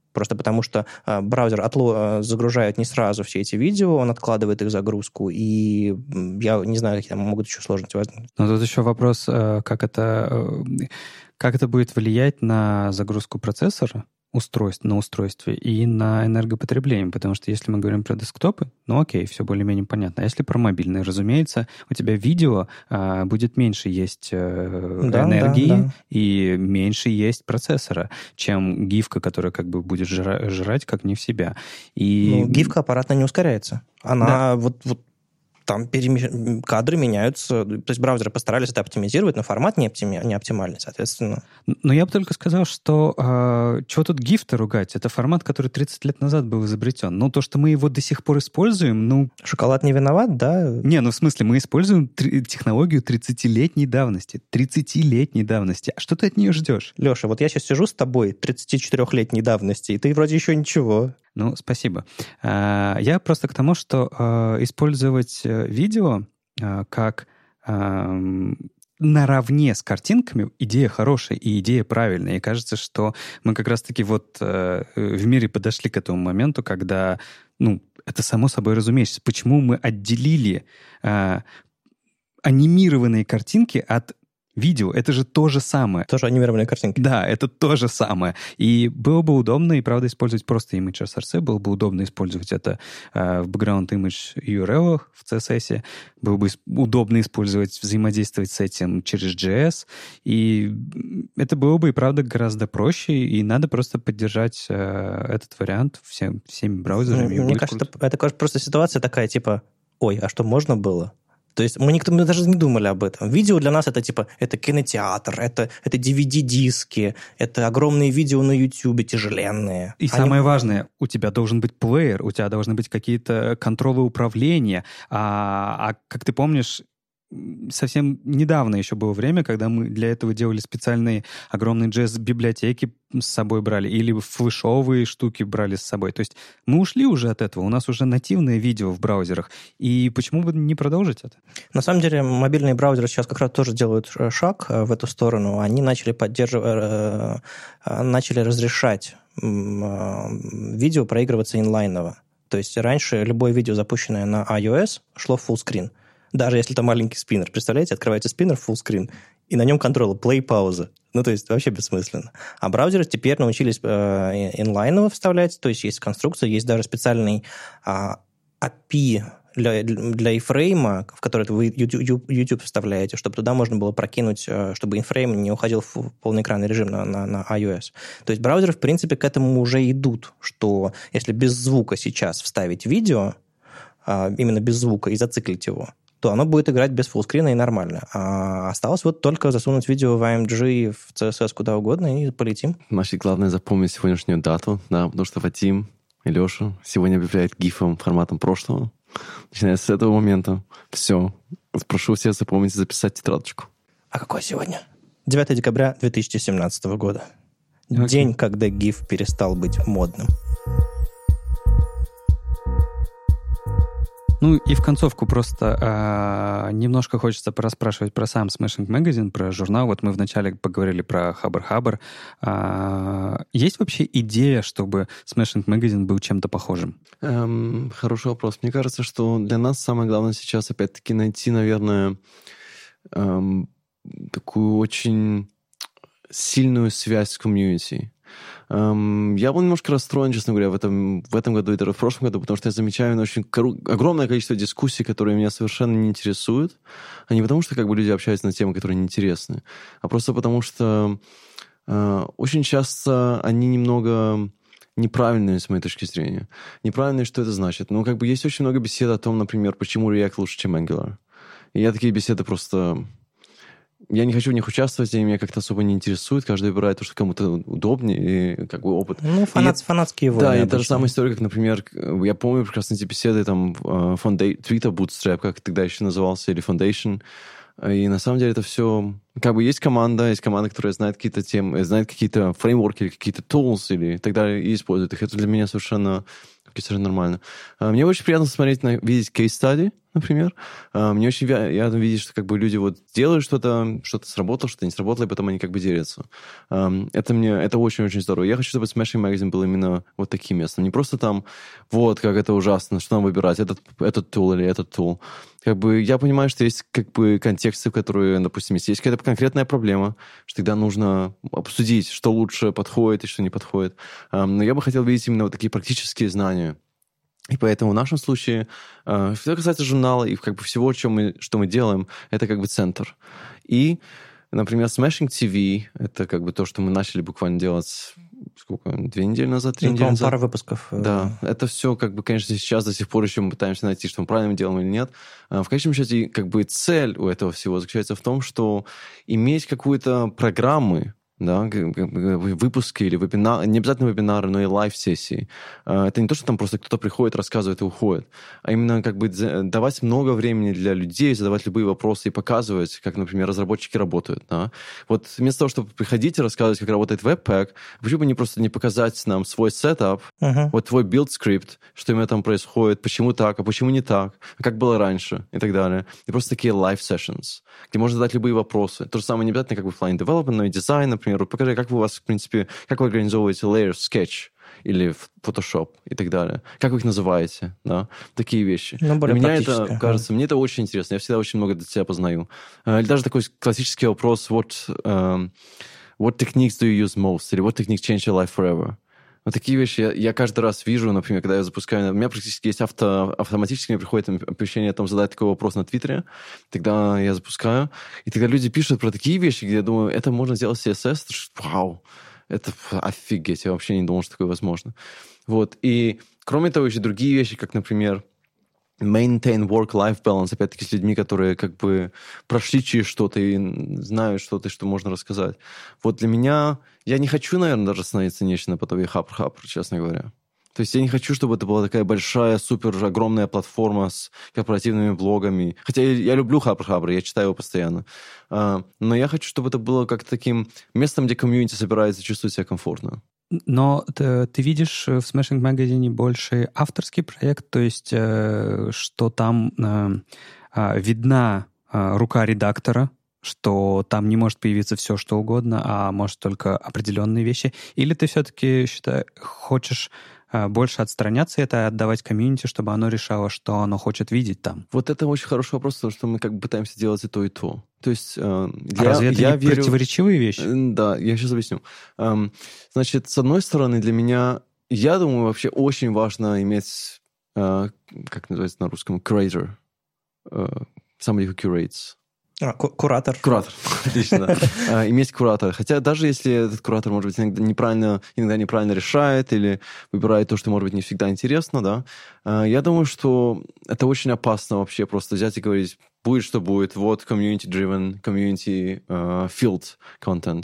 Просто потому что э, браузер отло- э, загружает не сразу все эти видео, он откладывает их загрузку, и я не знаю, какие там могут еще сложности возникнуть. Но тут еще вопрос, э, как это, э, как это будет влиять на загрузку процессора, устройств, на устройстве и на энергопотребление, потому что если мы говорим про десктопы, ну окей, все более-менее понятно. А если про мобильные, разумеется, у тебя видео а, будет меньше есть э, Да, энергии да, да. и меньше есть процессора, чем гифка, которая как бы будет жра- жрать как не в себя. И... Ну, гифка аппаратно не ускоряется. Она Да. вот, вот там перемещ... кадры меняются. То есть браузеры постарались это оптимизировать, но формат не, оптими... не оптимальный, соответственно. Но я бы только сказал, что э, чего тут гиф-то ругать? Это формат, который тридцать лет назад был изобретен. Ну, то, что мы его до сих пор используем, ну... Шоколад не виноват, да? Не, ну в смысле, мы используем три... технологию тридцатилетней давности. тридцатилетней давности. А что ты от нее ждешь? Леша, вот я сейчас сижу с тобой тридцатичетырёхлетней давности, и ты вроде еще ничего. Ну, спасибо. А, я просто к тому, что а, использовать видео а, как а, наравне с картинками идея хорошая и идея правильная. И кажется, что мы как раз-таки вот а, в мире подошли к этому моменту, когда, ну, это само собой разумеется. Почему мы отделили а, анимированные картинки от видео? Это же то же самое. Тоже анимированные картинки. Да, это то же самое. И было бы удобно, и правда, использовать просто Image.src, было бы удобно использовать это э, в background image ю ар эл, в си эс эс, было бы удобно использовать, взаимодействовать с этим через джей эс, и это было бы, и правда, гораздо проще, и надо просто поддержать э, этот вариант всем, всеми браузерами. Мне кажется, это, это просто ситуация такая, типа, ой, а что, можно было? То есть мы никто мы даже не думали об этом. Видео для нас это типа это кинотеатр, это, это ди ви ди-диски, это огромные видео на YouTube, тяжеленные. И Они... самое важное, у тебя должен быть плеер, у тебя должны быть какие-то контролы управления. А, а как ты помнишь, совсем недавно еще было время, когда мы для этого делали специальные огромные джей эс-библиотеки с собой брали, или флешовые штуки брали с собой. То есть мы ушли уже от этого, у нас уже нативное видео в браузерах. И почему бы не продолжить это? На самом деле мобильные браузеры сейчас как раз тоже делают шаг в эту сторону. Они начали поддерживать, начали разрешать видео проигрываться инлайново. То есть раньше любое видео, запущенное на iOS, шло в фуллскрин. Даже если это маленький спиннер. Представляете, открываете спиннер в фуллскрин, и на нем контролы play, пауза. Ну, то есть вообще бессмысленно. А браузеры теперь научились э, инлайново вставлять, то есть есть конструкция, есть даже специальный э, эй пи ай для, для iframe, в который вы YouTube, YouTube вставляете, чтобы туда можно было прокинуть, чтобы inframe не уходил в полноэкранный режим на, на, на iOS. То есть браузеры, в принципе, к этому уже идут, что если без звука сейчас вставить видео, э, именно без звука, и зациклить его, то оно будет играть без фуллскрина и нормально. А осталось вот только засунуть видео в эй эм джи, в си эс эс, куда угодно, и полетим. Маши, главное запомнить сегодняшнюю дату, да, потому что Вадим и Леша сегодня объявляют гифом форматом прошлого. Начиная с этого момента, все. Прошу всех запомнить и записать тетрадочку. А какой сегодня? девятое декабря две тысячи семнадцатого года. Okay. День, когда гиф перестал быть модным. Ну и в концовку просто э, немножко хочется пораспрашивать про сам Smashing Magazine, про журнал. Вот мы вначале поговорили про Хабр-Хабр. Э, есть вообще идея, чтобы Smashing Magazine был чем-то похожим? Эм, хороший вопрос. Мне кажется, что для нас самое главное сейчас опять-таки найти, наверное, эм, такую очень сильную связь с комьюнити. Um, я был немножко расстроен, честно говоря, в этом, в этом году и даже в прошлом году, потому что я замечаю очень кору- огромное количество дискуссий, которые меня совершенно не интересуют, а не потому, что как бы люди общаются на темы, которые неинтересны, а просто потому, что uh, очень часто они немного неправильные, с моей точки зрения. Неправильные, что это значит? Ну, как бы есть очень много бесед о том, например, почему React лучше, чем Angular. И я такие беседы просто... Я не хочу в них участвовать, они меня как-то особо не интересуют. Каждый выбирает то, что кому-то удобнее, и как бы опыт. Ну, фанат, и, фанатские войны. Да, и обычно. та же самая история, как, например, я помню прекрасно эти беседы, там, Foundation, Twitter Bootstrap, как тогда еще назывался, или Foundation. И на самом деле это все... Как бы есть команда, есть команда, которая знает какие-то темы, знает какие-то фреймворки или какие-то tools или так далее, и использует их. Это для меня совершенно, совершенно нормально. Мне очень приятно смотреть, на, видеть кейс-стади, например. Мне очень я видеть, что как бы люди вот делают что-то, что-то сработало, что-то не сработало, и потом они как бы делятся. Это мне, это очень-очень здорово. Я хочу, чтобы Smashing Magazine был именно вот таким местом. Не просто там, вот, как это ужасно, что нам выбирать, этот, этот tool или этот tool. Как бы я понимаю, что есть как бы контексты, в которые, допустим, если есть какая-то конкретная проблема, что тогда нужно обсудить, что лучше подходит и что не подходит. Но я бы хотел видеть именно вот такие практические знания. И поэтому в нашем случае, э, что касается журнала и как бы всего, чем мы, что мы делаем, это как бы центр. И, например, Smashing ти ви, это как бы то, что мы начали буквально делать, сколько, две недели назад, три ну, недели назад. Пара выпусков. Да, это все, как бы, конечно, сейчас до сих пор еще мы пытаемся найти, что мы правильно делаем или нет. В конечном счете, как бы цель у этого всего заключается в том, что иметь какую-то программу, да, выпуски или вебинары, не обязательно вебинары, но и лайв-сессии. Это не то, что там просто кто-то приходит, рассказывает и уходит, а именно как бы давать много времени для людей, задавать любые вопросы и показывать, как, например, разработчики работают. Да. Вот вместо того, чтобы приходить и рассказывать, как работает Webpack, почему бы не просто не показать нам свой сетап, uh-huh. вот твой билд-скрипт, что именно там происходит, почему так, а почему не так, а как было раньше и так далее. И просто такие live-sessions, где можно задать любые вопросы. То же самое не обязательно как бы в плане development, но и дизайн, например. Вот покажи, как вы у вас, в принципе, как вы организовываете layers, sketch или Photoshop и так далее. Как вы их называете, да? Такие вещи. Ну, более для меня это, кажется, мне это очень интересно. Я всегда очень много для себя познаю. Или даже такой классический вопрос, what, um, what techniques do you use most? Или what techniques change your life forever? Вот такие вещи я, я каждый раз вижу, например, когда я запускаю... У меня практически есть авто, автоматически, мне приходит оповещение о том, задать такой вопрос на Твиттере. Тогда я запускаю. И тогда люди пишут про такие вещи, где я думаю, это можно сделать в си эс эс. Вау! Это офигеть! Я вообще не думал, что такое возможно. Вот. И кроме того, еще другие вещи, как, например, maintain work-life balance, опять-таки, с людьми, которые как бы прошли через что-то и знают что-то, что можно рассказать. Вот для меня... Я не хочу, наверное, даже становиться нечто наподобие Хабр-Хабр, честно говоря. То есть я не хочу, чтобы это была такая большая, супер огромная платформа с корпоративными блогами. Хотя я, я люблю Хабр-Хабр, я читаю его постоянно. А, но я хочу, чтобы это было как таким местом, где комьюнити собирается, чувствовать себя комфортно. Но ты, ты видишь в Smashing Magazine больше авторский проект, то есть э, что там э, э, видна э, рука редактора, что там не может появиться все, что угодно, а может только определенные вещи? Или ты все-таки считай, хочешь э, больше отстраняться и это отдавать комьюнити, чтобы оно решало, что оно хочет видеть там? Вот это очень хороший вопрос, потому что мы как бы пытаемся делать и то, и то. То есть... Э, а я, разве это я не верю... противоречивые вещи? Да, я сейчас объясню. Эм, значит, с одной стороны, для меня, я думаю, вообще очень важно иметь, э, как называется на русском, curator. Э, somebody who curates. А, ку- куратор. Куратор, отлично. Да. Иметь куратора. Хотя даже если этот куратор, может быть, иногда неправильно, иногда неправильно решает или выбирает то, что, может быть, не всегда интересно, да, я думаю, что это очень опасно вообще просто взять и говорить, будет, что будет, вот community-driven, community uh, field content.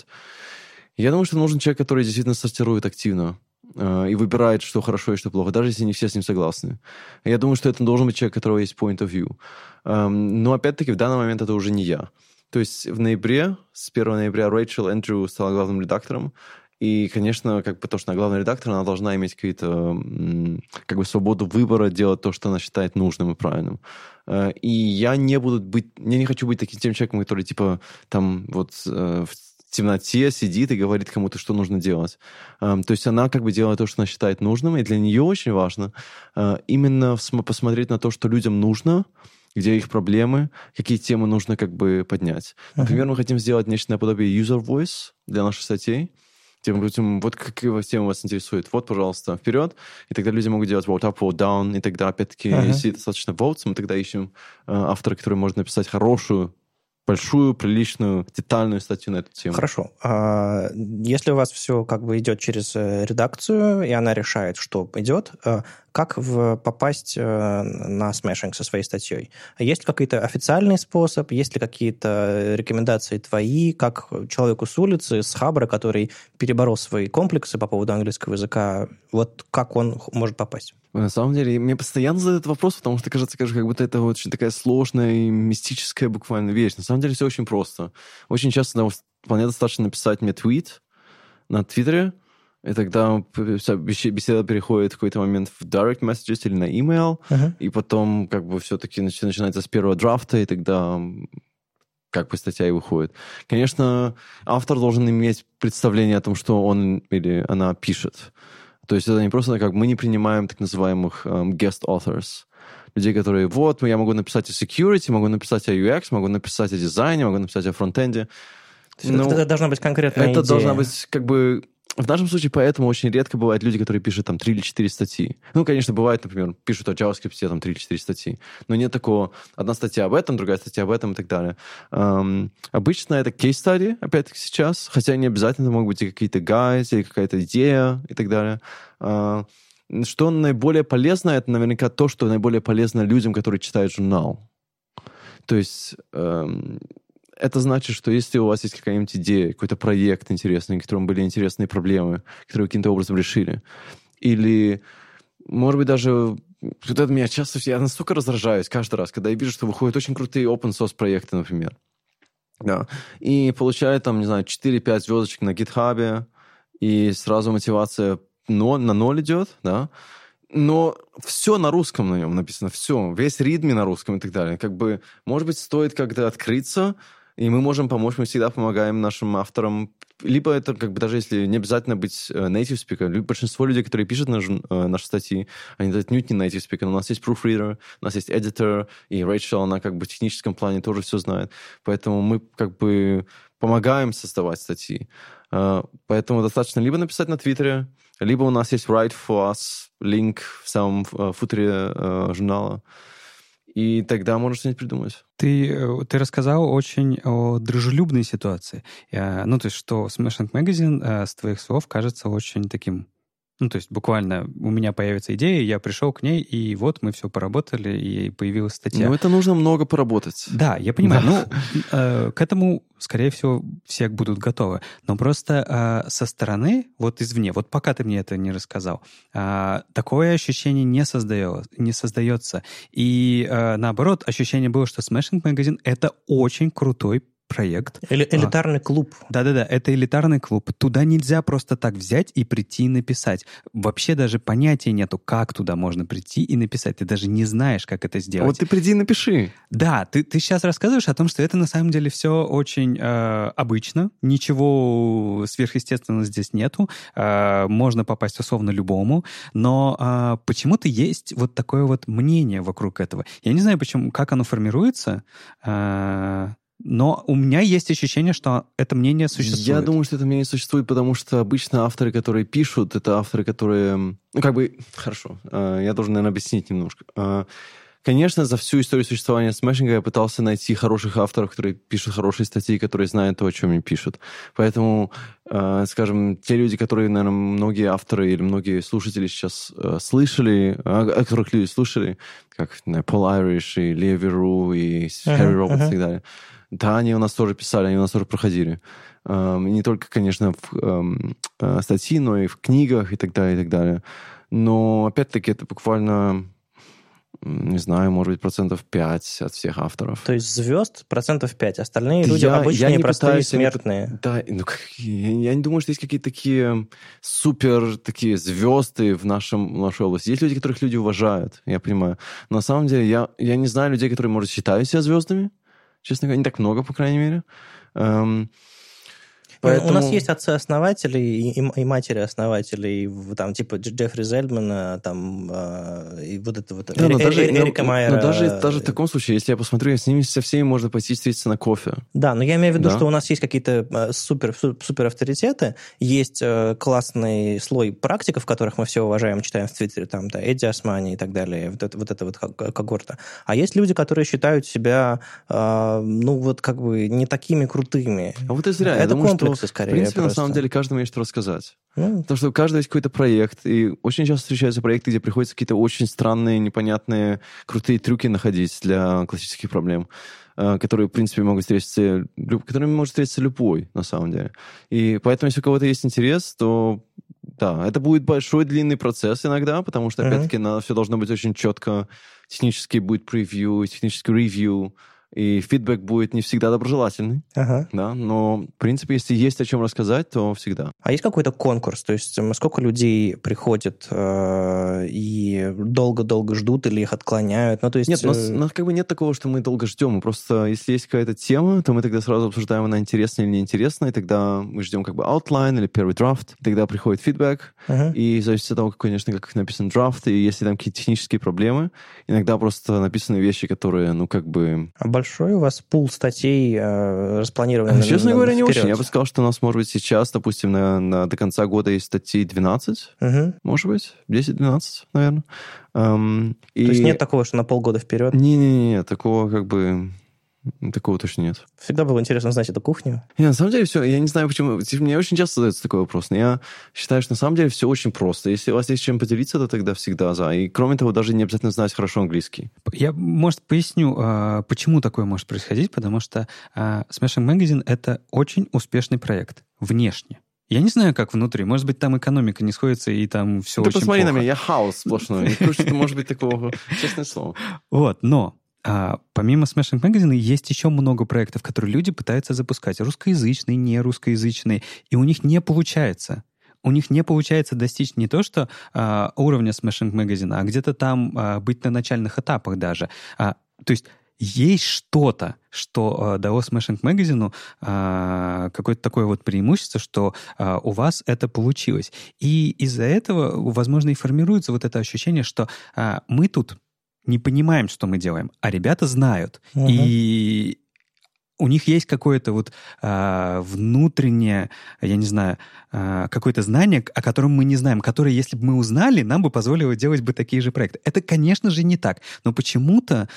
Я думаю, что нужен человек, который действительно сортирует активно и выбирает, что хорошо и что плохо, даже если не все с ним согласны. Я думаю, что это должен быть человек, у которого есть point of view. Но, опять-таки, в данный момент это уже не я. То есть в ноябре, с первого ноября, Рэйчел Эндрю стала главным редактором. И, конечно, как бы то, что она главный редактор, она должна иметь какие-то, как бы, свободу выбора, делать то, что она считает нужным и правильным. И я не буду быть... Я не хочу быть таким тем человеком, который, типа, там, вот... в темноте сидит и говорит кому-то, что нужно делать. То есть она как бы делает то, что она считает нужным, и для нее очень важно именно посмотреть на то, что людям нужно, где их проблемы, какие темы нужно как бы поднять. Например, uh-huh. мы хотим сделать нечто наподобие user voice для наших статей, где мы будем, вот какие темы вас интересуют, вот, пожалуйста, вперед, и тогда люди могут делать vote up, vote down, и тогда, опять-таки, uh-huh. если достаточно votes, мы тогда ищем автора, который может написать хорошую, большую, приличную, детальную статью на эту тему. Хорошо. Если у вас все как бы идет через редакцию, и она решает, что идет, как в, попасть на Smashing со своей статьей? Есть ли какой-то официальный способ? Есть ли какие-то рекомендации твои, как человеку с улицы, с Хабра, который переборол свои комплексы по поводу английского языка, вот как он может попасть? На самом деле, мне постоянно задают этот вопрос, потому что, кажется, как будто это очень такая сложная и мистическая буквально вещь. На самом деле все очень просто. Очень часто вполне достаточно написать мне твит на Твиттере, И тогда вся беседа переходит в какой-то момент в direct messages или на email, uh-huh. и потом как бы все-таки начинается с первого драфта, и тогда как бы статья и выходит. Конечно, автор должен иметь представление о том, что он или она пишет. То есть это не просто как мы не принимаем так называемых um, guest authors, людей, которые вот, я могу написать о security, могу написать о ю экс, могу написать о дизайне, могу написать о фронтенде. Ну, это должна быть конкретная это идея. должна быть как бы... В нашем случае поэтому очень редко бывают люди, которые пишут там три или четыре статьи. Ну, конечно, бывает, например, пишут о JavaScript там три или четыре статьи, но нет такого, одна статья об этом, другая статья об этом и так далее. Um, обычно это кейс-стадии, опять-таки, сейчас, хотя не обязательно, могут быть и какие-то guides, или какая-то идея и так далее. Uh, что наиболее полезно, это наверняка то, что наиболее полезно людям, которые читают журнал. То есть... Um, это значит, что если у вас есть какая-нибудь идея, какой-то проект интересный, в котором были интересные проблемы, которые вы каким-то образом решили, или, может быть, даже... Вот это меня часто... Я настолько раздражаюсь каждый раз, когда я вижу, что выходят очень крутые open-source проекты, например. Да. И получаю там, не знаю, четыре-пять звездочек на GitHub, и сразу мотивация но, на ноль идет, да. Но все на русском на нем написано, все. Весь readme на русском и так далее. Как бы, может быть, стоит как-то открыться, и мы можем помочь, мы всегда помогаем нашим авторам. Либо это, как бы, даже если не обязательно быть native speaker, либо большинство людей, которые пишут наш, наши статьи, они отнюдь не native speaker. У нас есть proofreader, у нас есть editor, и Рэйчел, она как бы в техническом плане тоже все знает. Поэтому мы как бы помогаем создавать статьи. Поэтому достаточно либо написать на Твиттере, либо у нас есть Write for Us, линк в самом футере журнала. И тогда можно что-нибудь придумать. Ты, ты рассказал очень о дружелюбной ситуации. Ну, то есть, что Smashing Magazine, с твоих слов, кажется очень таким... Ну, то есть, буквально у меня появится идея, я пришел к ней, и вот мы все поработали, и появилась статья. Ну, это нужно много поработать. Да, я понимаю. Да. Ну, э, к этому, скорее всего, все будут готовы. Но просто э, со стороны, вот извне, вот пока ты мне это не рассказал, э, такое ощущение не, создает, не создается. И э, наоборот, ощущение было, что Smashing Magazine — это очень крутой проект. Эли- элитарный а, клуб. Да-да-да, это элитарный клуб. Туда нельзя просто так взять и прийти и написать. Вообще даже понятия нету, как туда можно прийти и написать. Ты даже не знаешь, как это сделать. Вот ты приди и напиши. Да, ты, ты сейчас рассказываешь о том, что это на самом деле все очень э, обычно. Ничего сверхъестественного здесь нету. Э, можно попасть условно любому. Но э, почему-то есть вот такое вот мнение вокруг этого. Я не знаю, почему, как оно формируется. Э, Но у меня есть ощущение, что это мнение существует. Я думаю, что это мнение существует, потому что обычно авторы, которые пишут, это авторы, которые... Ну, как бы... Хорошо. Я должен, наверное, объяснить немножко. Конечно, за всю историю существования смешинга я пытался найти хороших авторов, которые пишут хорошие статьи, которые знают то, о чем они пишут. Поэтому, скажем, те люди, которые, наверное, многие авторы или многие слушатели сейчас слышали, о которых люди слушали, как Пол Айриш и Лео Веру и Харри uh-huh, Робертс uh-huh. и так далее, да, они у нас тоже писали, они у нас тоже проходили. Um, не только, конечно, в um, uh, статьи, но и в книгах и так далее, и так далее. Но, опять-таки, это буквально, не знаю, может быть, процентов пять от всех авторов. То есть звезд процентов пять, остальные люди я, обычные, я простые, пытаюсь, смертные. Не, да, ну, как, я, я не думаю, что есть какие-то такие супер такие звезды в, нашем, в нашей области. Есть люди, которых люди уважают, я понимаю. Но на самом деле я, я не знаю людей, которые, может, считают себя звездами. Честно говоря, не так много, по крайней мере. Um, поэтому... У нас есть отцы-основатели и, и, и матери-основателей, там, типа Джеффри Зельдмана, там, э, и вот это вот, да, Эри, даже, Эри, Эрика но, Майера. Но даже, даже в таком случае, если я посмотрю, с ними со всеми можно пойти встретиться на кофе. Да, но я имею в виду, да? что у нас есть какие-то супер, супер авторитеты, есть э, классный слой практиков, которых мы все уважаем, читаем в Твиттере, там, да, Эдди Османи и так далее, вот это вот, это вот когорта. А есть люди, которые считают себя, э, ну, вот как бы не такими крутыми. А вот и зря. Это я думаю, комплексы, что, скорее. В принципе, просто. на самом деле, каждому есть что рассказать. Ну, Потому что у каждого есть какой-то проект, и очень часто встречаются проекты, где приходится какие-то очень странные, непонятные, крутые трюки находить для классических проблем, которые, в принципе, могут встретиться, которыми может встретиться любой, на самом деле. И поэтому, если у кого-то есть интерес, то да, это будет большой длинный процесс иногда, потому что, опять-таки, uh-huh. все должно быть очень четко. Технически будет превью, технический ревью, и фидбэк будет не всегда доброжелательный, Ага. да, но, в принципе, если есть о чем рассказать, то всегда. А есть какой-то конкурс? То есть м, сколько людей приходит э, и долго-долго ждут или их отклоняют? Ну, то есть... Нет, у нас, э, у нас как бы нет такого, что мы долго ждем. Мы просто, если есть какая-то тема, то мы тогда сразу обсуждаем, она интересна или неинтересна, и тогда мы ждем как бы outline или первый драфт, тогда приходит фидбэк, ага. и зависит от того, конечно, как написан драфт, и если там какие-то технические проблемы, иногда просто написаны вещи, которые, ну, как бы... А большой у вас пул статей э, распланирован? Честно на- говоря, не вперед? очень. Я бы сказал, что у нас, может быть, сейчас, допустим, на, на- до конца года есть статей двенадцать, Мгм. может быть, десять-двенадцать, наверное. Эм, То есть нет такого, что на полгода вперед? Не-не-не, такого как бы... Такого точно нет. Всегда было интересно знать эту кухню. Не, на самом деле все, я не знаю почему, типа, мне очень часто задается такой вопрос, но я считаю, что на самом деле все очень просто. Если у вас есть чем поделиться, то тогда всегда за. И кроме того, даже не обязательно знать хорошо английский. Я, может, поясню, а, почему такое может происходить, потому что а, Smashing Magazine — это очень успешный проект внешне. Я не знаю, как внутри. Может быть, там экономика не сходится, и там все Ты очень посмотри плохо. на меня, я хаос сплошной. Не скажу, что может быть такого, честное слово. Вот, но а, помимо Smashing Magazine есть еще много проектов, которые люди пытаются запускать. Русскоязычные, не русскоязычные. И у них не получается. У них не получается достичь не то, что а, уровня Smashing Magazine, а где-то там а, быть на начальных этапах даже. А, то есть есть что-то, что а, дало Smashing Magazine а, какое-то такое вот преимущество, что а, у вас это получилось. И из-за этого, возможно, и формируется вот это ощущение, что а, мы тут не понимаем, что мы делаем, а ребята знают. Мгм. И у них есть какое-то вот а, внутреннее, я не знаю, а, какое-то знание, о котором мы не знаем, которое, если бы мы узнали, нам бы позволило делать бы такие же проекты. Это, конечно же, не так. Но почему-то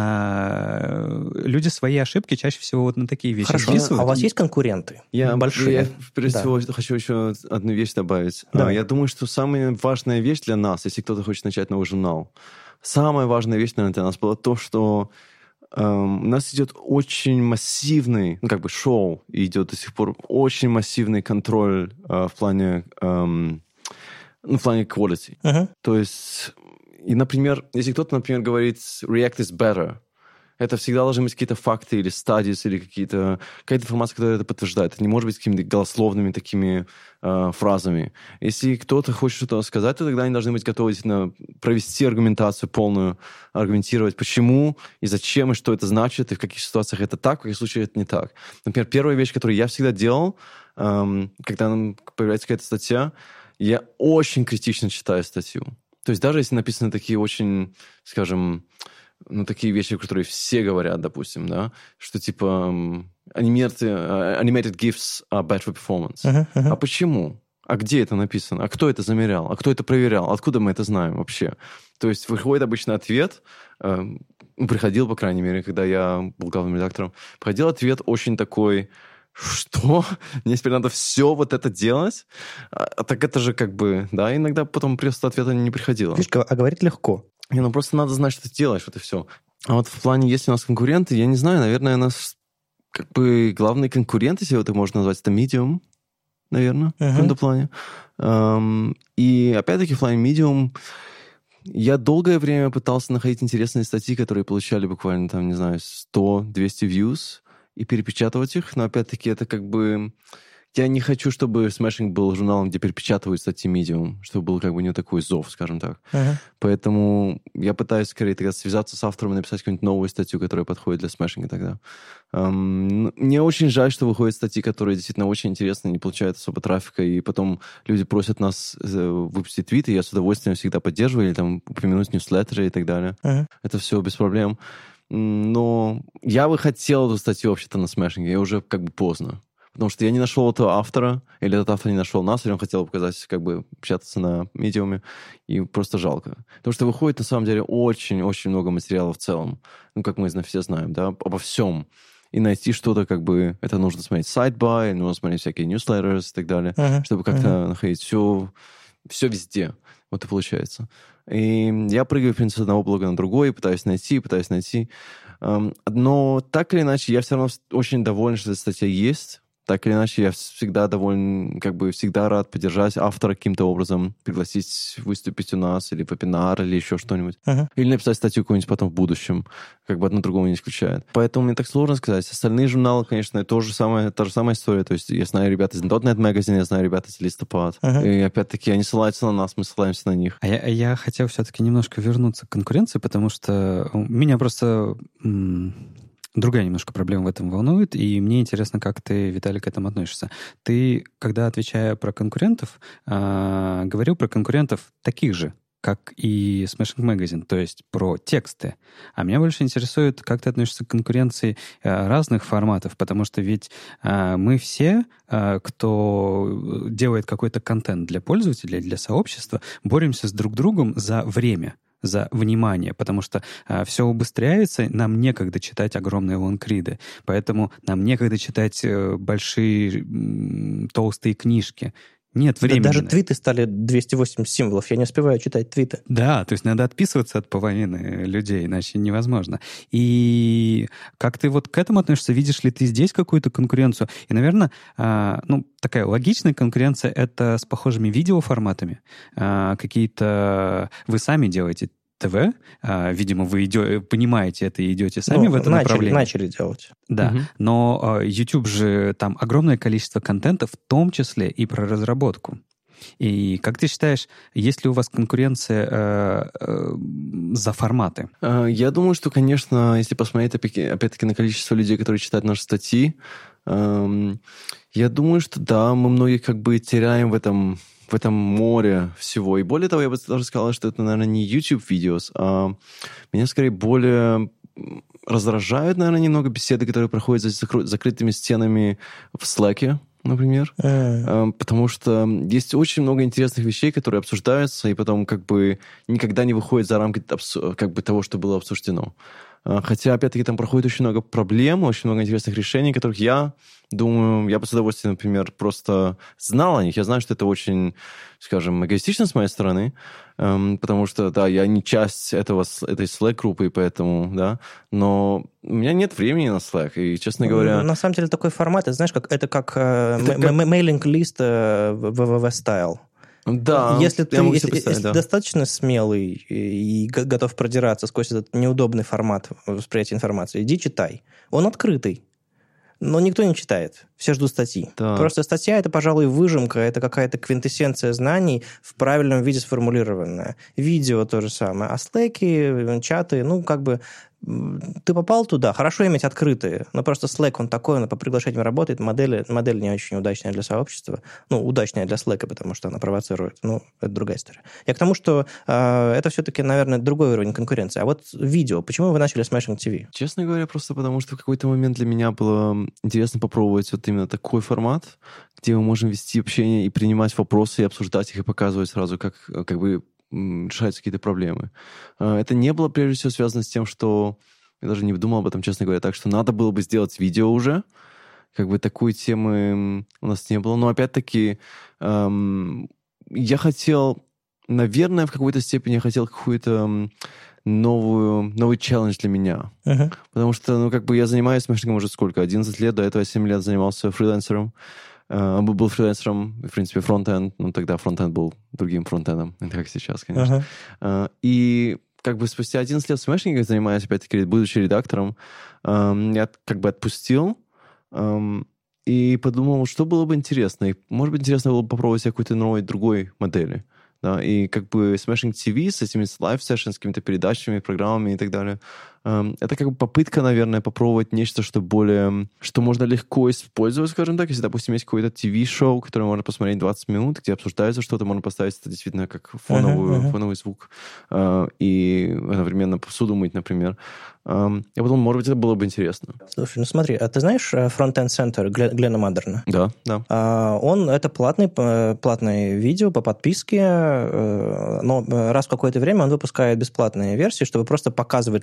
а, люди свои ошибки чаще всего вот на такие вещи Хорошо. списывают. А у вас есть конкуренты? Я, Большие? я, прежде Да. всего, хочу еще одну вещь добавить. Да. А, Я думаю, что самая важная вещь для нас, если кто-то хочет начать новый журнал, самая важная вещь, наверное, для нас была то, что эм, у нас идет очень массивный, ну, как бы шоу, и идет до сих пор очень массивный контроль э, в плане, эм, ну, в плане quality. Мгм. То есть, и, например, если кто-то, например, говорит React is better, это всегда должны быть какие-то факты или studies, или какие-то, какая-то информация, которая это подтверждает. Это не может быть какими-то голословными такими э, фразами. Если кто-то хочет что-то сказать, то тогда они должны быть готовы действительно провести аргументацию полную, аргументировать, почему и зачем, и что это значит, и в каких ситуациях это так, в каких случаях это не так. Например, первая вещь, которую я всегда делал, эм, когда нам появляется какая-то статья, я очень критично читаю статью. То есть даже если написаны такие очень, скажем, ну, такие вещи, которые все говорят, допустим, да, что типа um, animated, uh, animated GIFs are bad for performance. Мгм, мгм. А почему? А где это написано? А кто это замерял? А кто это проверял? Откуда мы это знаем вообще? То есть выходит обычно ответ, э, приходил, по крайней мере, когда я был главным редактором, приходил ответ очень такой: что? Мне теперь надо все вот это делать? А, а так это же как бы, да, иногда потом просто ответа не приходило. Видишь, а говорить легко. Не, ну просто надо знать, что ты делаешь, вот и все. А вот в плане, если у нас конкуренты, я не знаю, наверное, у нас как бы главный конкурент, если его так можно назвать, это Medium, наверное, Мгм. в каком-то плане. Эм, и опять-таки в плане Medium я долгое время пытался находить интересные статьи, которые получали буквально, там, не знаю, сто-двести views, и перепечатывать их, но опять-таки это как бы... Я не хочу, чтобы Smashing был журналом, где перепечатывают статьи Medium, чтобы был как бы не такой зов, скажем так. Мгм. Поэтому я пытаюсь скорее тогда связаться с автором и написать какую-нибудь новую статью, которая подходит для Smashing тогда. Эм, ну, мне очень жаль, что выходят статьи, которые действительно очень интересны, не получают особо трафика, и потом люди просят нас э, выпустить твиты, я с удовольствием всегда поддерживаю, или там упомянуть ньюслеттеры и так далее. Мгм. Это все без проблем. М, Но я бы хотел эту статью вообще-то на Smashing, и уже как бы поздно. Потому что я не нашел этого автора, или этот автор не нашел нас, или он хотел показать, как бы, печататься на медиуме, и просто жалко. Потому что выходит, на самом деле, очень-очень много материала в целом. Ну, как мы все знаем, да, обо всем. И найти что-то, как бы, это нужно смотреть сайт-бай, нужно смотреть всякие newsletters и так далее, Мгм. чтобы как-то находить все, все везде. Вот и получается. И я прыгаю, в принципе, с одного блога на другой, пытаюсь найти, пытаюсь найти. Эм, Но так или иначе, я все равно очень доволен, что эта статья есть. Так или иначе, я всегда доволен, как бы всегда рад поддержать автора каким-то образом, пригласить выступить у нас, или вебинар, или еще что-нибудь. Uh-huh. Или написать статью какую-нибудь потом в будущем. Как бы одно другого не исключает. Поэтому мне так сложно сказать. Остальные журналы, конечно, то же самое, та же самая история. То есть я знаю ребят из .дот нет Magazine, я знаю ребят из Листопад. Uh-huh. И опять-таки они ссылаются на нас, мы ссылаемся на них. А я, я хотел все-таки немножко вернуться к конкуренции, потому что меня просто... М- Другая немножко проблема в этом волнует, и мне интересно, как ты, Виталий, к этому относишься. Ты, когда, отвечая про конкурентов, э, говорил про конкурентов таких же, как и Smashing Magazine, то есть про тексты. А меня больше интересует, как ты относишься к конкуренции э, разных форматов, потому что ведь э, мы все, э, кто делает какой-то контент для пользователей, для сообщества, боремся с друг другом за время, за внимание, потому что а, все убыстряется, нам некогда читать огромные лонгриды, поэтому нам некогда читать э, большие м, толстые книжки. Нет времени. Да, даже твиты стали двести восемьдесят символов, я не успеваю читать твиты. Да, то есть надо отписываться от половины людей, иначе невозможно. И как ты вот к этому относишься? Видишь ли ты здесь какую-то конкуренцию? И, наверное, а, ну, такая логичная конкуренция — это с похожими видеоформатами. А, какие-то... Вы сами делаете ТВ, а, видимо, вы идете, понимаете это и идете сами ну, в этом начали, направлении. Начали делать. Да, угу. но а, YouTube же там огромное количество контента, в том числе и про разработку. И как ты считаешь, есть ли у вас конкуренция э, э, за форматы? Я думаю, что, конечно, если посмотреть опять-таки на количество людей, которые читают наши статьи, э, я думаю, что да, мы многие как бы теряем в этом, в этом море всего. И более того, я бы даже сказал, что это, наверное, не YouTube-видео, а меня скорее более раздражают, наверное, немного беседы, которые проходят за закрытыми стенами в Slack'е, например, mm. потому что есть очень много интересных вещей, которые обсуждаются, и потом как бы никогда не выходят за рамки как бы того, что было обсуждено. Хотя, опять-таки, там проходит очень много проблем, очень много интересных решений, которых я думаю, я бы с удовольствием, например, просто знал о них. Я знаю, что это очень, скажем, эгоистично с моей стороны, эм, потому что, да, я не часть этого, этой Slack-группы, поэтому, да, но у меня нет времени на Slack, и, честно говоря... На самом деле, такой формат, это, знаешь, как, это как мейлинг-лист ви ви ви-стайл. Да, если ты если, если да. достаточно смелый и готов продираться сквозь этот неудобный формат восприятия информации, иди читай. Он открытый, но никто не читает. Все ждут статьи. Да. Просто статья — это, пожалуй, выжимка, это какая-то квинтэссенция знаний в правильном виде сформулированная. Видео то же самое. А слэки, чаты, ну, как бы... Ты попал туда, хорошо иметь открытые, но просто Slack, он такой, он по приглашениям работает, модель, модель не очень удачная для сообщества, ну, удачная для Slack, потому что она провоцирует, ну, это другая история. Я к тому, что э, это все-таки, наверное, другой уровень конкуренции. А вот видео, почему вы начали Smashing ти ви? Честно говоря, просто потому что в какой-то момент для меня было интересно попробовать вот именно такой формат, где мы можем вести общение и принимать вопросы, и обсуждать их, и показывать сразу, как, как бы решаются какие-то проблемы. Это не было, прежде всего, связано с тем, что... Я даже не думал об этом, честно говоря, так что надо было бы сделать видео уже. Как бы такой темы у нас не было. Но, опять-таки, эм, я хотел... Наверное, в какой-то степени я хотел какую-то новую, новый челлендж для меня. Uh-huh. Потому что, ну, как бы я занимаюсь смешником уже сколько? одиннадцать лет, до этого семь лет занимался фрилансером. Uh, был фрилансером, в принципе, фронт-энд, ну, тогда фронт-энд был другим фронт-эндом, это как сейчас, конечно. Uh-huh. Uh, и как бы спустя одиннадцать лет в смешниках, занимаясь, опять-таки, будучи редактором, um, я как бы отпустил um, и подумал, что было бы интересно. И, может быть, интересно было бы попробовать какой-то новой, другой модели. Да, и как бы Smashing ти ви с этими лайв-сессионами, с какими-то передачами, программами и так далее, это как бы попытка, наверное, попробовать нечто, что более, что можно легко использовать, скажем так. Если, допустим, есть какое-то ти ви-шоу, которое можно посмотреть двадцать минут, где обсуждается что-то, можно поставить это действительно как фоновую, uh-huh, uh-huh. фоновый звук и одновременно посуду мыть, например. Я подумал, может быть, это было бы интересно. Слушай, ну смотри, а ты знаешь Front-End Center Глена Мадерна? Да, да. А, он, это платный, платное видео по подписке, но раз в какое-то время он выпускает бесплатные версии, чтобы просто показывать людям, о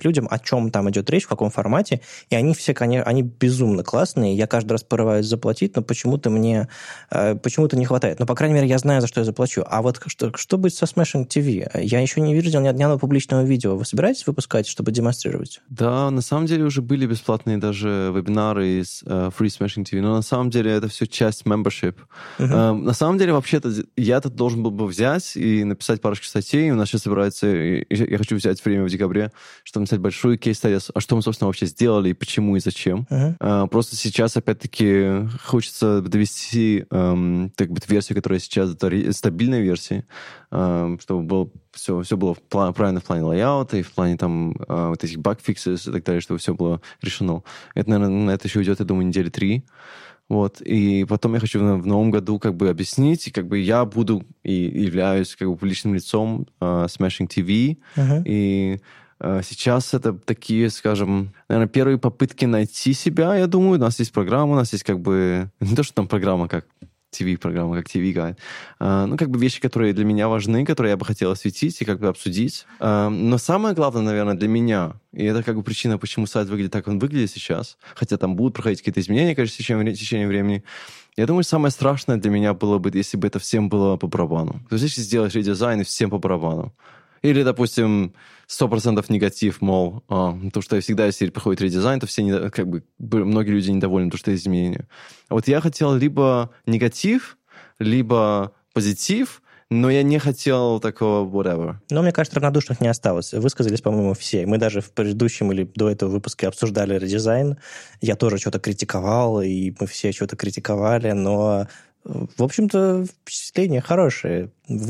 чем там идет речь, в каком формате, и они все, конечно, они безумно классные, я каждый раз порываюсь заплатить, но почему-то мне э, почему-то не хватает. Но, по крайней мере, я знаю, за что я заплачу. А вот что, что будет со Smashing ти ви? Я еще не видел ни одного публичного видео. Вы собираетесь выпускать, чтобы демонстрировать? Да, на самом деле уже были бесплатные даже вебинары из uh, Free Smashing ти ви, но на самом деле это все часть membership. Uh-huh. Uh, на самом деле, вообще-то, я-то должен был бы взять и написать парочку статей. У нас сейчас собирается, я хочу взять время в декабре, чтобы написать большую кейс-стадию, а что мы, собственно, вообще сделали, и почему, и зачем. Uh-huh. Uh, просто сейчас, опять-таки, хочется довести um, так бы, версию, которая сейчас стабильной версии, uh, чтобы было, все, все было в план, правильно в плане лайаута и в плане там uh, вот этих баг-фиксов и так далее, чтобы все было решено. Это, наверное, на это еще уйдет, я думаю, недели три. Вот. И потом я хочу в новом году как бы объяснить, и как бы я буду и являюсь как бы публичным лицом uh, Smashing ти ви. Uh-huh. И uh, сейчас это такие, скажем, наверное, первые попытки найти себя, я думаю. У нас есть программа, у нас есть как бы... Не то, что там программа как ти ви-программа, как ти ви-гайд. Uh, ну, как бы вещи, которые для меня важны, которые я бы хотел осветить и как бы обсудить. Uh, но самое главное, наверное, для меня, и это как бы причина, почему сайт выглядит так, как он выглядит сейчас, хотя там будут проходить какие-то изменения, конечно, в течение, в течение времени. Я думаю, самое страшное для меня было бы, если бы это всем было по барабану. То есть, если сделать редизайн и всем по барабану. Или, допустим, сто процентов негатив, мол, а, то, что всегда, если приходит редизайн, то все, не, как бы, многие люди недовольны, то, что есть изменения. А вот я хотел либо негатив, либо позитив, но я не хотел такого whatever. Но, мне кажется, равнодушных не осталось. Высказались, по-моему, все. Мы даже в предыдущем или до этого выпуске обсуждали редизайн. Я тоже что-то критиковал, и мы все что-то критиковали, но... В общем-то, впечатления хорошие.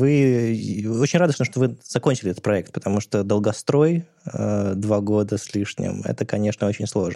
Вы очень радостно, что вы закончили этот проект, потому что долгострой, э, два года с лишним, это, конечно, очень сложно.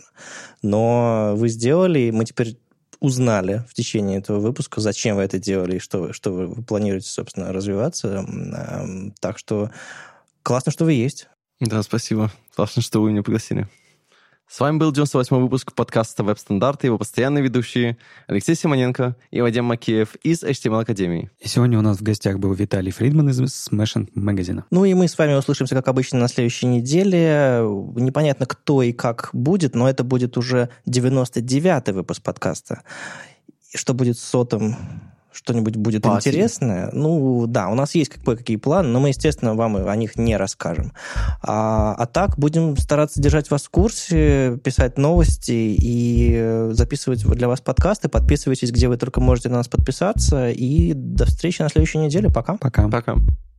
Но вы сделали, и мы теперь узнали в течение этого выпуска, зачем вы это делали и что, что вы планируете, собственно, развиваться. Э, так что классно, что вы есть. Да, спасибо. Классно, что вы меня пригласили. С вами был девяносто восьмой выпуск подкаста «Веб-стандарты», его постоянные ведущие Алексей Симоненко и Вадим Макеев из эйч ти эм эл-академии. И сегодня у нас в гостях был Виталий Фридман из Smashing Magazine. Ну и мы с вами услышимся, как обычно, на следующей неделе. Непонятно, кто и как будет, но это будет уже девяносто девятый выпуск подкаста. Что будет с сотым... Что-нибудь будет Пати. Интересное. Ну, да, у нас есть кое-какие планы, но мы, естественно, вам о них не расскажем. А, а так, будем стараться держать вас в курсе, писать новости и записывать для вас подкасты. Подписывайтесь, где вы только можете на нас подписаться. И до встречи на следующей неделе. Пока. Пока. Пока.